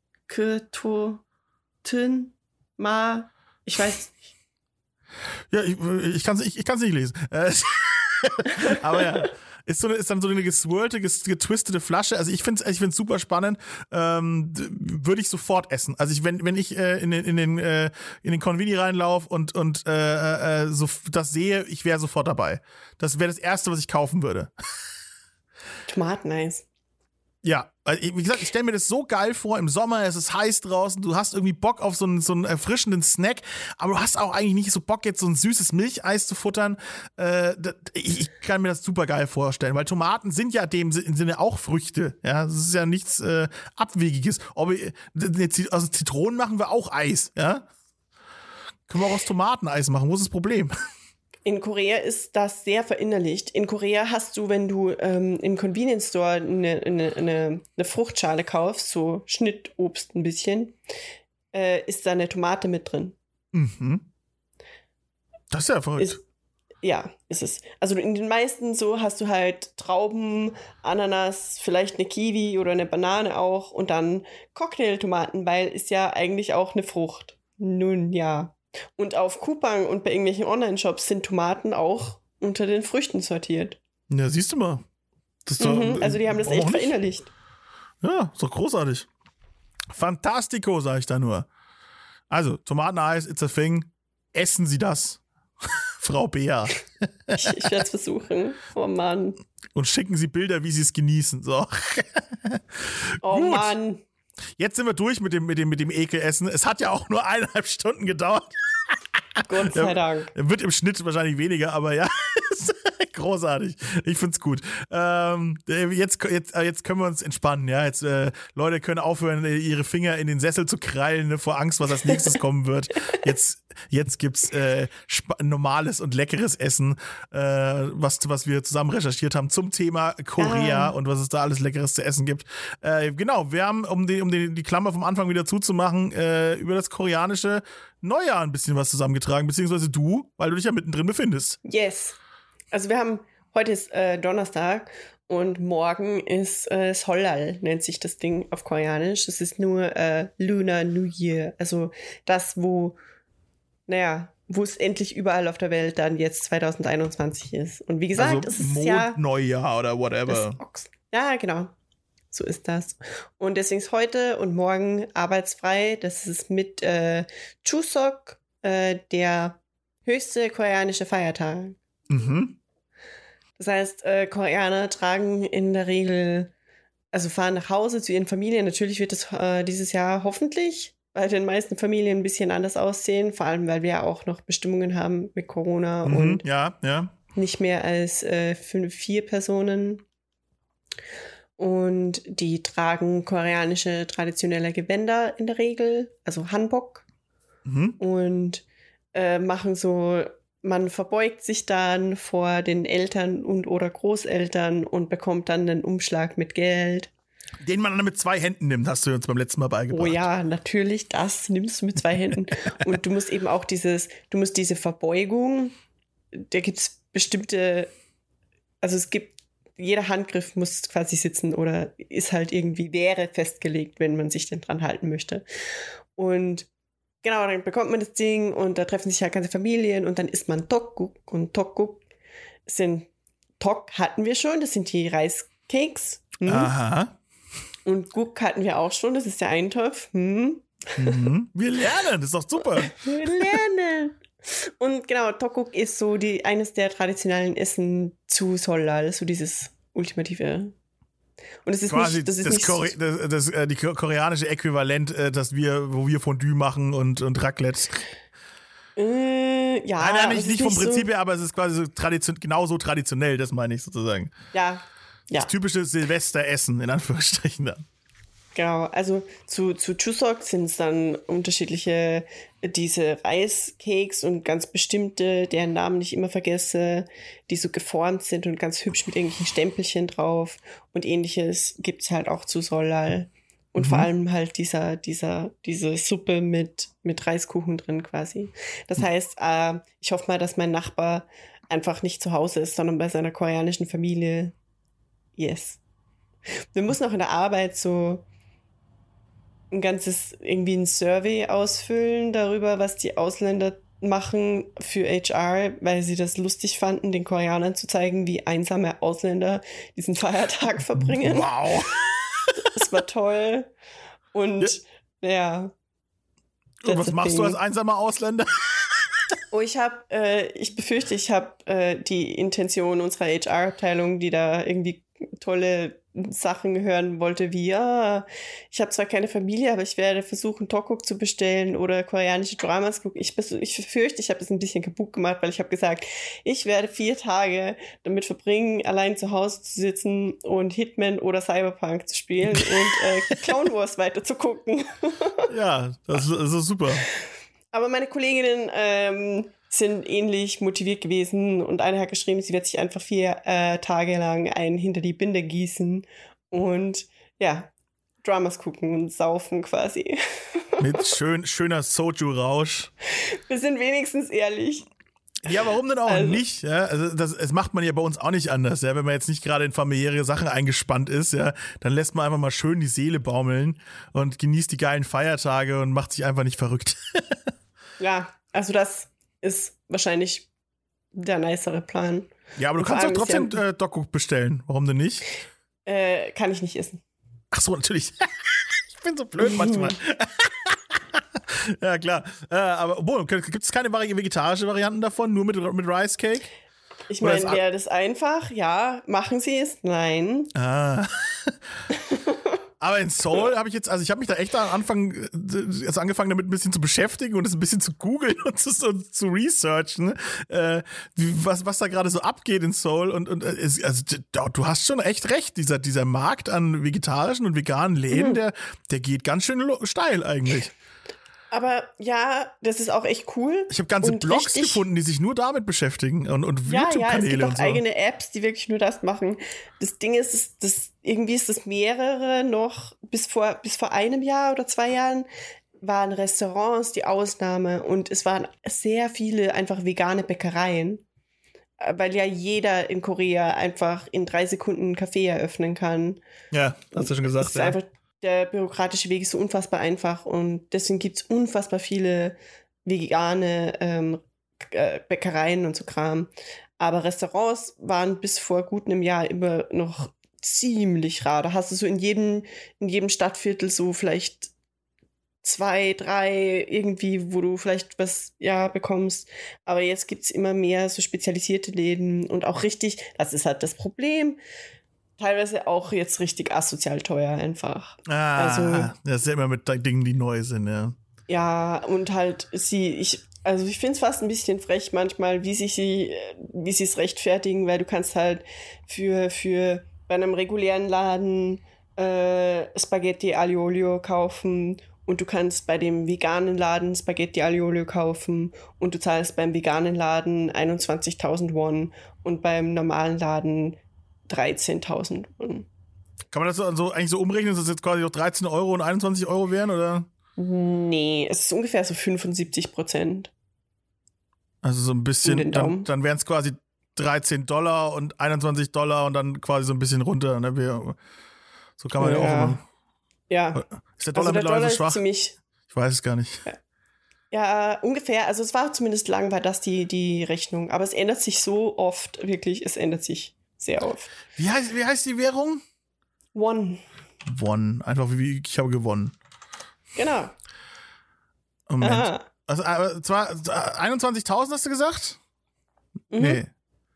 Ketotin Ma, ich weiß nicht. Ja, ich, ich kann es ich, ich kann's nicht lesen. Äh, Aber ja, ist, so eine, ist dann so eine geswirlte, ges- getwistete Flasche. Also ich finde es ich find's super spannend. Ähm, d- Würde ich sofort essen. Also ich, wenn, wenn ich äh, in den, in den, äh, in den Convini reinlaufe und, und äh, äh, so das sehe, ich wäre sofort dabei. Das wäre das Erste, was ich kaufen würde. Tomateneis. Ja, weil, wie gesagt, ich stelle mir das so geil vor, im Sommer, es ist heiß draußen, du hast irgendwie Bock auf so einen, so einen erfrischenden Snack, aber du hast auch eigentlich nicht so Bock, jetzt so ein süßes Milcheis zu futtern. Äh, das, ich, ich kann mir das super geil vorstellen, weil Tomaten sind ja dem Sinne auch Früchte. Ja, das ist ja nichts äh, Abwegiges. Ob ich, aus Zitronen machen wir auch Eis, ja? Können wir auch aus Tomateneis machen, wo ist das Problem? In Korea ist das sehr verinnerlicht. In Korea hast du, wenn du ähm, im Convenience Store eine, eine, eine, eine Fruchtschale kaufst, so Schnittobst ein bisschen, äh, ist da eine Tomate mit drin. Mhm. Das ist ja verrückt. Ist, ja, ist es. Also in den meisten so hast du halt Trauben, Ananas, vielleicht eine Kiwi oder eine Banane auch und dann Cocktailtomaten, weil ist ja eigentlich auch eine Frucht. Nun ja. Und auf Coupang und bei irgendwelchen Online-Shops sind Tomaten auch unter den Früchten sortiert. Ja, siehst du mal. Das ist doch, Mhm, also die haben das warum echt nicht? verinnerlicht. Ja, ist doch großartig. Fantastico, sag ich da nur. Also, Tomateneis, it's a thing. Essen Sie das, Frau Bea. Ich, ich werde es versuchen. Oh Mann. Und schicken Sie Bilder, wie Sie es genießen. So. Oh Gut. Mann. Jetzt sind wir durch mit dem, mit dem, mit dem Ekelessen. Es hat ja auch nur eineinhalb Stunden gedauert. Gott sei Dank. Wird im Schnitt wahrscheinlich weniger, aber ja, großartig. Ich find's gut. Ähm, jetzt, jetzt, jetzt können wir uns entspannen. Ja, jetzt äh, Leute können aufhören, ihre Finger in den Sessel zu krallen, ne, vor Angst, was als nächstes kommen wird. Jetzt, jetzt gibt's äh, normales und leckeres Essen, äh, was, was wir zusammen recherchiert haben zum Thema Korea ah. und was es da alles Leckeres zu essen gibt. Äh, genau, wir haben, um, die, um die, die Klammer vom Anfang wieder zuzumachen, äh, über das koreanische Neujahr ein bisschen was zusammengetragen, beziehungsweise du, weil du dich ja mittendrin befindest. Yes. Also wir haben, heute ist äh, Donnerstag und morgen ist äh, Seollal, nennt sich das Ding auf Koreanisch. Es ist nur äh, Lunar New Year, also das, wo, naja, wo es endlich überall auf der Welt dann jetzt zwanzig einundzwanzig ist. Und wie gesagt, also es ist ja Mondneujahr oder whatever. Ja, genau. So ist das. Und deswegen ist heute und morgen arbeitsfrei. Das ist mit äh, Chuseok, äh, der höchste koreanische Feiertag. Mhm. Das heißt, äh, Koreaner tragen in der Regel, also fahren nach Hause zu ihren Familien. Natürlich wird es äh, dieses Jahr hoffentlich bei den meisten Familien ein bisschen anders aussehen. Vor allem, weil wir ja auch noch Bestimmungen haben mit Corona mhm, und ja, ja. nicht mehr als äh, fünf, vier Personen. Und die tragen koreanische traditionelle Gewänder in der Regel, also Hanbok. Mhm. Und äh, machen so, man verbeugt sich dann vor den Eltern und oder Großeltern und bekommt dann einen Umschlag mit Geld. Den man dann mit zwei Händen nimmt, hast du uns beim letzten Mal beigebracht. Oh ja, natürlich, das nimmst du mit zwei Händen. Und du musst eben auch dieses, du musst diese Verbeugung, da gibt es bestimmte, also es gibt jeder Handgriff muss quasi sitzen oder ist halt irgendwie, wäre festgelegt, wenn man sich denn dran halten möchte. Und genau, dann bekommt man das Ding und da treffen sich halt ganze Familien und dann isst man Tteokguk. Und Tteokguk sind, Tok hatten wir schon, das sind die Reiscakes. Hm. Aha. Und Guk hatten wir auch schon, das ist der Eintopf. Hm. Mhm. Wir lernen, das ist doch super. Wir lernen. Und genau, Tteokguk ist so die, eines der traditionellen Essen zu Seollal, so dieses ultimative. Und es ist quasi nicht, das ist das, nicht Kore- das, das äh, die koreanische Äquivalent, äh, dass wir, wo wir Fondue machen und, und Raclette. Äh, ja. Nein, nein, nicht, nicht vom nicht Prinzip so, her, aber es ist quasi so tradition- genauso traditionell, das meine ich sozusagen. Ja, ja. Das typische Silvesteressen, in Anführungsstrichen dann. Genau, also zu, zu Chuseok sind es dann unterschiedliche, diese Reiscakes und ganz bestimmte, deren Namen ich immer vergesse, die so geformt sind und ganz hübsch mit irgendwelchen Stempelchen drauf und ähnliches gibt es halt auch zu Seollal. Und mhm. vor allem halt dieser, dieser, diese Suppe mit, mit Reiskuchen drin quasi. Das heißt, äh, ich hoffe mal, dass mein Nachbar einfach nicht zu Hause ist, sondern bei seiner koreanischen Familie. Yes. Wir müssen auch in der Arbeit so ein ganzes, irgendwie ein Survey ausfüllen darüber, was die Ausländer machen für H R, weil sie das lustig fanden, den Koreanern zu zeigen, wie einsame Ausländer diesen Feiertag verbringen. Wow. Das war toll. Und ja. ja Und was machst thing. du als einsamer Ausländer? Oh, ich habe, äh, ich befürchte, ich habe äh, die Intention unserer H R-Abteilung, die da irgendwie tolle Sachen hören wollte, wie, ja, ich habe zwar keine Familie, aber ich werde versuchen, Tteokguk zu bestellen oder koreanische Dramas gucken. Ich, ich fürchte, ich habe das ein bisschen kaputt gemacht, weil ich habe gesagt, ich werde vier Tage damit verbringen, allein zu Hause zu sitzen und Hitman oder Cyberpunk zu spielen und äh, Clone Wars weiter zu gucken. Ja, das, das ist super. Aber meine Kolleginnen ähm, sind ähnlich motiviert gewesen und eine hat geschrieben, sie wird sich einfach vier äh, Tage lang einen hinter die Binde gießen und ja, Dramas gucken und saufen quasi. Mit schön, schöner Soju-Rausch. Wir sind wenigstens ehrlich. Ja, warum denn auch also, nicht? Ja, also das, das macht man ja bei uns auch nicht anders. Ja, wenn man jetzt nicht gerade in familiäre Sachen eingespannt ist, ja, dann lässt man einfach mal schön die Seele baumeln und genießt die geilen Feiertage und macht sich einfach nicht verrückt. Ja, also das ist wahrscheinlich der nicere Plan. Ja, aber du kannst doch trotzdem ja, äh, Tteokguk bestellen. Warum denn nicht? Äh, kann ich nicht essen. Ach so, natürlich. Ich bin so blöd manchmal. Ja, klar. Äh, aber obwohl, gibt es keine vari- vegetarische Varianten davon, nur mit, mit Rice Cake? Ich Oder meine, ist wäre das einfach? Ja. Machen Sie es? Nein. Ah. Aber in Seoul habe ich jetzt, also ich habe mich da echt am Anfang, also angefangen damit ein bisschen zu beschäftigen und es ein bisschen zu googeln und zu, so, zu researchen, äh, wie, was, was da gerade so abgeht in Seoul. Und, und es, also du hast schon echt recht, dieser, dieser Markt an vegetarischen und veganen Läden, mhm. der, der geht ganz schön steil eigentlich. Aber ja, das ist auch echt cool. Ich habe ganze und Blogs richtig, gefunden, die sich nur damit beschäftigen und, und ja, YouTube-Kanäle ja, es gibt auch und so. eigene Apps, die wirklich nur das machen. Das Ding ist, das, das, irgendwie ist das mehrere noch, bis vor, bis vor einem Jahr oder zwei Jahren waren Restaurants die Ausnahme und es waren sehr viele einfach vegane Bäckereien, weil ja jeder in Korea einfach in drei Sekunden einen Café eröffnen kann. Ja, hast du schon gesagt. Es ist ja. einfach Der bürokratische Weg ist so unfassbar einfach und deswegen gibt es unfassbar viele vegane ähm, Bäckereien und so Kram. Aber Restaurants waren bis vor gut einem Jahr immer noch ziemlich rar. Da hast du so in jedem, in jedem Stadtviertel so vielleicht zwei, drei irgendwie, wo du vielleicht was ja bekommst. Aber jetzt gibt es immer mehr so spezialisierte Läden und auch richtig, das ist halt das Problem, teilweise auch jetzt richtig asozial teuer einfach. Ah, also, das ist ja immer mit Dingen, die neu sind, ja. Ja, und halt sie, ich, also ich finde es fast ein bisschen frech manchmal, wie sich sie, wie sie es rechtfertigen, weil du kannst halt für, für bei einem regulären Laden äh, Spaghetti Aglio Olio kaufen und du kannst bei dem veganen Laden Spaghetti Aglio Olio kaufen und du zahlst beim veganen Laden einundzwanzigtausend Won und beim normalen Laden dreizehntausend Won. Kann man das so, so eigentlich so umrechnen, dass es jetzt quasi auch dreizehn Euro und einundzwanzig Euro wären, oder? Nee, es ist ungefähr so fünfundsiebzig Prozent. Also so ein bisschen, dann, dann wären es quasi dreizehn Dollar und einundzwanzig Dollar und dann quasi so ein bisschen runter. Ne? Wir, so kann man ja, ja auch immer. Ja. Ist der Dollar also der mittlerweile Dollar so schwach? Ist ziemlich, ich weiß es gar nicht. Ja. Ja, ungefähr. Also es war zumindest lang, war das die, die Rechnung. Aber es ändert sich so oft, wirklich, es ändert sich sehr oft. Wie heißt, wie heißt die Währung? Won. Won. Einfach wie ich habe gewonnen. Genau. Moment. Aha. Also, aber zwar einundzwanzigtausend hast du gesagt? Mhm. Nee.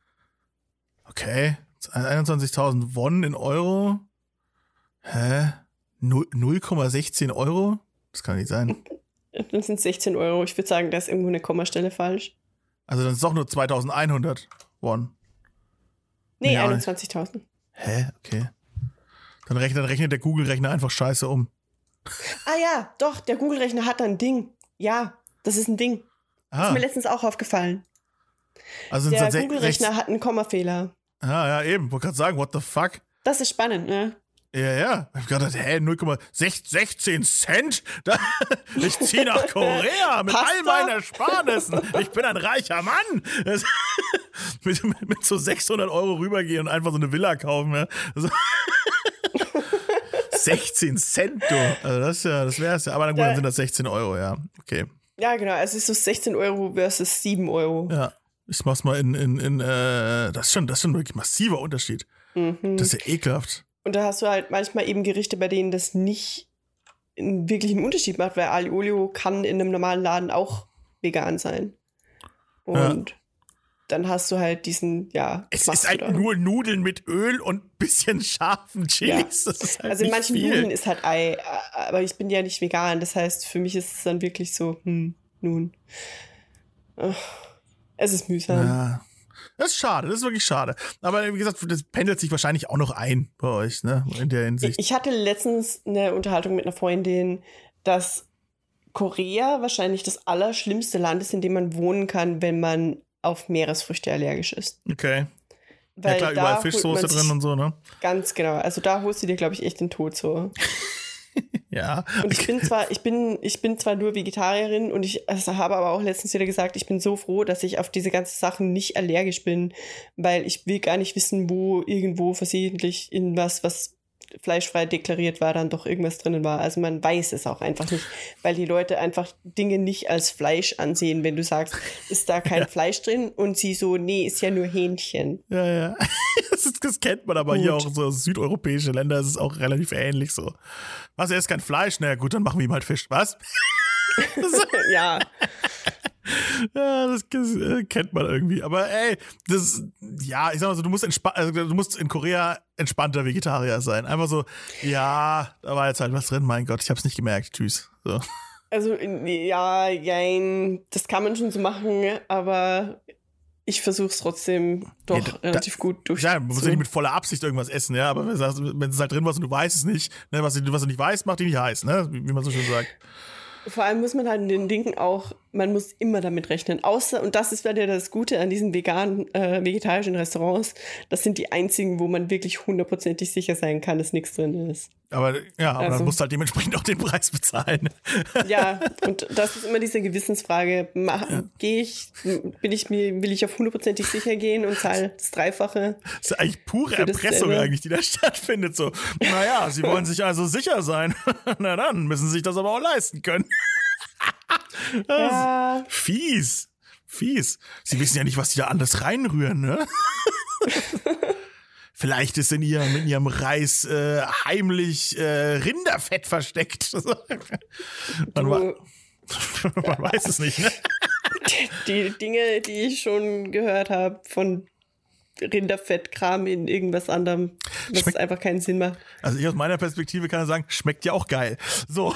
Okay. einundzwanzigtausend Won in Euro. Hä? null Komma sechzehn Euro? Das kann nicht sein. Dann sind es sechzehn Euro. Ich würde sagen, da ist irgendwo eine Kommastelle falsch. Also dann ist es doch nur zweitausendeinhundert Won. Nee, nee einundzwanzigtausend. Hä? Okay. Dann rechnet, dann rechnet der Google-Rechner einfach scheiße um. Ah ja, doch, der Google-Rechner hat da ein Ding. Ja, das ist ein Ding. Ah. Ist mir letztens auch aufgefallen. Also der Google-Rechner hat einen Kommafehler. Ah, ja, eben. Wollte gerade sagen, what the fuck? Das ist spannend, ne? Ja, ja. Ich hab gedacht, hä, null Komma sechzehn Cent? Ich zieh nach Korea mit all meinen Ersparnissen. Ich bin ein reicher Mann. mit, mit so sechshundert Euro rübergehen und einfach so eine Villa kaufen. Ja. Also sechzehn Cent, du. Also das, ja, das wär's ja. Aber dann, gut, dann sind das sechzehn Euro, ja. Okay. Ja, genau. Es ist so sechzehn Euro versus sieben Euro. Ja. Ich mach's mal in, in, in äh, das ist schon, das ist schon wirklich ein massiver Unterschied. Mhm. Das ist ja ekelhaft. Und da hast du halt manchmal eben Gerichte, bei denen das nicht wirklich einen Unterschied macht, weil Aglio Olio kann in einem normalen Laden auch vegan sein. Und ja. dann hast du halt diesen, ja. Es ist halt nur Nudeln mit Öl und bisschen scharfen Chilis. Ja. Das ist halt also in manchen viel. Nudeln ist halt Ei, aber ich bin ja nicht vegan. Das heißt, für mich ist es dann wirklich so, hm, nun. Es ist mühsam. Ja. Das ist schade, das ist wirklich schade. Aber wie gesagt, das pendelt sich wahrscheinlich auch noch ein bei euch, ne? In der Hinsicht. Ich hatte letztens eine Unterhaltung mit einer Freundin, dass Korea wahrscheinlich das allerschlimmste Land ist, in dem man wohnen kann, wenn man auf Meeresfrüchte allergisch ist. Okay. Weil ja klar, überall Fischsoße drin und so, ne? Ganz genau. Also da holst du dir, glaube ich, echt den Tod so. Ja. Und ich bin zwar, ich bin, ich bin zwar nur Vegetarierin und ich also habe aber auch letztens wieder gesagt, ich bin so froh, dass ich auf diese ganzen Sachen nicht allergisch bin, weil ich will gar nicht wissen, wo irgendwo versehentlich in was, was fleischfrei deklariert war, dann doch irgendwas drinnen war. Also man weiß es auch einfach nicht, weil die Leute einfach Dinge nicht als Fleisch ansehen, wenn du sagst, ist da kein ja. Fleisch drin und sie so, nee, ist ja nur Hähnchen. Ja, ja. Das, ist, das kennt man aber gut. Hier auch so südeuropäische Länder, ist es auch relativ ähnlich so. Was, er ist kein Fleisch? Na ja, gut, dann machen wir ihm halt Fisch. Was? Ja. Ja, das, das äh, kennt man irgendwie. Aber ey, das, ja, ich sag mal so, du musst, entspa- also, du musst in Korea entspannter Vegetarier sein. Einfach so, ja, da war jetzt halt was drin, mein Gott, ich hab's nicht gemerkt, tschüss. So. Also, ja, jein, das kann man schon so machen, aber ich versuche es trotzdem doch Ja, da- relativ gut durch. Ja, man muss ja nicht mit voller Absicht irgendwas essen, ja, aber wenn du sagst, wenn es halt drin was und du weißt es nicht, ne, was, du- was du nicht weißt, macht dich nicht heiß, ne, wie, wie man so schön sagt. Vor allem muss man halt in den Dingen auch, man muss immer damit rechnen. Außer, und das ist ja das Gute an diesen veganen, äh, vegetarischen Restaurants, das sind die einzigen, wo man wirklich hundertprozentig sicher sein kann, dass nichts drin ist. Aber ja, aber Also. dann musst du halt dementsprechend auch den Preis bezahlen. Ja, und das ist immer diese Gewissensfrage. Ja. Gehe ich, bin ich mir, will ich auf hundertprozentig sicher gehen und zahle das Dreifache? Das ist eigentlich pure Für Erpressung dasselbe. eigentlich, die da stattfindet. So, naja, sie wollen sich also sicher sein. Na dann, müssen sie sich das aber auch leisten können. Das Ja. ist fies. Fies. Sie wissen ja nicht, was die da alles reinrühren, ne? Vielleicht ist in ihrem, in ihrem Reis äh, heimlich äh, Rinderfett versteckt. Man, wa- man weiß es nicht, ne? Die Dinge, die ich schon gehört habe von Rinderfettkram in irgendwas anderem, was Schmeckt- einfach keinen Sinn macht. Also ich aus meiner Perspektive kann sagen, schmeckt ja auch geil. So.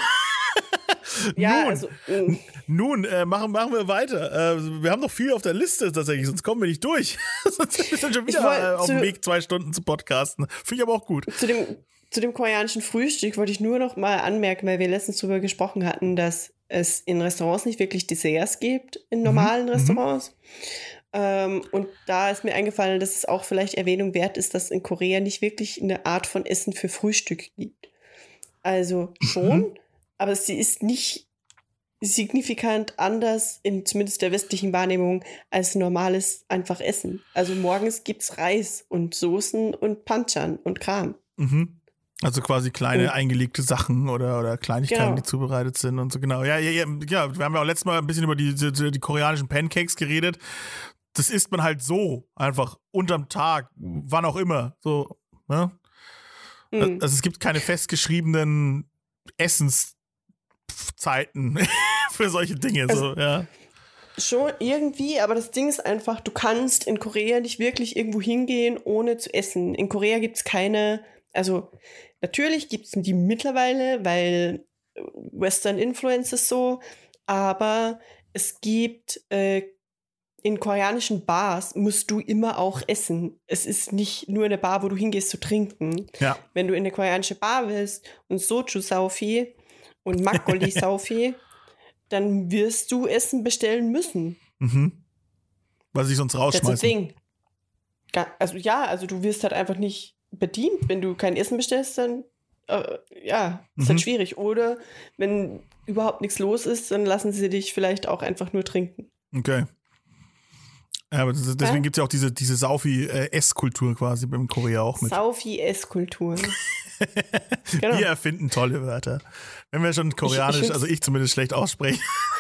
Ja, Nun, also mh. nun äh, machen, machen wir weiter. Äh, wir haben noch viel auf der Liste tatsächlich, sonst kommen wir nicht durch. Sonst sind wir schon Ich wieder wollt äh, auf zu- dem Weg, zwei Stunden zu podcasten. Finde ich aber auch gut. zu dem, zu dem koreanischen Frühstück wollte ich nur noch mal anmerken, weil wir letztens darüber gesprochen hatten, dass es in Restaurants nicht wirklich Desserts gibt, in normalen Mhm. Restaurants. Ähm, und da ist mir eingefallen, dass es auch vielleicht Erwähnung wert ist, dass in Korea nicht wirklich eine Art von Essen für Frühstück gibt. Also schon, Mhm. aber sie ist nicht signifikant anders, in zumindest der westlichen Wahrnehmung, als normales einfach Essen. Also morgens gibt's Reis und Soßen und Panchan und Kram. Mhm. Also quasi kleine Und- eingelegte Sachen oder, oder Kleinigkeiten, Genau. die zubereitet sind und so, genau. Ja, ja, ja, ja, wir haben ja auch letztes Mal ein bisschen über die, die, die koreanischen Pancakes geredet. Das isst man halt so, einfach unterm Tag, wann auch immer. So, ne? Mhm. Also es gibt keine festgeschriebenen Essenszeiten für solche Dinge. So, ja. Schon irgendwie, aber das Ding ist einfach, du kannst in Korea nicht wirklich irgendwo hingehen, ohne zu essen. In Korea gibt es keine, also natürlich gibt es die mittlerweile, weil Western Influences so, aber es gibt äh, in koreanischen Bars musst du immer auch essen. Es ist nicht nur eine Bar, wo du hingehst zu trinken. Ja. Wenn du in eine koreanische Bar willst und Soju Saufi und Makgeolli Saufi, dann wirst du Essen bestellen müssen. Mhm. Weil sie sonst Das ist das rausschmeißen. Ding. Ga- Also ja, also du wirst halt einfach nicht bedient. Wenn du kein Essen bestellst, dann äh, ja, ist Mhm. halt schwierig. Oder wenn überhaupt nichts los ist, dann lassen sie dich vielleicht auch einfach nur trinken. Okay. Ja, aber das, deswegen Ja? gibt es ja auch diese, diese Saufi-Ess-Kultur quasi in Korea auch mit. Saufi-Ess-Kultur. Genau. Wir erfinden tolle Wörter. Wenn wir schon koreanisch, find's- also ich zumindest schlecht aussprechen.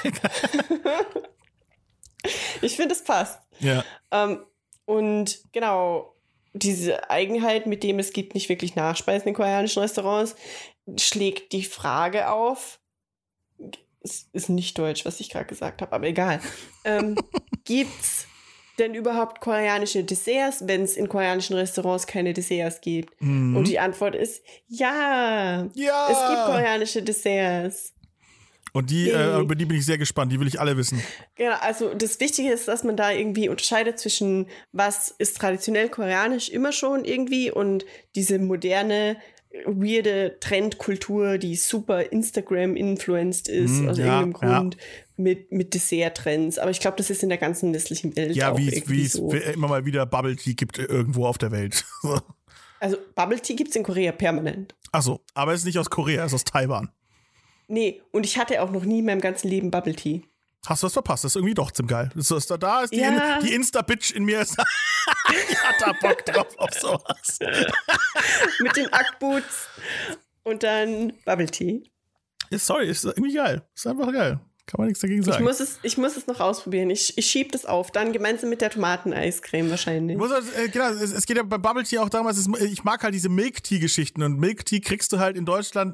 Ich finde, es passt. Ja. Ähm, und genau, diese Eigenheit, mit dem es gibt nicht wirklich Nachspeisen in koreanischen Restaurants, schlägt die Frage auf, es ist nicht deutsch, was ich gerade gesagt habe, aber egal. Ähm, gibt's denn überhaupt koreanische Desserts, wenn es in koreanischen Restaurants keine Desserts gibt? Mhm. Und die Antwort ist ja, Ja. es gibt koreanische Desserts. Und die, äh, über die bin ich sehr gespannt, die will ich alle wissen. Genau, also das Wichtige ist, dass man da irgendwie unterscheidet zwischen, was ist traditionell koreanisch immer schon irgendwie und diese moderne, weirde Trendkultur, die super Instagram-influenced ist, Mm, aus ja, irgendeinem ja. Grund, mit, mit Dessert-Trends. Aber ich glaube, das ist in der ganzen westlichen Welt Ja, auch wie es irgendwie wie es so. immer mal wieder Bubble Tea gibt äh, irgendwo auf der Welt. So. Also Bubble Tea gibt es in Korea permanent. Achso, aber es ist nicht aus Korea, es ist aus Taiwan. Nee, und ich hatte auch noch nie in meinem ganzen Leben Bubble Tea. Hast du was verpasst? Das ist irgendwie doch ziemlich geil. Das ist, da, da ist die, Ja. In, die Insta-Bitch in mir. Ist, die hat da Bock drauf auf sowas. Mit den Ackboots und dann Bubble Tea. Ja, sorry, ist irgendwie geil. Ist einfach geil. Kann man nichts dagegen Ich sagen. muss, es, ich muss es noch ausprobieren. Ich, ich schieb das auf. Dann gemeinsam mit der Tomateneiscreme wahrscheinlich. Ich muss halt, äh, genau, es, es geht ja bei Bubble Tea auch darum, dass es, ich mag halt diese Milk-Tea-Geschichten und Milk-Tea kriegst du halt in Deutschland n-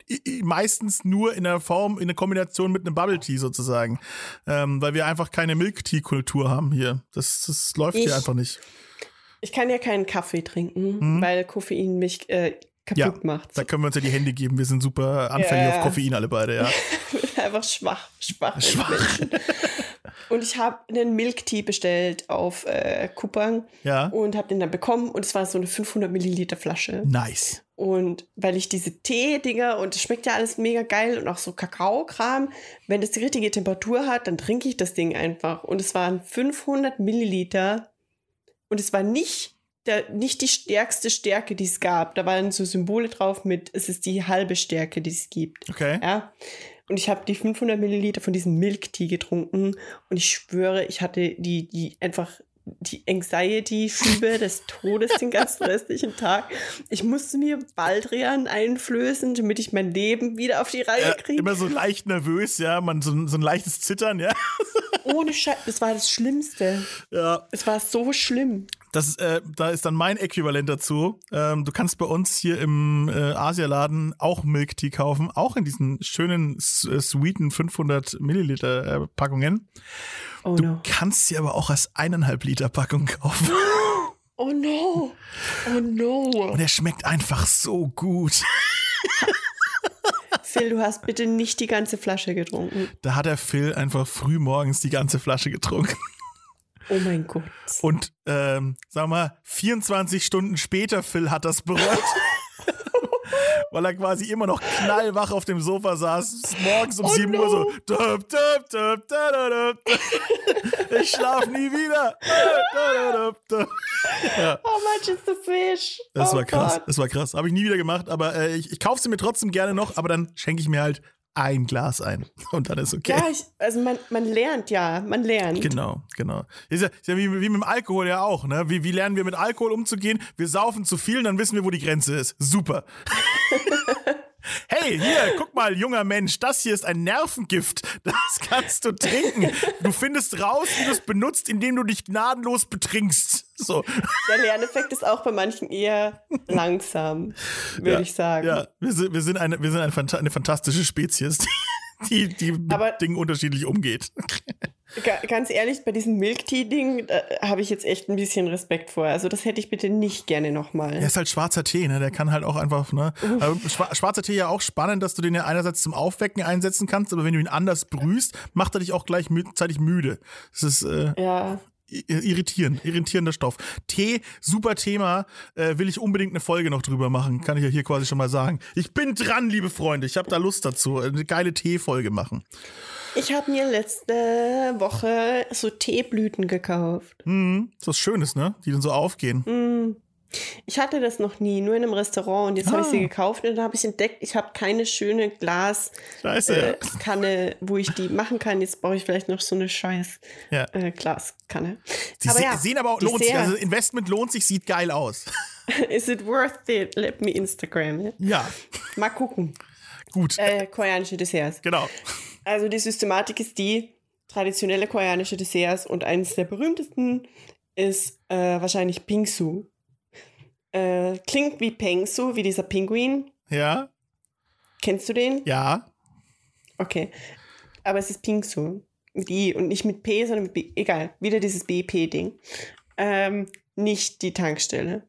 meistens nur in der Form, in der Kombination mit einem Bubble Tea sozusagen. Ähm, weil wir einfach keine Milk Tea Kultur haben hier. Das, das läuft ich, hier einfach nicht. Ich kann ja keinen Kaffee trinken, hm? weil Koffein mich äh, kaputt ja, macht. Da können wir uns ja die Hände geben. Wir sind super anfällig ja. auf Koffein alle beide, ja. Einfach schwach, schwach. Schwach. Und ich habe einen Milk Tea bestellt auf äh, Coupang ja. und habe den dann bekommen und es war so eine fünfhundert Milliliter Flasche. Nice. Und weil ich diese Tee-Dinger und es schmeckt ja alles mega geil und auch so Kakao-Kram, wenn das die richtige Temperatur hat, dann trinke ich das Ding einfach. Und es waren fünfhundert Milliliter und es war nicht, der, nicht die stärkste Stärke, die es gab. Da waren so Symbole drauf mit, es ist die halbe Stärke, die es gibt. Okay. Ja. Und ich habe die fünfhundert Milliliter von diesem Milk Tea getrunken und ich schwöre, ich hatte die, die einfach die Anxiety-Schübe des Todes den ganzen restlichen Tag. Ich musste mir Baldrian einflößen, damit ich mein Leben wieder auf die Reihe kriege. Ja, immer so leicht nervös, ja, man so, so ein leichtes Zittern, ja. Ohne Scheiß, das war das Schlimmste. Ja. Es war so schlimm. Das, äh, da ist dann mein Äquivalent dazu. Ähm, du kannst bei uns hier im äh, Asialaden auch Milk Tea kaufen, auch in diesen schönen, äh, sweeten fünfhundert Milliliter äh, Packungen. Oh du no. kannst sie aber auch als eineinhalb Liter Packung kaufen. Oh no. Oh no. Und er schmeckt einfach so gut. Phil, du hast bitte nicht die ganze Flasche getrunken. Da hat der Phil einfach früh morgens die ganze Flasche getrunken. Oh mein Gott. Und, ähm, sag mal, vierundzwanzig Stunden später, Phil hat das bereut. Weil er quasi immer noch knallwach auf dem Sofa saß, morgens um oh sieben no. Uhr so, dup, dup, dup, da, da, da, da. Ich schlaf nie wieder. Da, da, da, da. Ja. How much is the fish? Das oh war krass, Gott. das war krass. Habe ich nie wieder gemacht, aber äh, ich, ich kaufe sie mir trotzdem gerne noch, aber dann schenke ich mir halt ein Glas ein und dann ist okay. Ja, ich, also man, man lernt ja, man lernt. Genau, genau. Ist ja, ist ja wie, wie mit dem Alkohol ja auch, ne? Wie, wie lernen wir mit Alkohol umzugehen? Wir saufen zu viel, dann wissen wir, wo die Grenze ist. Super. Hey, hier, guck mal, junger Mensch, das hier ist ein Nervengift. Das kannst du trinken. Du findest raus, wie du es benutzt, indem du dich gnadenlos betrinkst. So. Der Lerneffekt ist auch bei manchen eher langsam, würde ja, ich sagen. Ja, wir sind, wir sind, eine, wir sind eine, eine fantastische Spezies, die, die mit Aber Dingen unterschiedlich umgeht. Ga, ganz ehrlich, bei diesem Milk-Tea-Ding habe ich jetzt echt ein bisschen Respekt vor. Also das hätte ich bitte nicht gerne nochmal. Er ist halt schwarzer Tee, ne? Der kann halt auch einfach, ne? Schwa- schwarzer Tee ja auch spannend, dass du den ja einerseits zum Aufwecken einsetzen kannst, aber wenn du ihn anders brühst, macht er dich auch gleichzeitig müde. Das ist äh, ja. irritierend, irritierender Stoff. Tee, super Thema, äh, will ich unbedingt eine Folge noch drüber machen, kann ich ja hier quasi schon mal sagen. Ich bin dran, liebe Freunde, ich habe da Lust dazu, eine geile Tee-Folge machen. Ich habe mir letzte Woche so Teeblüten gekauft. Mhm, ist was Schönes, ne? Die dann so aufgehen. Mhm. Ich hatte das noch nie, nur in einem Restaurant und jetzt ah. habe ich sie gekauft und dann habe ich entdeckt, ich habe keine schöne Glaskanne, äh, wo ich die machen kann. Jetzt brauche ich vielleicht noch so eine scheiß ja. äh, Glaskanne. Sie aber se- ja, sehen aber auch, lohnt sich, also Investment lohnt sich, sieht geil aus. Is it worth it? Let me Instagram. Ja. ja. Mal gucken. Gut. Äh, koreanische Desserts. Genau. Also die Systematik ist die, traditionelle koreanische Desserts und eines der berühmtesten ist äh, wahrscheinlich Bingsu. Äh, klingt wie Pengsu, wie dieser Pinguin. Ja. Kennst du den? Ja. Okay. Aber es ist Bingsu. Mit I und nicht mit P, sondern mit B. Egal, wieder dieses B P-Ding. Ähm, nicht die Tankstelle.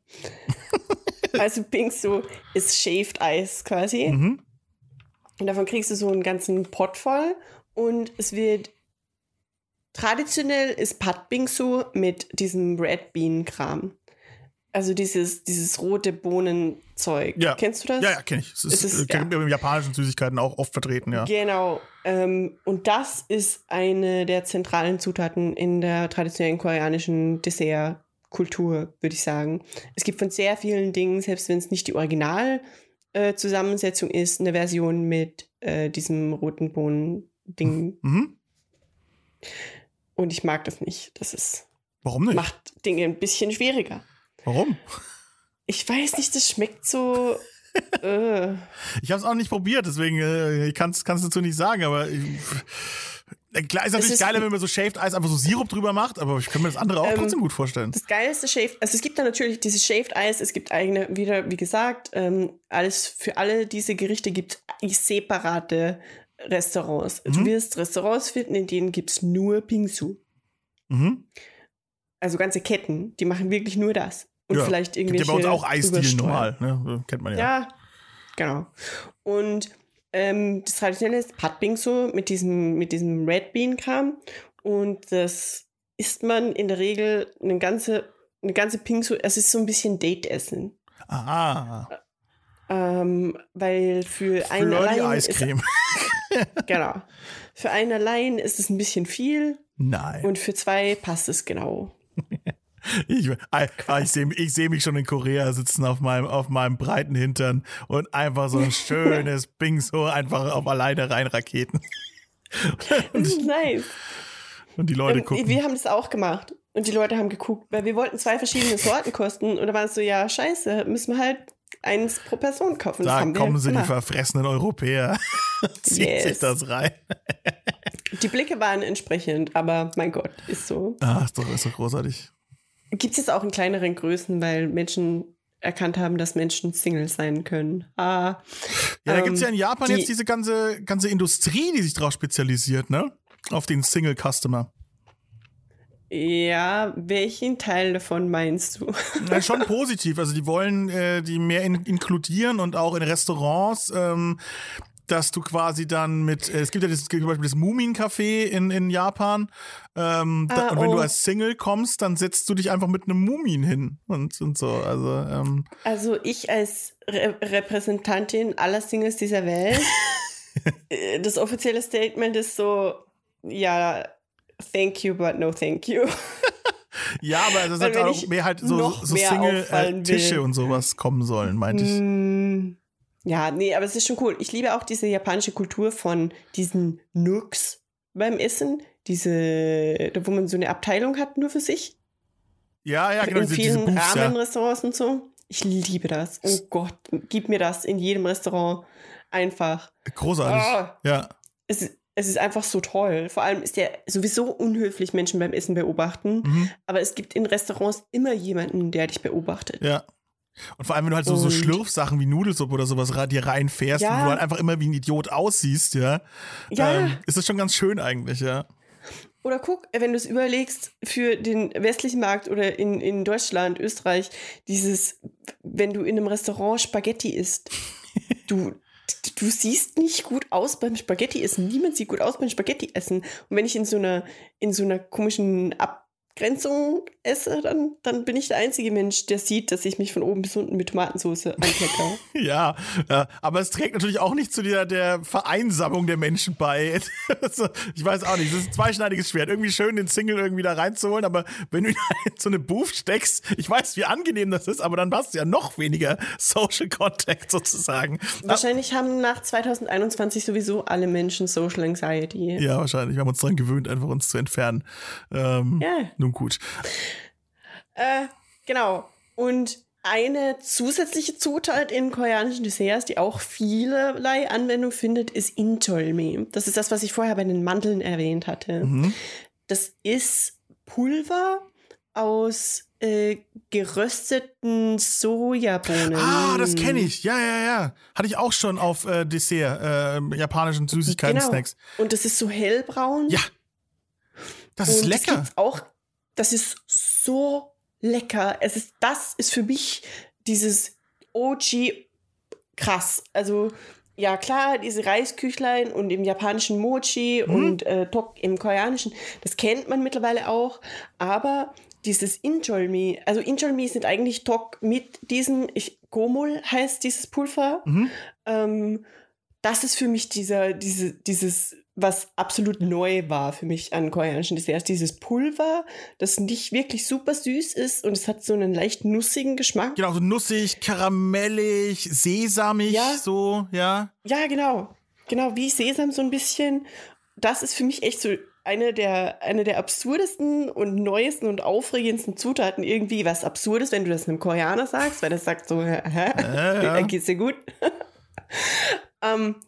Also Bingsu ist Shaved Ice quasi. Mhm. Und davon kriegst du so einen ganzen Pot voll und es wird traditionell ist Pad Bingsu mit diesem Red Bean Kram. Also dieses, dieses rote Bohnenzeug. Ja. Kennst du das? Ja, ja, kenn ich. Es ist, es ist, äh, ja. in japanischen Süßigkeiten auch oft vertreten, ja. Genau. Ähm, und das ist eine der zentralen Zutaten in der traditionellen koreanischen Dessertkultur, würde ich sagen. Es gibt von sehr vielen Dingen, selbst wenn es nicht die Original Äh, Zusammensetzung ist, eine Version mit äh, diesem roten Bohnen-Ding. Mhm. Und ich mag das nicht. Das ist. Warum nicht? Macht Dinge ein bisschen schwieriger. Warum? Ich weiß nicht, das schmeckt so. äh. Ich habe es auch nicht probiert, deswegen äh, kann es dazu nicht sagen, aber ich, Klar, ist natürlich ist, geiler, wenn man so Shaved Ice einfach so Sirup drüber macht, aber ich kann mir das andere auch ähm, trotzdem gut vorstellen. Das geilste Shaved, also es gibt da natürlich dieses Shaved Ice, es gibt eigene, wieder, wie gesagt, ähm, alles für alle diese Gerichte gibt es separate Restaurants. Mhm. Du wirst Restaurants finden, in denen gibt es nur Bingsu. Mhm. Also ganze Ketten, die machen wirklich nur das. Und ja, vielleicht irgendwelche gibt ja bei uns auch Eisdielen normal, ne? Kennt man ja. Ja, genau. Und Ähm, das Traditionelle ist Pad Bingsu mit diesem, mit diesem Red Bean Kram und das isst man in der Regel eine ganze, eine ganze Bingsu, es ist so ein bisschen Date-Essen. Aha. Ähm, weil für einen allein Eiscreme. Ist, genau. Für einen allein ist es ein bisschen viel. Nein. Und für zwei passt es genau. Ich, ich sehe ich seh mich schon in Korea sitzen auf meinem, auf meinem breiten Hintern und einfach so ein schönes Bingsu einfach auf alleine rein Raketen. Das ist nice. Und die Leute ähm, gucken. Wir haben das auch gemacht. Und die Leute haben geguckt, weil wir wollten zwei verschiedene Sorten kosten. Und da war es so, ja, scheiße, müssen wir halt eins pro Person kaufen. Da das kommen sie, gemacht. Die verfressenen Europäer. Zieht yes. sich das rein. Die Blicke waren entsprechend, aber mein Gott, ist so. Ach, ist doch, ist doch großartig. Gibt es jetzt auch in kleineren Größen, weil Menschen erkannt haben, dass Menschen Single sein können. Ah, ja, da ähm, gibt es ja in Japan die, jetzt diese ganze, ganze Industrie, die sich darauf spezialisiert, ne? Auf den Single-Customer. Ja, welchen Teil davon meinst du? Ja, schon positiv. Also die wollen äh, die mehr in, inkludieren und auch in Restaurants, ähm, dass du quasi dann mit, äh, es gibt ja das, zum Beispiel das Mumin-Café in, in Japan. Ähm, ah, da, und wenn oh. du als Single kommst, dann setzt du dich einfach mit einem Mumin hin und, und so. Also, ähm. also ich als Re- Repräsentantin aller Singles dieser Welt, das offizielle Statement ist so, ja, thank you, but no thank you. Ja, aber es ist halt auch mehr halt so, so Single-Tische äh, und sowas kommen sollen, meinte ich. Mm. Ja, nee, aber es ist schon cool. Ich liebe auch diese japanische Kultur von diesen Nooks beim Essen. Diese, wo man so eine Abteilung hat nur für sich. Ja, ja, genau. In diese, vielen diese Booths, Ramen-Restaurants ja. und so. Ich liebe das. Oh Gott, gib mir das in jedem Restaurant einfach. Großartig, oh. ja. Es, es ist einfach so toll. Vor allem ist ja sowieso unhöflich, Menschen beim Essen beobachten. Mhm. Aber es gibt in Restaurants immer jemanden, der dich beobachtet. Ja. Und vor allem, wenn du halt so, so Schlürfsachen wie Nudelsuppe oder sowas dir reinfährst ja. und du halt einfach immer wie ein Idiot aussiehst, ja, ja. Ähm, ist das schon ganz schön eigentlich, ja. Oder guck, wenn du es überlegst, für den westlichen Markt oder in, in Deutschland, Österreich, dieses, wenn du in einem Restaurant Spaghetti isst, du, du siehst nicht gut aus beim Spaghetti essen. Niemand sieht gut aus beim Spaghetti essen. Und wenn ich in so einer, in so einer komischen Ab Grenzung esse, dann, dann bin ich der einzige Mensch, der sieht, dass ich mich von oben bis unten mit Tomatensauce einplecke. ja, ja, aber es trägt natürlich auch nicht zu der, der Vereinsamung der Menschen bei. Ich weiß auch nicht, das ist ein zweischneidiges Schwert. Irgendwie schön den Single irgendwie da reinzuholen, aber wenn du in so eine Booth steckst, ich weiß, wie angenehm das ist, aber dann hast du ja noch weniger Social Contact sozusagen. Wahrscheinlich haben nach zwanzig einundzwanzig sowieso alle Menschen Social Anxiety. Ja, wahrscheinlich. Wir haben uns daran gewöhnt, einfach uns zu entfernen. Ähm, ja. Nun gut. Äh, genau. Und eine zusätzliche Zutat in koreanischen Desserts, die auch vielerlei Anwendung findet, ist Injeolmi. Das ist das, was ich vorher bei den Mandeln erwähnt hatte. Mhm. Das ist Pulver aus äh, gerösteten Sojabohnen. Ah, das kenne ich. Ja, ja, ja. Hatte ich auch schon auf äh, Dessert, äh, japanischen Süßigkeiten-Snacks. Genau. Und das ist so hellbraun. Ja. Das ist und lecker. Das gibt's auch. Das ist so lecker. Es ist, das ist für mich dieses O G krass. Also, ja klar, diese Reisküchlein und im japanischen Mochi mhm. und äh, Tok im koreanischen, das kennt man mittlerweile auch. Aber dieses Injeolmi, also Injeolmi sind eigentlich Tok mit diesem, ich, Gomul heißt dieses Pulver. Mhm. Ähm, das ist für mich dieser, diese, dieses was absolut neu war für mich an koreanischen Desserts. Dieses Pulver, das nicht wirklich super süß ist und es hat so einen leicht nussigen Geschmack. Genau, so nussig, karamellig, sesamig, ja. so, ja. Ja, genau. Genau, wie Sesam so ein bisschen. Das ist für mich echt so eine der, eine der absurdesten und neuesten und aufregendsten Zutaten irgendwie. Was Absurdes, wenn du das einem Koreaner sagst, weil der sagt so, hä, äh, ja. geht's dir gut? ähm,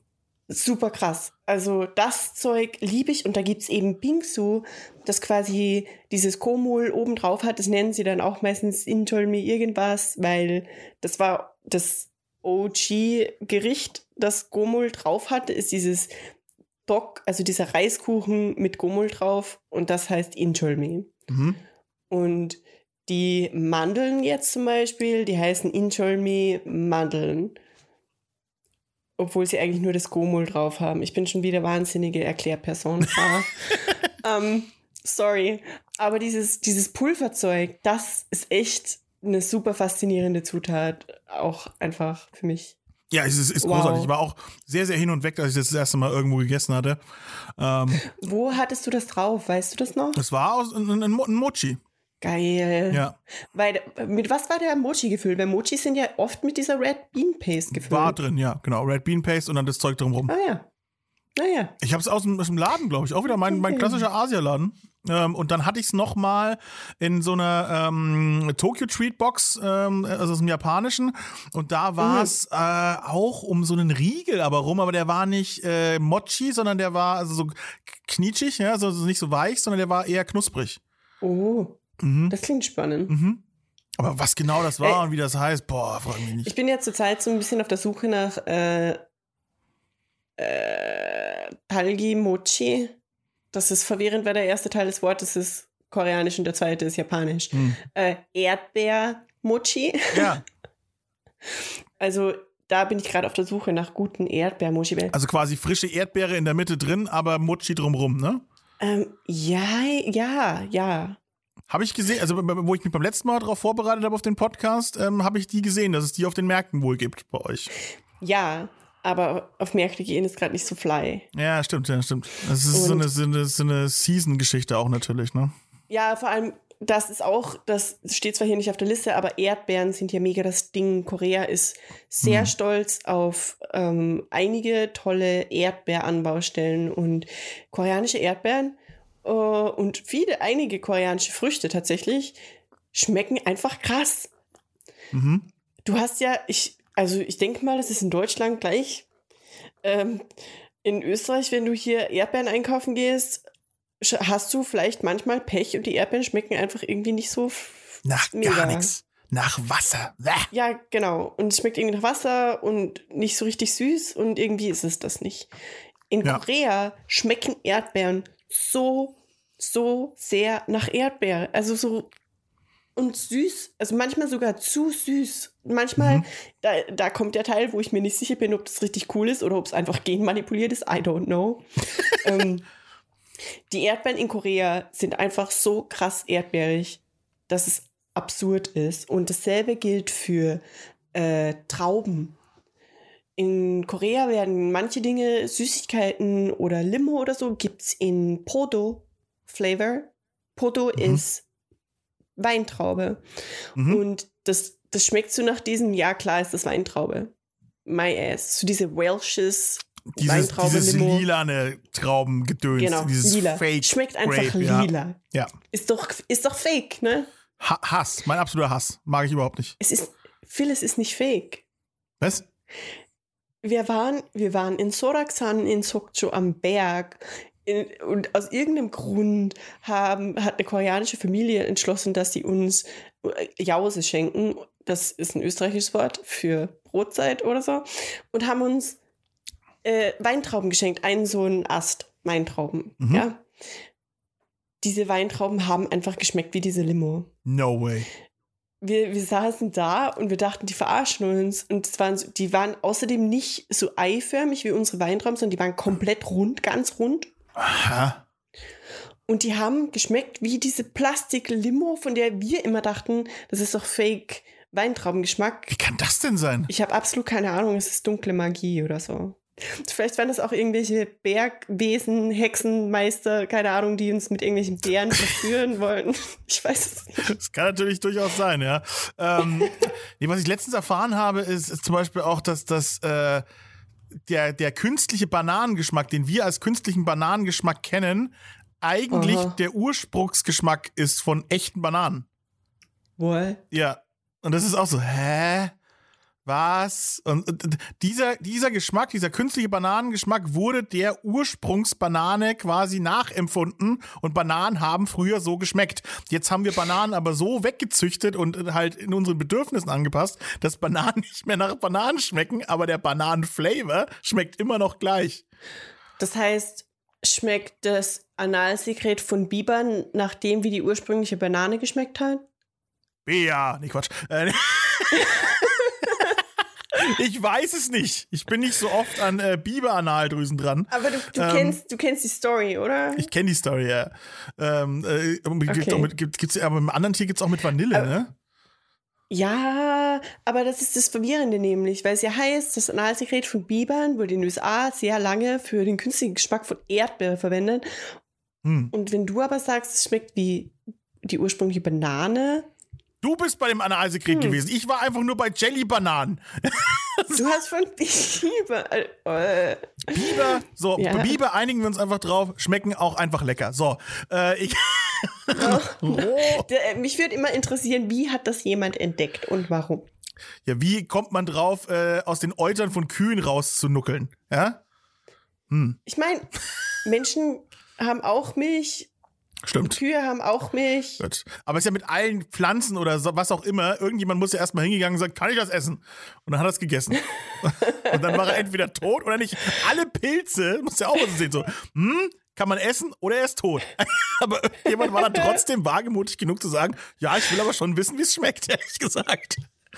super krass. Also das Zeug liebe ich und da gibt es eben Bingsu, das quasi dieses Komul oben drauf hat. Das nennen sie dann auch meistens Injolmi irgendwas, weil das war das O G-Gericht, das Gomul drauf hat, ist dieses Dok, also dieser Reiskuchen mit Gomul drauf und das heißt Injolmi. Mhm. Und die Mandeln jetzt zum Beispiel, die heißen Injolmi Mandeln. Obwohl sie eigentlich nur das Gomul drauf haben. Ich bin schon wieder wahnsinnige Erklärperson. ähm, sorry. Aber dieses, dieses Pulverzeug, das ist echt eine super faszinierende Zutat. Auch einfach für mich. Ja, es ist, ist Wow. großartig. Ich war auch sehr, sehr hin und weg, als ich das das erste Mal irgendwo gegessen hatte. Ähm, Wo hattest du das drauf? Weißt du das noch? das war aus, ein, ein, ein Mochi. Geil. Ja. Weil, mit was war der Mochi gefüllt? Weil Mochis sind ja oft mit dieser Red Bean Paste gefüllt. War drin, ja, genau. Red Bean Paste und dann das Zeug drumherum. Ah ja. Naja. Ich habe es aus, dem- aus dem Laden, glaube ich. Auch wieder mein, mein klassischer Asialaden. Ähm, und dann hatte ich es nochmal in so einer ähm, Tokyo Treat Box, ähm, also aus dem Japanischen. Und da war es äh, auch um so einen Riegel aber rum. Aber der war nicht äh, Mochi, sondern der war also so knietschig, ja, also nicht so weich, sondern der war eher knusprig. Oh, Mhm. das klingt spannend. Mhm. Aber was genau das war Ey. und wie das heißt, boah, frag mich nicht. Ich bin ja zurzeit so ein bisschen auf der Suche nach äh, äh, Talgi Mochi. Das ist verwirrend, weil der erste Teil des Wortes ist koreanisch und der zweite ist japanisch. Hm. Äh, Erdbeer-Mochi. Ja, Also da bin ich gerade auf der Suche nach guten Erdbeer-Mochi. also quasi frische Erdbeere in der Mitte drin, aber Mochi drumrum, ne? Ähm, ja, ja, ja. Habe ich gesehen, also wo ich mich beim letzten Mal darauf vorbereitet habe auf den Podcast, ähm, habe ich die gesehen, dass es die auf den Märkten wohl gibt bei euch. Ja, aber auf Märkte gehen ist gerade nicht so fly. Ja, stimmt, ja, stimmt. Das ist so Und- eine, so eine, so eine Season-Geschichte auch natürlich, ne? Ja, vor allem, das ist auch, das steht zwar hier nicht auf der Liste, aber Erdbeeren sind ja mega das Ding. Korea ist sehr Mhm. stolz auf ähm, einige tolle Erdbeeranbaustellen und koreanische Erdbeeren äh, und viele, einige koreanische Früchte tatsächlich schmecken einfach krass. Mhm. Du hast ja, ich, also ich denke mal, das ist in Deutschland gleich. Ähm, in Österreich, wenn du hier Erdbeeren einkaufen gehst, sch- hast du vielleicht manchmal Pech und die Erdbeeren schmecken einfach irgendwie nicht so. f- Nach mega. gar nichts. Nach Wasser. Bäh. Ja, genau. Und es schmeckt irgendwie nach Wasser und nicht so richtig süß und irgendwie ist es das nicht. In Ja. Korea schmecken Erdbeeren so, so sehr nach Erdbeere. Also so und süß, also manchmal sogar zu süß. Manchmal, Mhm. da, da kommt der Teil, wo ich mir nicht sicher bin, ob das richtig cool ist oder ob es einfach genmanipuliert ist. I don't know. ähm, die Erdbeeren in Korea sind einfach so krass erdbeerig, dass es absurd ist. Und dasselbe gilt für äh, Trauben. In Korea werden manche Dinge, Süßigkeiten oder Limo oder so, gibt es in Podo-Flavor. Podo Mhm. ist Weintraube. Mhm. Und das, das schmeckt so nach diesem, ja klar ist das Weintraube. My ass. So diese Welshes Dieses, dieses Weintraube-Limo. lilane Traubengedöns. Genau, dieses lila. Fake Schmeckt einfach Grape, ja. lila. Ja. Ist doch, ist doch fake, ne? Ha Hass, mein absoluter Hass. Mag ich überhaupt nicht. Es ist, Phyllis ist nicht fake. Was? Wir waren, wir waren in Soraksan in Sokcho am Berg. In, und aus irgendeinem Grund haben, hat eine koreanische Familie entschlossen, dass sie uns äh, Jause schenken. Das ist ein österreichisches Wort für Brotzeit oder so. Und haben uns äh, Weintrauben geschenkt. Einen so einen Ast Weintrauben. Mhm. Ja. Diese Weintrauben haben einfach geschmeckt wie diese Limo. No way. Wir, wir saßen da und wir dachten, die verarschen uns. Und es waren, so- die waren außerdem nicht so eiförmig wie unsere Weintrauben, sondern die waren komplett rund, ganz rund. Aha. Und die haben geschmeckt wie diese Plastik-Limo, von der wir immer dachten, das ist doch Fake-Weintraubengeschmack. Wie kann das denn sein? Ich habe absolut keine Ahnung, es ist dunkle Magie oder so. Vielleicht waren das auch irgendwelche Bergwesen, Hexenmeister, keine Ahnung, die uns mit irgendwelchen Bären verführen wollten. Ich weiß es nicht. Das kann natürlich durchaus sein, ja. Ähm, nee, was ich letztens erfahren habe, ist, ist zum Beispiel auch, dass das äh, der, der künstliche Bananengeschmack, den wir als künstlichen Bananengeschmack kennen, eigentlich Aha. der Ursprungsgeschmack ist von echten Bananen. Wohl. Ja. Und das ist auch so, hä? Was? Und, und dieser, dieser Geschmack, dieser künstliche Bananengeschmack wurde der Ursprungsbanane quasi nachempfunden und Bananen haben früher so geschmeckt. Jetzt haben wir Bananen aber so weggezüchtet und halt in unseren Bedürfnissen angepasst, dass Bananen nicht mehr nach Bananen schmecken, aber der Bananenflavor schmeckt immer noch gleich. Das heißt, schmeckt das Analsekret von Bibern nach dem, wie die ursprüngliche Banane geschmeckt hat? Ja, nee, Quatsch. Äh, Ich weiß es nicht. Ich bin nicht so oft an äh, Biber-Analdrüsen dran. Aber du, du, ähm, kennst, du kennst die Story, oder? Ich kenne die Story, ja. Ähm, äh, okay. mit, gibt, gibt's, aber im anderen Tier gibt es auch mit Vanille, aber, ne? Ja, aber das ist das Verwirrende nämlich, weil es ja heißt, das Analsekret von Bibern wurde in den U S A sehr lange für den künstlichen Geschmack von Erdbeere verwendet. Hm. Und wenn du aber sagst, es schmeckt wie die ursprüngliche Banane. Du bist bei dem Analsekret hm. gewesen. Ich war einfach nur bei Jelly-Bananen. Du hast von Biber. Äh. Biber, so, ja. bei Biber einigen wir uns einfach drauf, schmecken auch einfach lecker. So, äh, ich. oh. Der, mich würde immer interessieren, wie hat das jemand entdeckt und warum? Ja, wie kommt man drauf, äh, aus den Eutern von Kühen rauszunuckeln? Ja? Hm. Ich meine, Menschen haben auch Milch. Stimmt. Kühe haben auch Milch. Gut. Aber es ist ja mit allen Pflanzen oder so, was auch immer, irgendjemand muss ja erstmal hingegangen und sagen, kann ich das essen? Und dann hat er es gegessen. Und dann war er entweder tot oder nicht. Alle Pilze, muss ja auch was sehen, so, hm, kann man essen oder er ist tot. Aber jemand war dann trotzdem wagemutig genug zu sagen, ja, ich will aber schon wissen, wie es schmeckt, ehrlich gesagt.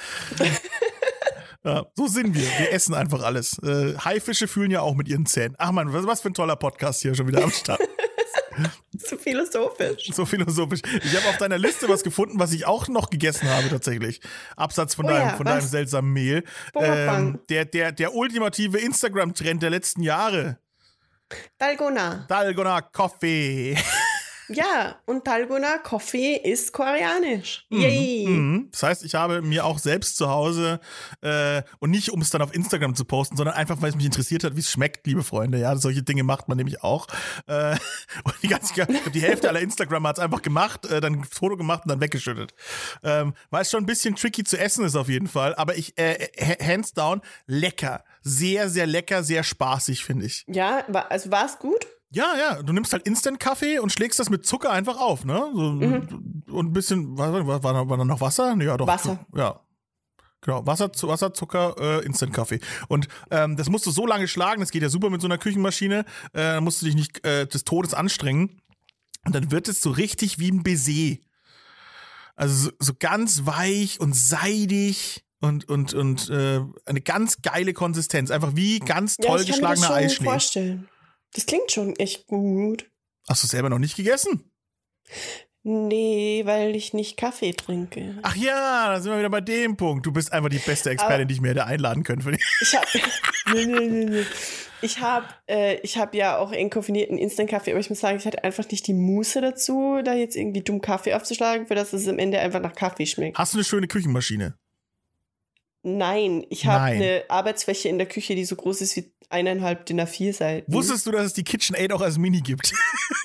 Ja, so sind wir. Wir essen einfach alles. Äh, Haifische fühlen ja auch mit ihren Zähnen. Ach man, was, was für ein toller Podcast hier schon wieder am Start. So philosophisch. So philosophisch. Ich habe auf deiner Liste was gefunden, was ich auch noch gegessen habe tatsächlich. Absatz von, oh deinem, ja, von deinem seltsamen Mehl. Ähm, der, der, der ultimative Instagram-Trend der letzten Jahre. Dalgona. Dalgona Coffee. Ja, und Dalgona Coffee ist koreanisch. Mhm. Yay. Mhm. Das heißt, ich habe mir auch selbst zu Hause äh, und nicht, um es dann auf Instagram zu posten, sondern einfach, weil es mich interessiert hat, wie es schmeckt, liebe Freunde. Ja, solche Dinge macht man nämlich auch. Äh, und die ganze, ich glaub, die Hälfte aller Instagramer hat es einfach gemacht, äh, dann ein Foto gemacht und dann weggeschüttet. Ähm, weil es schon ein bisschen tricky zu essen ist auf jeden Fall. Aber ich, äh, hands down, lecker. Sehr, sehr lecker, sehr spaßig, finde ich. Ja, also war es gut? Ja, ja, du nimmst halt Instant-Kaffee und schlägst das mit Zucker einfach auf, ne? So, mhm. Und ein bisschen, war, war, war, war da noch Wasser? Ja, doch. Wasser. Ja. Genau, Wasser, Wasser Zucker, äh, Instant-Kaffee. Und ähm, das musst du so lange schlagen, das geht ja super mit so einer Küchenmaschine, äh, da musst du dich nicht äh, des Todes anstrengen. Und dann wird es so richtig wie ein Baiser. Also so, so ganz weich und seidig. Und, und, und äh, eine ganz geile Konsistenz. Einfach wie ganz toll ja, geschlagener Eischnee. Ich kann mir das schon vorstellen. Das klingt schon echt gut. Hast du selber noch nicht gegessen? Nee, weil ich nicht Kaffee trinke. Ach ja, da sind wir wieder bei dem Punkt. Du bist einfach die beste Expertin, aber die ich mir hätte einladen können. Für dich. Ich habe nee, nee, nee, nee. Ich habe äh, ich hab ja auch entkoffinierten Instant-Kaffee, aber ich muss sagen, ich hatte einfach nicht die Muße dazu, da jetzt irgendwie dumm Kaffee aufzuschlagen, für das es am Ende einfach nach Kaffee schmeckt. Hast du eine schöne Küchenmaschine? Nein, ich habe eine Arbeitsfläche in der Küche, die so groß ist wie eineinhalb D I N A vier Seiten. Wusstest du, dass es die KitchenAid auch als Mini gibt?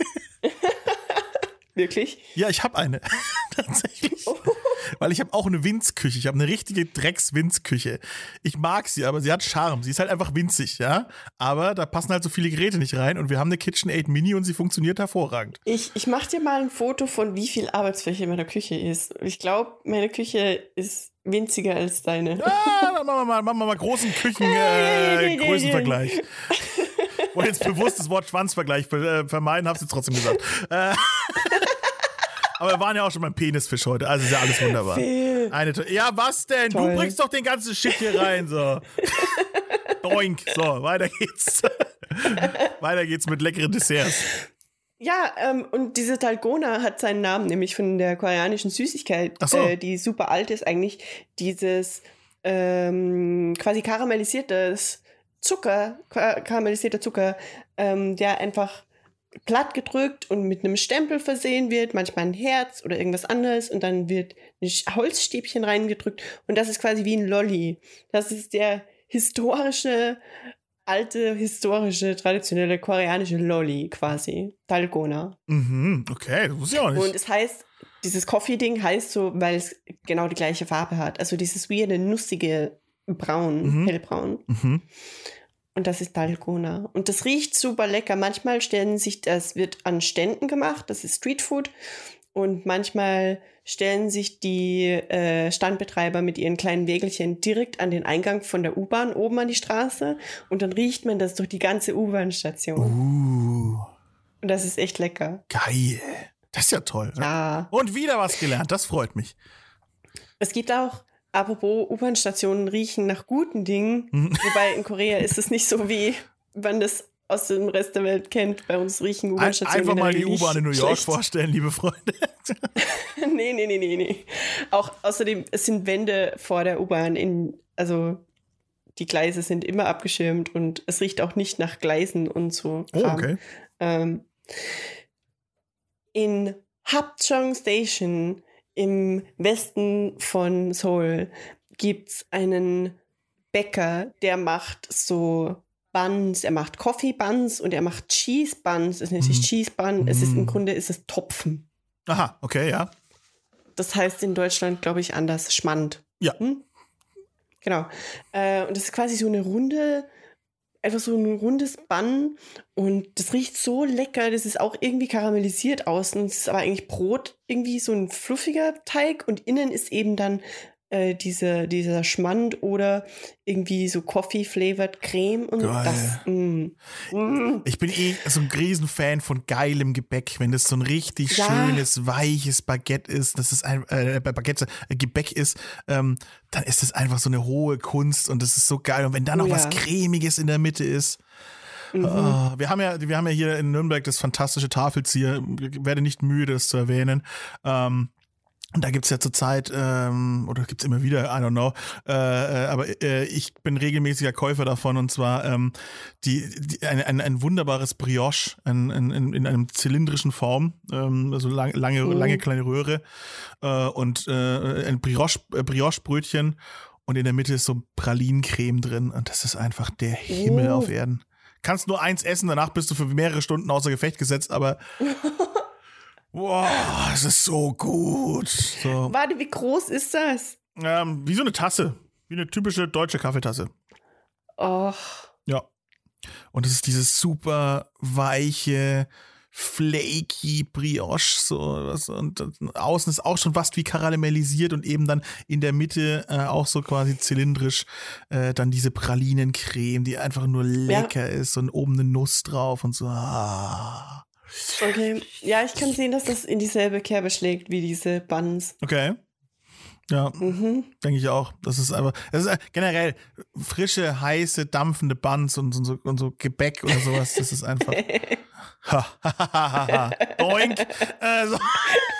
Wirklich? Ja, ich habe eine. Tatsächlich. Oh. Weil ich habe auch eine Winzküche. Ich habe eine richtige Drecks-Winzküche. Ich mag sie, aber sie hat Charme. Sie ist halt einfach winzig, ja. Aber da passen halt so viele Geräte nicht rein. Und wir haben eine KitchenAid Mini und sie funktioniert hervorragend. Ich, ich mache dir mal ein Foto von, wie viel Arbeitsfläche in meiner Küche ist. Ich glaube, meine Küche ist winziger als deine. Ja, dann machen wir mal, machen wir mal großen Küchen-Größenvergleich. Äh, und jetzt bewusst das Wort Schwanzvergleich vermeiden, hab's jetzt trotzdem gesagt. Äh, aber wir waren ja auch schon beim Penisfisch heute, also ist ja alles wunderbar. Eine, ja, was denn? Toll. Du bringst doch den ganzen Shit hier rein, so. Doink, so, weiter geht's. Weiter geht's mit leckeren Desserts. Ja, ähm, und diese Dalgona hat seinen Namen, nämlich von der koreanischen Süßigkeit, Ach so. äh, die super alt ist eigentlich, dieses ähm, quasi karamellisiertes Zucker, karamellisierter Zucker, ähm, der einfach platt gedrückt und mit einem Stempel versehen wird, manchmal ein Herz oder irgendwas anderes und dann wird ein Holzstäbchen reingedrückt und das ist quasi wie ein Lolli. Das ist der historische, alte, historische, traditionelle koreanische Lolli quasi. Dalgona. Mhm, okay, das wusste ich auch nicht. Und es heißt, dieses Coffee-Ding heißt so, weil es genau die gleiche Farbe hat. Also dieses weirde, nussige braun, Mhm. hellbraun. Mhm. Und das ist Dalgona. Und das riecht super lecker. Manchmal stellen sich, das wird an Ständen gemacht, das ist Streetfood. Und manchmal stellen sich die äh, Standbetreiber mit ihren kleinen Wägelchen direkt an den Eingang von der U-Bahn oben an die Straße. Und dann riecht man das durch die ganze U-Bahn-Station. Uh, Und das ist echt lecker. geil. Das ist ja toll. Ne? Ja. Und wieder was gelernt, das freut mich. Es gibt auch, apropos U-Bahn-Stationen riechen nach guten Dingen. Mhm. Wobei in Korea ist es nicht so, wie man das aus dem Rest der Welt kennt. Bei uns riechen U-Bahn-Stationen Einfach in der mal die Regel U-Bahn in New nicht York schlecht. vorstellen, liebe Freunde. nee, nee, nee, nee, nee. Auch außerdem, es sind Wände vor der U-Bahn, in, also die Gleise sind immer abgeschirmt und es riecht auch nicht nach Gleisen und so. Oh, Kram. okay. Ähm, in Hapjeong Station im Westen von Seoul gibt es einen Bäcker, der macht so Buns, er macht Coffee Buns und er macht Cheese Buns. Es nennt sich Mhm. Cheese Bun, es ist im Mhm. Grunde ist es Topfen. Aha, okay, ja. Das heißt in Deutschland, glaube ich, anders Schmand. Ja. Hm? Genau. Äh, und das ist quasi so eine runde, einfach so ein rundes Bun. Und das riecht so lecker. Das ist auch irgendwie karamellisiert außen. Es ist aber eigentlich Brot, irgendwie so ein fluffiger Teig. Und innen ist eben dann äh, diese, dieser Schmand oder irgendwie so Coffee-flavored Creme. Und Geil. das, mm. Mm. Ich bin eh so ein Riesenfan von geilem Gebäck, wenn das so ein richtig Ja. schönes, weiches Baguette ist, das ist ein äh, Baguette, äh, Gebäck ist, ähm, dann ist das einfach so eine hohe Kunst und das ist so geil. Und wenn dann Oh noch ja. was Cremiges in der Mitte ist. Mhm. Ah, wir haben ja, wir haben ja hier in Nürnberg das fantastische Tafelzier. Ich werde nicht müde, das zu erwähnen. Ähm, Und da gibt's ja zurzeit, ähm, oder gibt's immer wieder, I don't know, äh, äh, aber äh, ich bin regelmäßiger Käufer davon und zwar ähm, die, die, ein, ein, ein wunderbares Brioche ein, ein, in, in einem zylindrischen Form, ähm, also lang, lange, Mhm. lange kleine Röhre äh, und äh, ein Brioche, äh, Brioche-Brötchen und in der Mitte ist so Pralinencreme drin und das ist einfach der Himmel Oh. auf Erden. Kannst nur eins essen, danach bist du für mehrere Stunden außer Gefecht gesetzt, aber wow, es ist so gut. So, Warte, wie groß ist das? ähm, wie so eine Tasse. Wie eine typische deutsche Kaffeetasse. Och. Ja. Und es ist dieses super weiche, flaky Brioche. So, was, und, und außen ist auch schon fast wie karamellisiert und eben dann in der Mitte äh, auch so quasi zylindrisch äh, dann diese Pralinencreme, die einfach nur lecker ist und oben eine Nuss drauf und so. Ah. Okay. Ja, ich kann sehen, dass das in dieselbe Kerbe schlägt wie diese Buns. Okay. Ja, Mhm. denke ich auch. Das ist einfach, das ist äh, generell frische, heiße, dampfende Buns und, und, so, und so Gebäck oder sowas. Das ist einfach. Ha, ha, ha, ha, ha. Doink. Äh, so.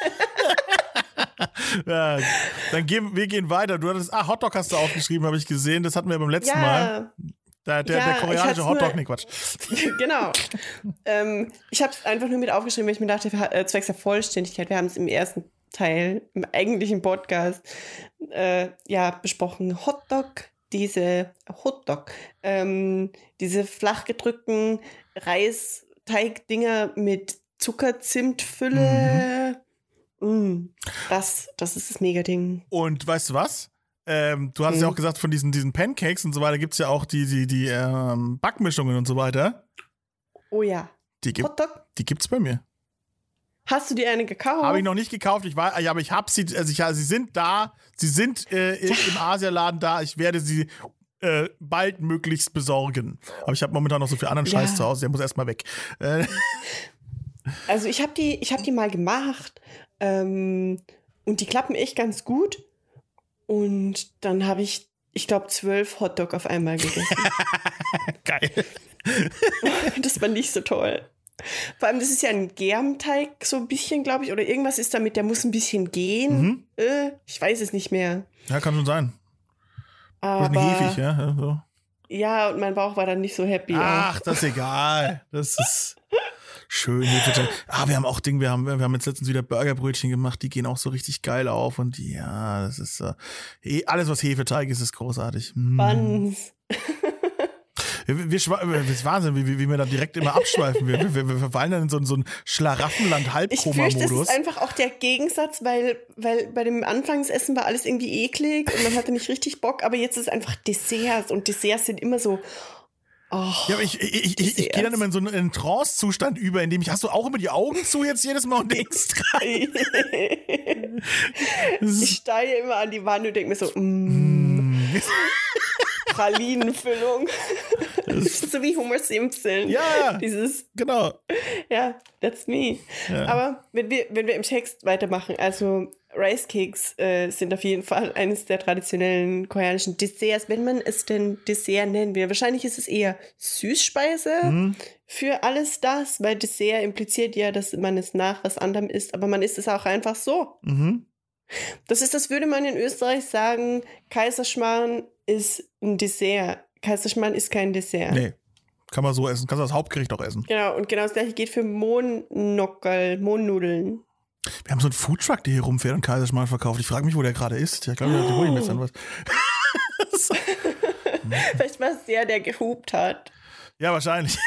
Ja, dann gehen wir gehen weiter. Du hattest, ah, Hotdog hast du aufgeschrieben, habe ich gesehen. Das hatten wir beim letzten Mal. Ja, Der, der, Ja, der ich koreanische hat's Hotdog, nur- nee, Quatsch. genau. ähm, ich habe es einfach nur mit aufgeschrieben, weil ich mir dachte, wir- äh, zwecks der Vollständigkeit, wir haben es im ersten Teil, im eigentlichen Podcast, äh, ja, besprochen. Hotdog, diese Hotdog, ähm, diese flach gedrückten Reisteigdinger mit Zucker-Zimt-Fülle. Mm, das, das ist das Mega-Ding. Und weißt du was? Ähm, du hattest ja Hm. auch gesagt, von diesen, diesen Pancakes und so weiter gibt es ja auch die, die, die ähm, Backmischungen und so weiter. Oh ja. Die, gibt, Hotdog? die gibt's bei mir. Hast du dir eine gekauft? Habe ich noch nicht gekauft, ich war, ja, aber ich habe sie, also ich, ja, sie sind da, sie sind äh, im, im Asialaden da, ich werde sie äh, baldmöglichst besorgen. Aber ich habe momentan noch so viel anderen Ja. Scheiß zu Hause, der muss erstmal weg. Äh, Also ich habe die, ich hab die mal gemacht ähm, und die klappen echt ganz gut. Und dann habe ich, ich glaube, zwölf Hotdog auf einmal gegessen. geil. Das war nicht so toll. Vor allem, das ist ja ein Germteig, so ein bisschen, glaube ich. Oder irgendwas ist damit, der muss ein bisschen gehen. Mhm. Äh, ich weiß es nicht mehr. Ja, kann schon sein. Das ist Aber ein Hefig, ja. ja, so. ja, und mein Bauch war dann nicht so happy. Ach, das ist egal. Das ist schön. Hefeteig. Ah, wir haben auch Ding, wir haben, wir haben jetzt letztens wieder Burgerbrötchen gemacht, die gehen auch so richtig geil auf. Und die, ja, das ist äh, eh, alles, was Hefeteig ist, ist großartig. Mm. Buns. Wir, wir, schwa- das ist Wahnsinn, wie, wie, wie wir da direkt immer abschweifen. Wir, wir, wir verfallen dann in so, so ein Schlaraffenland-Halbkoma-Modus. Ich fürchte, es ist einfach auch der Gegensatz, weil, weil bei dem Anfangsessen war alles irgendwie eklig und man hatte nicht richtig Bock, aber jetzt ist es einfach Desserts und Desserts sind immer so. Oh, ja, aber ich, ich, ich, ich, ich gehe dann immer in so einen, einen Trance-Zustand über, in dem ich, hast du auch immer die Augen zu jetzt jedes Mal und denkst dran. Ich steige immer an die Wand und denke mir so, mm, Pralinenfüllung. So wie Homer Simpson. Ja, Dieses, genau. ja, that's me. Ja. Aber wenn wir, wenn wir im Text weitermachen, also Rice Cakes äh, sind auf jeden Fall eines der traditionellen koreanischen Desserts, wenn man es denn Dessert nennen will. Wahrscheinlich ist es eher Süßspeise Mhm. für alles das, weil Dessert impliziert ja, dass man es nach was anderem isst, aber man isst es auch einfach so. Mhm. Das ist, das würde man in Österreich sagen, Kaiserschmarrn ist ein Dessert. Kaiserschmarrn ist kein Dessert. Nee, kann man so essen. Kannst du das Hauptgericht auch essen. Genau, und genau das gleiche geht für Mohnnockerl, Mohnnudeln. Wir haben so einen Foodtruck, der hier rumfährt und Kaiserschmarrn verkauft. Ich frage mich, wo der gerade ist. Ich glaube, der holt ihm jetzt an was. Vielleicht war es der, der gehupt hat. Ja, wahrscheinlich.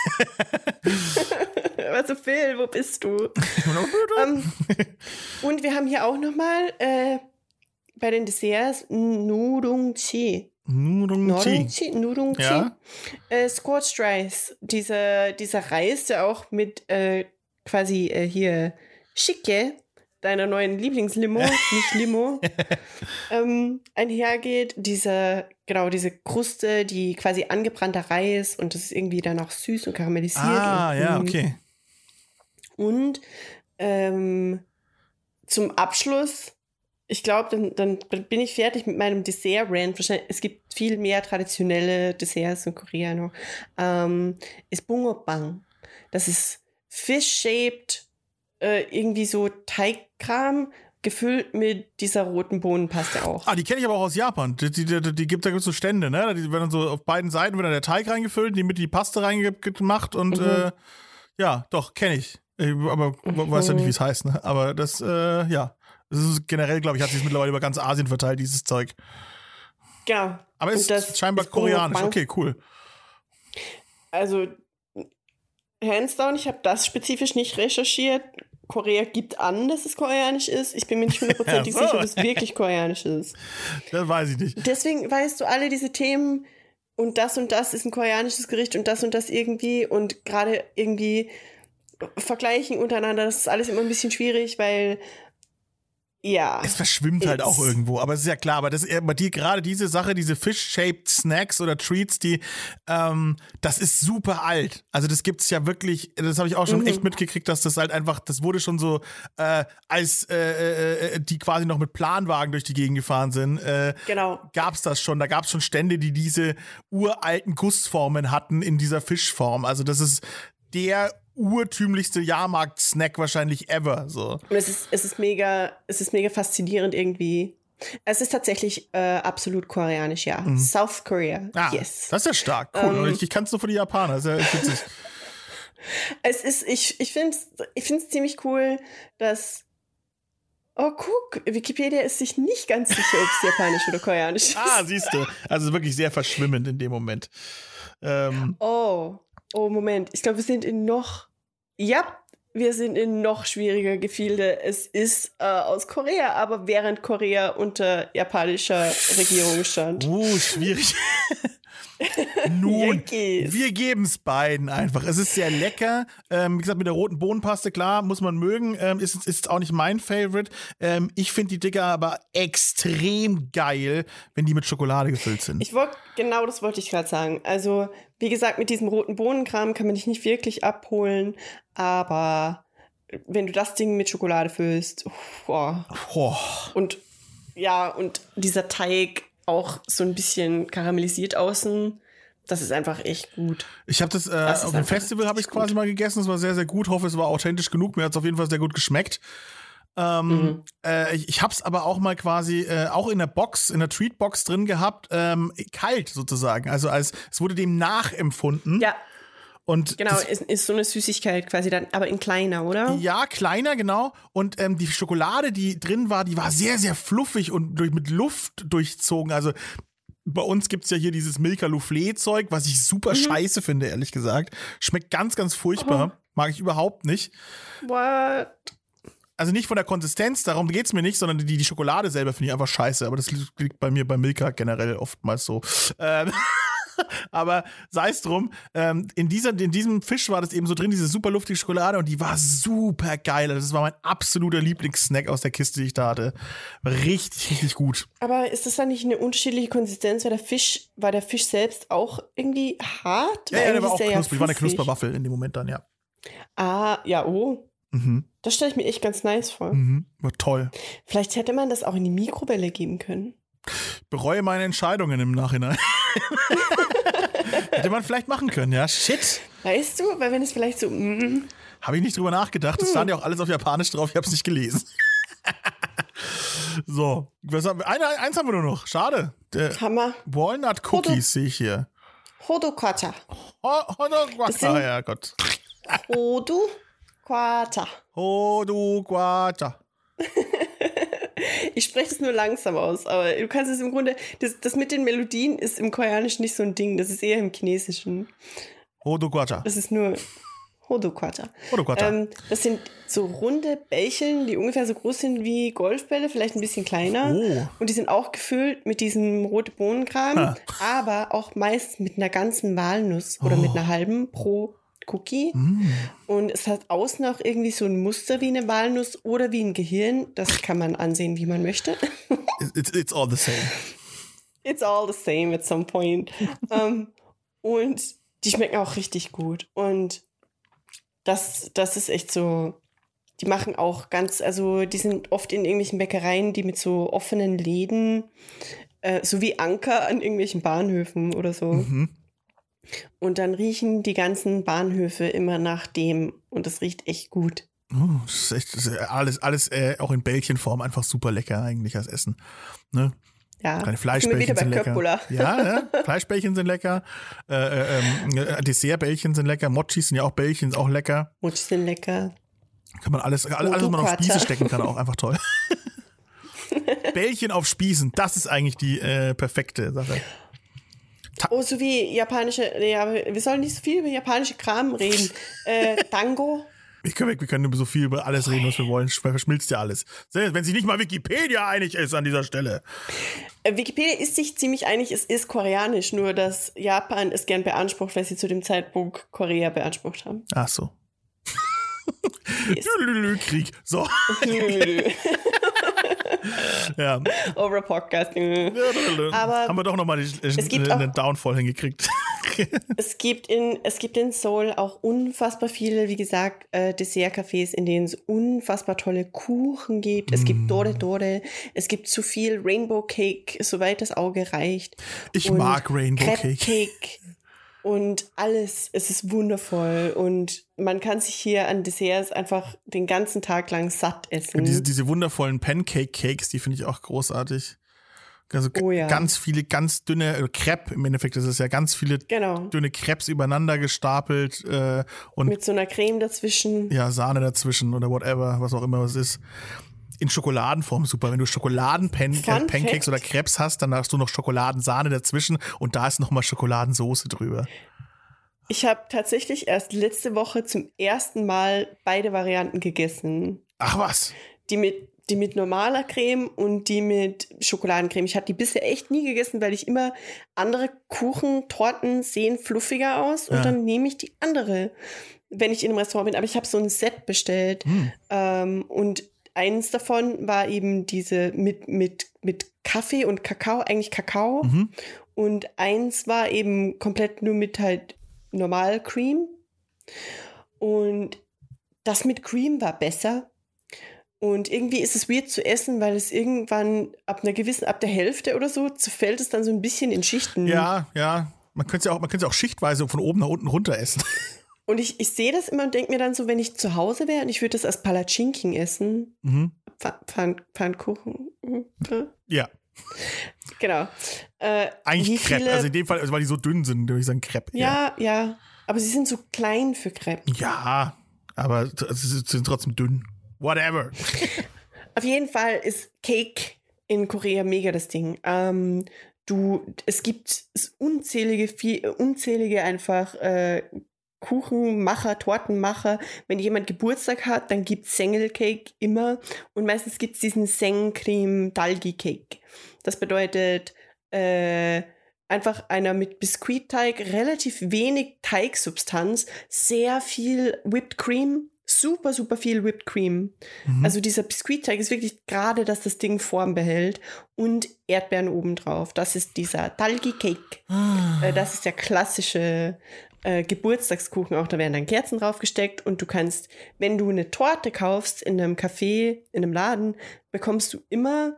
Also Phil, wo bist du? um, und wir haben hier auch nochmal äh, bei den Desserts Nurungchi. Nurungchi. Nurungchi? Nurungchi? Ja. Äh, Scorched Rice. Dieser, dieser Reis, der auch mit äh, quasi äh, hier Schicke, deiner neuen Lieblingslimo, nicht Limo, ähm, einhergeht. Diese, genau, diese Kruste, die quasi angebrannter Reis und das ist irgendwie dann auch süß und karamellisiert. Ah, und, ja, okay. Und ähm, zum Abschluss, ich glaube, dann, dann bin ich fertig mit meinem Dessert-Rant. Wahrscheinlich, es gibt viel mehr traditionelle Desserts in Korea noch. Ähm, ist Bungeoppang. Das ist Fish-shaped, äh, irgendwie so Teigkram, gefüllt mit dieser roten Bohnenpaste auch. Ah, die kenne ich aber auch aus Japan. Die, die, die, die gibt, da gibt es so Stände, ne? Die werden dann so auf beiden Seiten wird dann der Teig reingefüllt, in die Mitte die Paste reingemacht und Mhm. äh, ja, doch, kenne ich. Ich. Aber mhm. weiß ja nicht, wie es heißt, ne? Aber das, äh, ja. Das ist generell, glaube ich, hat sich mittlerweile über ganz Asien verteilt, dieses Zeug. Genau. Aber es ist scheinbar ist koreanisch. Okay, cool. Also, hands down, ich habe das spezifisch nicht recherchiert. Korea gibt an, dass es koreanisch ist. Ich bin mir nicht hundertprozentig Ja, so. sicher, ob es wirklich koreanisch ist. Das weiß ich nicht. Deswegen weißt du alle diese Themen und das und das ist ein koreanisches Gericht und das und das irgendwie und gerade irgendwie vergleichen untereinander, das ist alles immer ein bisschen schwierig, weil ja. Es verschwimmt halt auch It's- irgendwo, aber es ist ja klar, aber das aber die gerade diese Sache, diese Fish-shaped Snacks oder Treats, die ähm, das ist super alt. Also das gibt's ja wirklich, das habe ich auch schon Mhm. echt mitgekriegt, dass das halt einfach, das wurde schon so äh, als äh, äh, die quasi noch mit Planwagen durch die Gegend gefahren sind, äh, Genau. gab's das schon. Da gab's schon Stände, die diese uralten Gussformen hatten in dieser Fischform. Also das ist der urtümlichste Jahrmarkt-Snack wahrscheinlich ever. So. Und es ist, es ist mega, es ist mega faszinierend irgendwie. Es ist tatsächlich äh, absolut koreanisch, ja. South Korea, Ah, yes. das ist ja stark. Cool. Ähm, ich ich kann es nur von den Japanern. Das ist ja echt witzig. Es ist, ich, ich finde es ich find's ziemlich cool, dass. Oh, guck, Wikipedia ist sich nicht ganz sicher, ob es japanisch oder koreanisch ist. Ah, siehst du. Also wirklich sehr verschwimmend in dem Moment. Ähm, Oh, oh, Moment. Ich glaube, wir sind in noch. Ja, wir sind in noch schwieriger Gefilde. Es ist äh, aus Korea, aber während Korea unter japanischer Regierung stand. uh, schwierig. Nun, Yankees. wir geben es beiden einfach. Es ist sehr lecker. Ähm, wie gesagt, mit der roten Bohnenpaste, klar, muss man mögen. Ähm, ist, ist auch nicht mein Favorite. Ähm, ich finde die Dinger aber extrem geil, wenn die mit Schokolade gefüllt sind. Ich wollte, genau das wollte ich gerade sagen. Also, wie gesagt, mit diesem roten Bohnenkram kann man dich nicht wirklich abholen, aber wenn du das Ding mit Schokolade füllst, oh, oh. und ja, und dieser Teig auch so ein bisschen karamellisiert außen, das ist einfach echt gut. Ich habe das, äh, Das ist auf dem einfach Festival habe ich richtig quasi gut. mal gegessen. Es war sehr, sehr gut. Hoffe, es war authentisch genug. Mir hat es auf jeden Fall sehr gut geschmeckt. Ähm, Mhm. äh, ich ich habe es aber auch mal quasi äh, auch in der Box, in der Treatbox drin gehabt, ähm, kalt sozusagen. Also als es wurde dem nachempfunden. Ja, Und genau, das, ist, ist so eine Süßigkeit quasi dann, aber in kleiner, oder? ja, kleiner, genau. Und ähm, die Schokolade, die drin war, die war sehr, sehr fluffig und durch, mit Luft durchzogen. Also bei uns gibt es ja hier dieses Milka-Soufflé-Zeug, was ich super mhm. scheiße finde, ehrlich gesagt. Schmeckt ganz, ganz furchtbar. Oh. Mag ich überhaupt nicht. What? Also nicht von der Konsistenz, darum geht es mir nicht, sondern die, die Schokolade selber finde ich einfach scheiße. Aber das liegt bei mir bei Milka generell oftmals so. Ähm, aber sei es drum, ähm, in, dieser, in diesem Fisch war das eben so drin, diese super luftige Schokolade und die war super geil. Das war mein absoluter Lieblingssnack aus der Kiste, die ich da hatte. War richtig, richtig gut. Aber ist das dann nicht eine unterschiedliche Konsistenz? War der Fisch, war der Fisch selbst auch irgendwie hart? Ja, ja, der war auch der knusprig. Ja war eine Knusperwaffel in dem Moment dann, ja. Ah, ja, oh. Mhm. Das stelle ich mir echt ganz nice vor. Mhm. War toll. Vielleicht hätte man das auch in die Mikrowelle geben können. Ich bereue meine Entscheidungen im Nachhinein. Hätte man vielleicht machen können, ja. Shit. Weißt du, weil wenn es vielleicht so... Mm, Habe ich nicht drüber nachgedacht. Das stand ja auch alles auf Japanisch drauf. Ich habe es nicht gelesen. So. Was haben wir? Eine, eins haben wir nur noch. Schade. Der Hammer. Walnut Cookies sehe ich hier. Hodokata. Hodokata, ja Gott. Hodokata. Hodokata. Ich spreche das nur langsam aus, aber du kannst es im Grunde, das, das mit den Melodien ist im Koreanischen nicht so ein Ding, das ist eher im Chinesischen. Hodokata. Das ist nur Hodokata. Hodokata. Ähm, das sind so runde Bällchen, die ungefähr so groß sind wie Golfbälle, vielleicht ein bisschen kleiner. Oh. Und die sind auch gefüllt mit diesem rote Bohnenkram, ah. aber auch meist mit einer ganzen Walnuss oder oh. mit einer halben pro Cookie. Mm. Und es hat außen auch irgendwie so ein Muster wie eine Walnuss oder wie ein Gehirn. Das kann man ansehen, wie man möchte. It's, it's all the same. It's all the same at some point. um, und die schmecken auch richtig gut. Und das, das ist echt so, die machen auch ganz, also die sind oft in irgendwelchen Bäckereien, die mit so offenen Läden, äh, so wie Anker an irgendwelchen Bahnhöfen oder so. Mhm. Und dann riechen die ganzen Bahnhöfe immer nach dem. Und das riecht echt gut. Oh, das ist echt das ist alles, alles äh, auch in Bällchenform einfach super lecker eigentlich als Essen. Ne? Ja, keine Fleischbällchen sind lecker. Ja, ja, Fleischbällchen sind lecker. Äh, äh, Dessertbällchen sind lecker. Mochis sind ja auch Bällchen, ist auch lecker. Mochis sind lecker. Kann man alles, alles, was man auf Spieße stecken kann, auch einfach toll. Bällchen auf Spießen, das ist eigentlich die äh, perfekte Sache. Oh, so wie japanische, ja, wir sollen nicht so viel über japanische Kram reden. Äh, Tango. Wir können, wir können über so viel über alles reden, was wir wollen. Verschmilzt ja alles. Wenn sich nicht mal Wikipedia einig ist an dieser Stelle. Äh, Wikipedia ist sich ziemlich einig, es ist koreanisch, nur dass Japan es gern beansprucht, weil sie zu dem Zeitpunkt Korea beansprucht haben. Ach so. Yes. Krieg. So. Ja. Over Podcasting. Aber haben wir doch nochmal einen Downfall hingekriegt. es, gibt in, es gibt in Seoul auch unfassbar viele, wie gesagt, äh, Dessert-Cafés, in denen es unfassbar tolle Kuchen gibt. Es mm. gibt Dore Dore, es gibt zu viel Rainbow Cake, soweit das Auge reicht. Ich und mag Rainbow Crepe Cake. Cake. Und alles, es ist wundervoll und man kann sich hier an Desserts einfach den ganzen Tag lang satt essen. Diese, diese wundervollen Pancake-Cakes, die finde ich auch großartig. Also oh ja. ganz viele, ganz dünne äh, Crepe, im Endeffekt ist es ja ganz viele genau. dünne Crepes übereinander gestapelt. Äh, und mit so einer Creme dazwischen. Ja, Sahne dazwischen oder whatever, was auch immer es ist. In Schokoladenform super. Wenn du Schokoladen-Pancakes oder Crepes hast, dann hast du noch Schokoladensahne dazwischen und da ist nochmal Schokoladensoße drüber. Ich habe tatsächlich erst letzte Woche zum ersten Mal beide Varianten gegessen. Ach was? Die mit, die mit normaler Creme und die mit Schokoladencreme. Ich habe die bisher echt nie gegessen, weil ich immer andere Kuchen, Torten sehen fluffiger aus und ja. dann nehme ich die andere, wenn ich in einem Restaurant bin. Aber ich habe so ein Set bestellt hm. ähm, und eins davon war eben diese mit, mit, mit Kaffee und Kakao, eigentlich Kakao. Mhm. Und eins war eben komplett nur mit halt normal Cream. Und das mit Cream war besser. Und irgendwie ist es weird zu essen, weil es irgendwann ab einer gewissen, ab der Hälfte oder so, zerfällt es dann so ein bisschen in Schichten. Ja, ja. Man könnte es ja auch, man könnte es auch schichtweise von oben nach unten runter essen. Und ich, ich sehe das immer und denke mir dann so, wenn ich zu Hause wäre und ich würde das als Palatschinken essen. Mhm. Pfann, Pfannkuchen. Ja. Genau. Äh, Eigentlich Crepe. Viele, also in dem Fall, also weil die so dünn sind, würde ich sagen Crepe. Ja, ja, ja. Aber sie sind so klein für Crepe. Ja, aber sie sind trotzdem dünn. Whatever. Auf jeden Fall ist Cake in Korea mega das Ding. Ähm, Du, es gibt unzählige, viel, unzählige einfach äh, Kuchenmacher, Tortenmacher. Wenn jemand Geburtstag hat, dann gibt es Sengelcake immer. Und meistens gibt es diesen Sengencreme-Dalgi-Cake. Das bedeutet äh, einfach einer mit Biskuitteig, relativ wenig Teigsubstanz, sehr viel Whipped Cream, super, super viel Whipped Cream. Mhm. Also dieser Biskuitteig ist wirklich gerade, dass das Ding Form behält und Erdbeeren obendrauf. Das ist dieser Dalgi-Cake. Ah. Äh, das ist der klassische äh, Geburtstagskuchen. Auch da werden dann Kerzen draufgesteckt und du kannst, wenn du eine Torte kaufst in einem Café, in einem Laden, bekommst du immer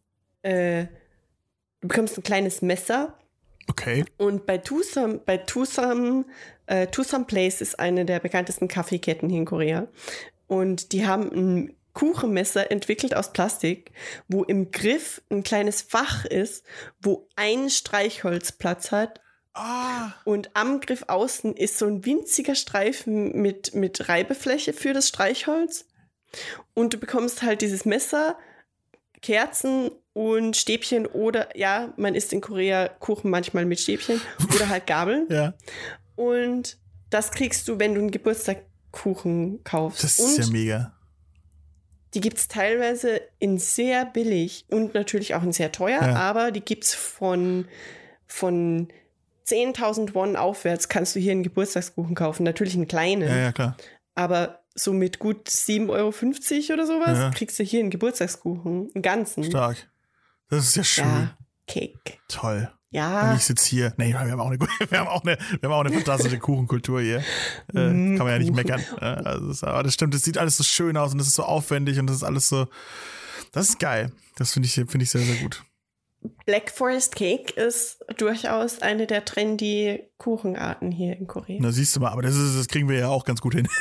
äh, du bekommst ein kleines Messer. Okay. Und bei Tusam, bei Tusam, äh, Tusam Place ist eine der bekanntesten Kaffeeketten hier in Korea. Und die haben ein Kuchenmesser entwickelt aus Plastik, wo im Griff ein kleines Fach ist, wo ein Streichholz Platz hat. Ah. Und am Griff außen ist so ein winziger Streifen mit, mit Reibefläche für das Streichholz. Und du bekommst halt dieses Messer, Kerzen und Stäbchen oder, ja, man isst in Korea Kuchen manchmal mit Stäbchen oder halt Gabeln. Ja. Und das kriegst du, wenn du einen Geburtstagskuchen kaufst. Das ist und ja mega. Die gibt es teilweise in sehr billig und natürlich auch in sehr teuer, ja. Aber die gibt es von, von zehntausend Won aufwärts kannst du hier einen Geburtstagskuchen kaufen. Natürlich einen kleinen. Ja, ja, klar. Aber so mit gut sieben Euro fünfzig oder sowas ja. kriegst du hier einen Geburtstagskuchen, einen ganzen. Stark. Das ist ja schön. Ja, Cake. Toll. Ja. Und ich sitze hier. Nee, wir haben auch eine, wir haben auch eine, wir haben auch eine fantastische Kuchenkultur hier. Äh, mm, kann man ja nicht meckern. Also das, aber das stimmt, das sieht alles so schön aus und das ist so aufwendig und das ist alles so. Das ist geil. Das finde ich, finde ich sehr, sehr gut. Black Forest Cake ist durchaus eine der trendy Kuchenarten hier in Korea. Na, siehst du mal, aber das, ist, das kriegen wir ja auch ganz gut hin.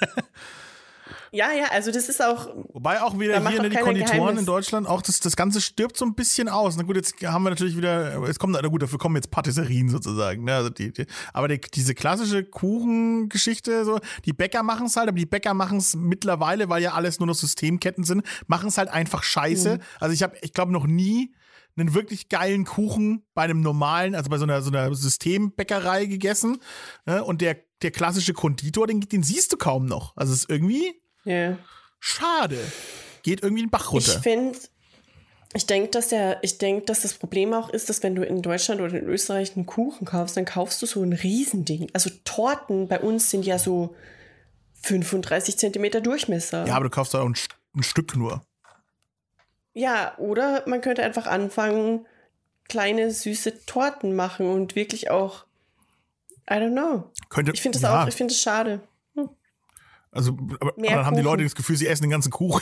Ja, ja, also das ist auch. Wobei auch wieder hier ne, die Konditoren Geheimnis. In Deutschland, auch das, das Ganze stirbt so ein bisschen aus. Na gut, jetzt haben wir natürlich wieder, jetzt kommen, na gut, dafür kommen jetzt Patisserien sozusagen. Ne? Also die, die, aber die, diese klassische Kuchengeschichte, so, die Bäcker machen es halt, aber die Bäcker machen es mittlerweile, weil ja alles nur noch Systemketten sind, machen es halt einfach scheiße. Mhm. Also ich habe, ich glaube, noch nie einen wirklich geilen Kuchen bei einem normalen, also bei so einer, so einer Systembäckerei gegessen. Ne? Und der, der klassische Konditor, den, den siehst du kaum noch. Also es ist irgendwie ja. schade. Geht irgendwie den Bach runter. Ich finde, ich denke, dass der, ich denke, dass das Problem auch ist, dass wenn du in Deutschland oder in Österreich einen Kuchen kaufst, dann kaufst du so ein Riesending. Also Torten bei uns sind ja so fünfunddreißig Zentimeter Durchmesser. Ja, aber du kaufst da auch ein, ein Stück nur. Ja, oder man könnte einfach anfangen, kleine, süße Torten machen und wirklich auch, I don't know. Könnte, ich finde das ja. auch, ich finde das schade. Hm. Also, aber, aber dann haben die Leute das Gefühl, sie essen den ganzen Kuchen.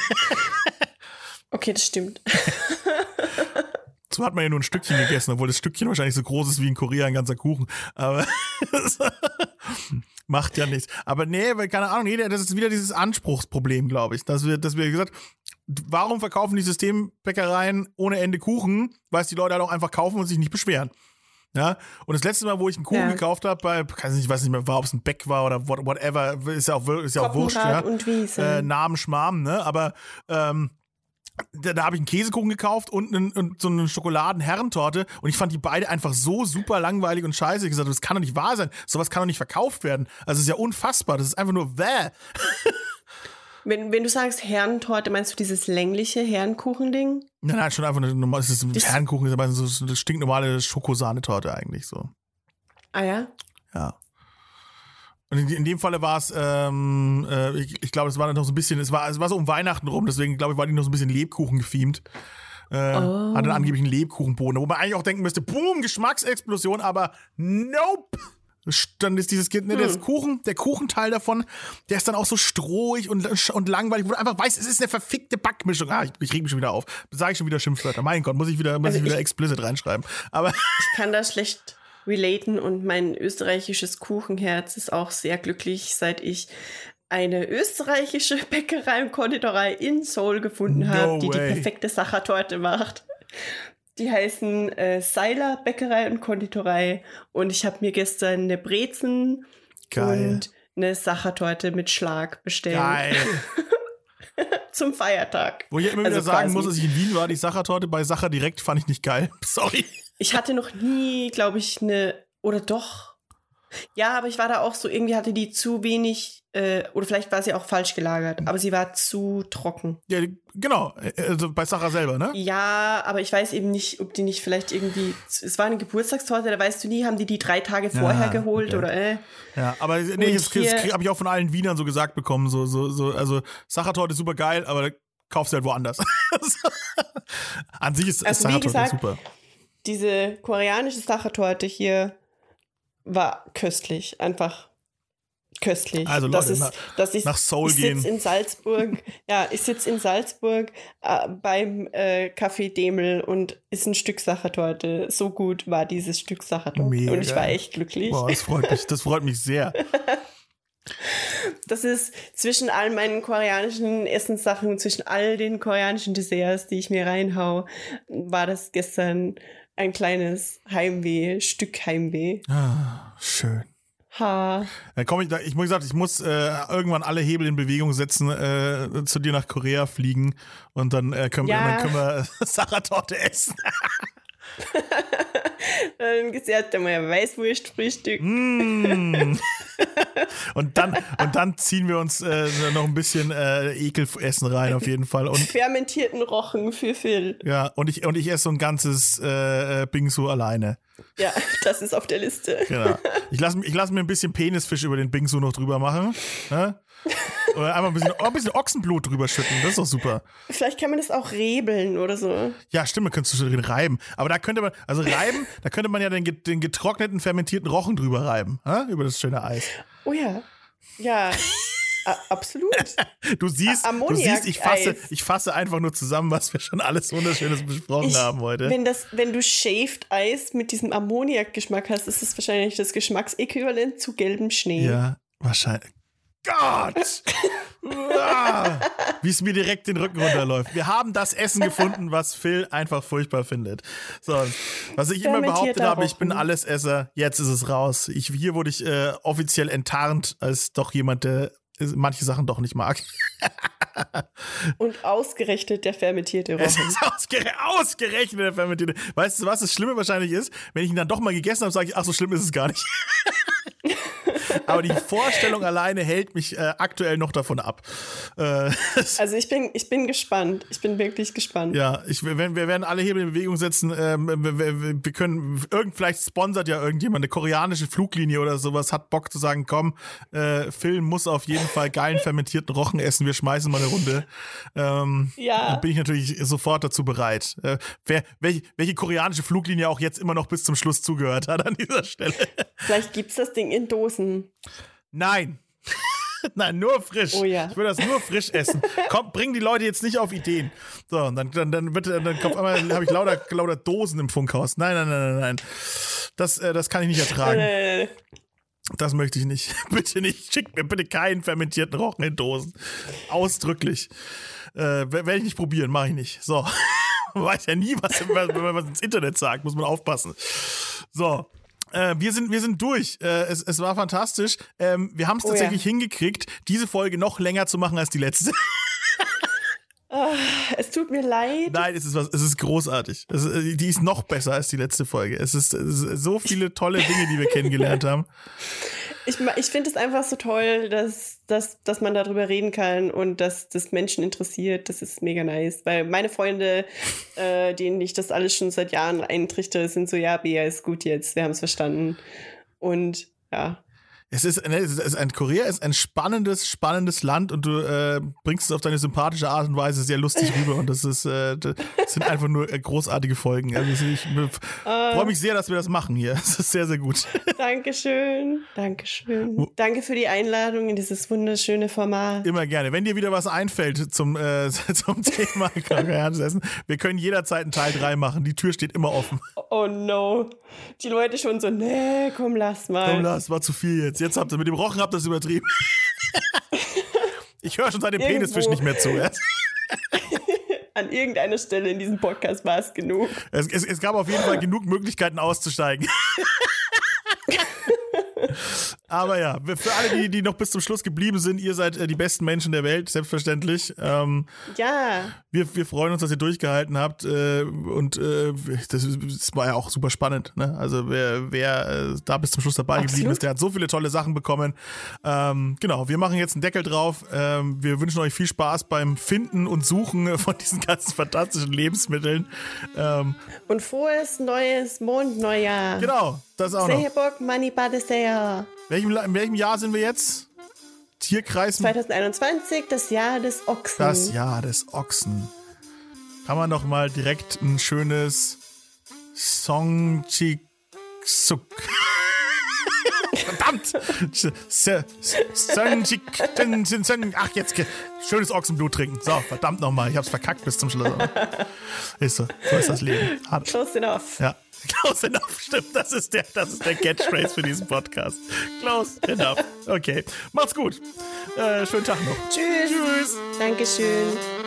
Okay, das stimmt. So hat man ja nur ein Stückchen gegessen, obwohl das Stückchen wahrscheinlich so groß ist wie in Korea ein ganzer Kuchen. Aber macht ja nichts. Aber nee, weil, keine Ahnung, nee, das ist wieder dieses Anspruchsproblem, glaube ich. Dass wir, dass wir gesagt, warum verkaufen die Systembäckereien ohne Ende Kuchen? Weil es die Leute halt auch einfach kaufen und sich nicht beschweren. Ja, und das letzte Mal, wo ich einen Kuchen ja. gekauft habe, bei, kann ich nicht, weiß nicht mehr, war, ob es ein Beck war oder whatever, ist ja auch, ist ja auch wurscht, ja. Und Wiese. Äh, Namen, Schmarm, ne, aber, ähm, da, da habe ich einen Käsekuchen gekauft und, einen, und so eine Schokoladen-Herrentorte und ich fand die beide einfach so super langweilig und scheiße. Ich gesagt, das kann doch nicht wahr sein. Sowas kann doch nicht verkauft werden. Also es ist ja unfassbar. Das ist einfach nur bäh. Wenn, wenn du sagst Herrentorte, meinst du dieses längliche Herrenkuchending? Nein, nein, schon einfach eine normale, Herrenkuchen ist aber so eine stinknormale Schokosahnetorte eigentlich so. Ah ja? Ja. Und in, in dem Falle war es, ähm, äh, ich, ich glaube, es war dann noch so ein bisschen, es war, es war so um Weihnachten rum, deswegen glaube ich, war die noch so ein bisschen Lebkuchen gefiemt. Äh, oh. Hat dann angeblich einen Lebkuchenboden, wo man eigentlich auch denken müsste, boom, Geschmacksexplosion, aber nope. Dann ist dieses, ne, der hm. Kuchen, der Kuchenteil davon, der ist dann auch so strohig und, und langweilig, wo du einfach weißt, es ist eine verfickte Backmischung. Ah, ich, ich reg mich schon wieder auf. Sage ich schon wieder Schimpfwörter. Mein Gott, muss ich wieder, muss also ich wieder ich, explicit reinschreiben. Aber ich kann da schlecht relaten und mein österreichisches Kuchenherz ist auch sehr glücklich, seit ich eine österreichische Bäckerei und Konditorei in Seoul gefunden no habe, die way. die perfekte Sachertorte macht. Die heißen äh, Seiler Bäckerei und Konditorei und ich habe mir gestern eine Brezen Geil. und eine Sachertorte mit Schlag bestellt. Geil. Zum Feiertag. Wo ich ja immer wieder Also sagen quasi. muss, dass ich in Wien war, die Sachertorte bei Sacher direkt fand ich nicht geil. Sorry. Ich hatte noch nie, glaube ich, eine, oder doch. Ja, aber ich war da auch so, irgendwie hatte die zu wenig, äh, oder vielleicht war sie auch falsch gelagert, aber sie war zu trocken. Ja, genau. Also bei Sacher selber, ne? Ja, aber ich weiß eben nicht, ob die nicht vielleicht irgendwie, es war eine Geburtstagstorte, da weißt du nie, haben die die drei Tage vorher Ja, geholt okay. oder äh. Ja, aber nee, das, hier- das habe ich auch von allen Wienern so gesagt bekommen. So, so, so, also Sachertorte ist super geil, aber kaufst du halt woanders. An sich ist, ist Also wie Sachertorte gesagt, super. Diese koreanische Sachertorte hier war köstlich, einfach köstlich. Also das Leute, ist, nach- dass ich, nach Seoul ich gehen. sitze in Salzburg, ja, ich sitze in Salzburg äh, beim äh, Café Demel und ist ein Stück Sachertorte. So gut war dieses Stück Sachertorte. Mega. Und ich war echt glücklich. Boah, das freut mich, das freut mich sehr. Das ist zwischen all meinen koreanischen Essenssachen, zwischen all den koreanischen Desserts, die ich mir reinhau, war das gestern ein kleines Heimweh, Stück Heimweh. Ah, schön. Ha. Dann komme ich da, ich muss gesagt, ich muss äh, irgendwann alle Hebel in Bewegung setzen, äh, zu dir nach Korea fliegen und dann, äh, können, Ja. wir, dann können wir Sachertorte essen. Dann gibt's erst einmal Weißwurstfrühstück. Mm. und, dann, und dann ziehen wir uns äh, noch ein bisschen äh, Ekelessen rein auf jeden Fall. Und Fermentierten Rochen für Phil. ja, und ich, und ich esse so ein ganzes äh, Bingsu alleine. Ja, das ist auf der Liste. Genau. Ich lasse ich lass mir ein bisschen Penisfisch über den Bingsu noch drüber machen. Ne? Oder einfach ein bisschen, oh, ein bisschen Ochsenblut drüber schütten. Das ist doch super. Vielleicht kann man das auch rebeln oder so. Ja, stimmt, man könnte es drin reiben. Aber da könnte man, also reiben, da könnte man ja den, get- den getrockneten, fermentierten Rochen drüber reiben. Ha? Über das schöne Eis. Oh ja. Ja, a- absolut. Du siehst, A- du siehst ich, fasse, Ammoniak-Eis. ich fasse einfach nur zusammen, was wir schon alles Wunderschönes besprochen Ich, haben heute. wenn, das, wenn du Shaved Eis mit diesem Ammoniak-Geschmack hast, ist es wahrscheinlich das Geschmacksäquivalent zu gelbem Schnee. Ja, wahrscheinlich. Gott! Ah, wie es mir direkt den Rücken runterläuft. Wir haben das Essen gefunden, was Phil einfach furchtbar findet. So, was ich immer behauptet Fermentierter habe, ich bin Rochen. Allesesser, jetzt ist es raus. Ich, hier wurde ich äh, offiziell enttarnt als doch jemand, der manche Sachen doch nicht mag. Und ausgerechnet der fermentierte Es Rochen. ist ausgere ausgerechnet der fermentierte. Weißt du, was das Schlimme wahrscheinlich ist? Wenn ich ihn dann doch mal gegessen habe, sage ich, ach, so schlimm ist es gar nicht. Aber die Vorstellung alleine hält mich äh, aktuell noch davon ab. Äh, Also ich bin, ich bin gespannt. Ich bin wirklich gespannt. ja, ich, wir, wir werden alle Hebel in Bewegung setzen. Ähm, wir, wir, wir können, irgend, vielleicht sponsert ja irgendjemand, eine koreanische Fluglinie oder sowas, hat Bock zu sagen, komm, äh, Phil muss auf jeden Fall geilen fermentierten Rochen essen, wir schmeißen mal eine Runde. Ähm, Ja. Dann bin ich natürlich sofort dazu bereit. Äh, wer, welche, welche koreanische Fluglinie auch jetzt immer noch bis zum Schluss zugehört hat an dieser Stelle. Vielleicht gibt's das Ding in Dosen. Nein. Nein, nur frisch. Oh ja. Ich will das nur frisch essen. Komm, bring die Leute jetzt nicht auf Ideen. So, und dann, dann, dann, wird, dann kommt einmal, habe ich lauter, lauter Dosen im Funkhaus. Nein, nein, nein, nein, nein. Das, äh, das kann ich nicht ertragen. Äh, Das möchte ich nicht. Bitte nicht. Schickt mir bitte keinen fermentierten Rochen in Dosen. Ausdrücklich. Äh, Werde ich nicht probieren, mache ich nicht. So. Man weiß ja nie, was, wenn man was ins Internet sagt, muss man aufpassen. So. Äh, wir, sind, wir sind durch. Äh, es, es war fantastisch. Ähm, wir haben es Oh tatsächlich ja. hingekriegt, diese Folge noch länger zu machen als die letzte. es tut mir leid. Nein, es ist was, es ist großartig. Es ist, die ist noch besser als die letzte Folge. Es ist, es ist so viele tolle Dinge, die wir kennengelernt haben. Ich, ma- ich finde es einfach so toll, dass, dass, dass man darüber reden kann und dass das Menschen interessiert. Das ist mega nice. Weil meine Freunde, äh, denen ich das alles schon seit Jahren eintrichte, sind so, ja, Bea, ist gut jetzt, wir haben es verstanden. Und ja. Es ist, ne, es ist ein Korea ist ein spannendes, spannendes Land und du äh, bringst es auf deine sympathische Art und Weise sehr lustig rüber und das ist, äh, das sind einfach nur äh, großartige Folgen. Also ich, ich freue mich sehr, dass wir das machen hier. Es ist sehr, sehr gut. Dankeschön. Dankeschön. Danke für die Einladung in dieses wunderschöne Format. Immer gerne. Wenn dir wieder was einfällt zum, äh, zum Thema koreanisches Essen, wir können jederzeit einen Teil drei machen. Die Tür steht immer offen. Oh no. Die Leute schon so, nee, komm, lass mal. Komm, das war zu viel jetzt. Jetzt habt ihr mit dem Rochen habt ihr das übertrieben. Ich höre schon seit dem Irgendwo. Penisfisch nicht mehr zu. An irgendeiner Stelle in diesem Podcast war es genug. Es, es, es gab auf jeden Fall genug Möglichkeiten auszusteigen. Aber ja, für alle, die, die noch bis zum Schluss geblieben sind, ihr seid äh, die besten Menschen der Welt, selbstverständlich. Ähm, ja. Wir, wir freuen uns, dass ihr durchgehalten habt äh, und äh, das, das war ja auch super spannend. Ne? Also wer, wer äh, da bis zum Schluss dabei Absolut. geblieben ist, der hat so viele tolle Sachen bekommen. Ähm, genau, wir machen jetzt einen Deckel drauf. Ähm, wir wünschen euch viel Spaß beim Finden und Suchen von diesen ganzen fantastischen Lebensmitteln. Ähm, und frohes neues Mondneujahr. Genau, das auch Sehr noch. Bock, Money Badesea. Welchem, in welchem Jahr sind wir jetzt? Tierkreis. zwanzig einundzwanzig, das Jahr des Ochsen. Das Jahr des Ochsen. Kann man doch mal direkt ein schönes Songchiksuk. Verdammt! Ach, jetzt schönes Ochsenblut trinken. So, verdammt nochmal. Ich hab's verkackt bis zum Schluss. Ist so. So ist das Leben. Hart. Close enough. Ja. Close enough, stimmt. Das ist der, das ist der Catchphrase für diesen Podcast. Close enough. Okay. Macht's gut. Äh, schönen Tag noch. Tschüss. Tschüss. Dankeschön.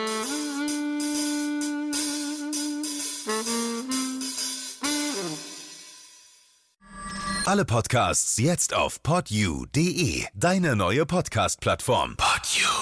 Alle Podcasts jetzt auf podyou punkt de, deine neue Podcast-Plattform. Podyou.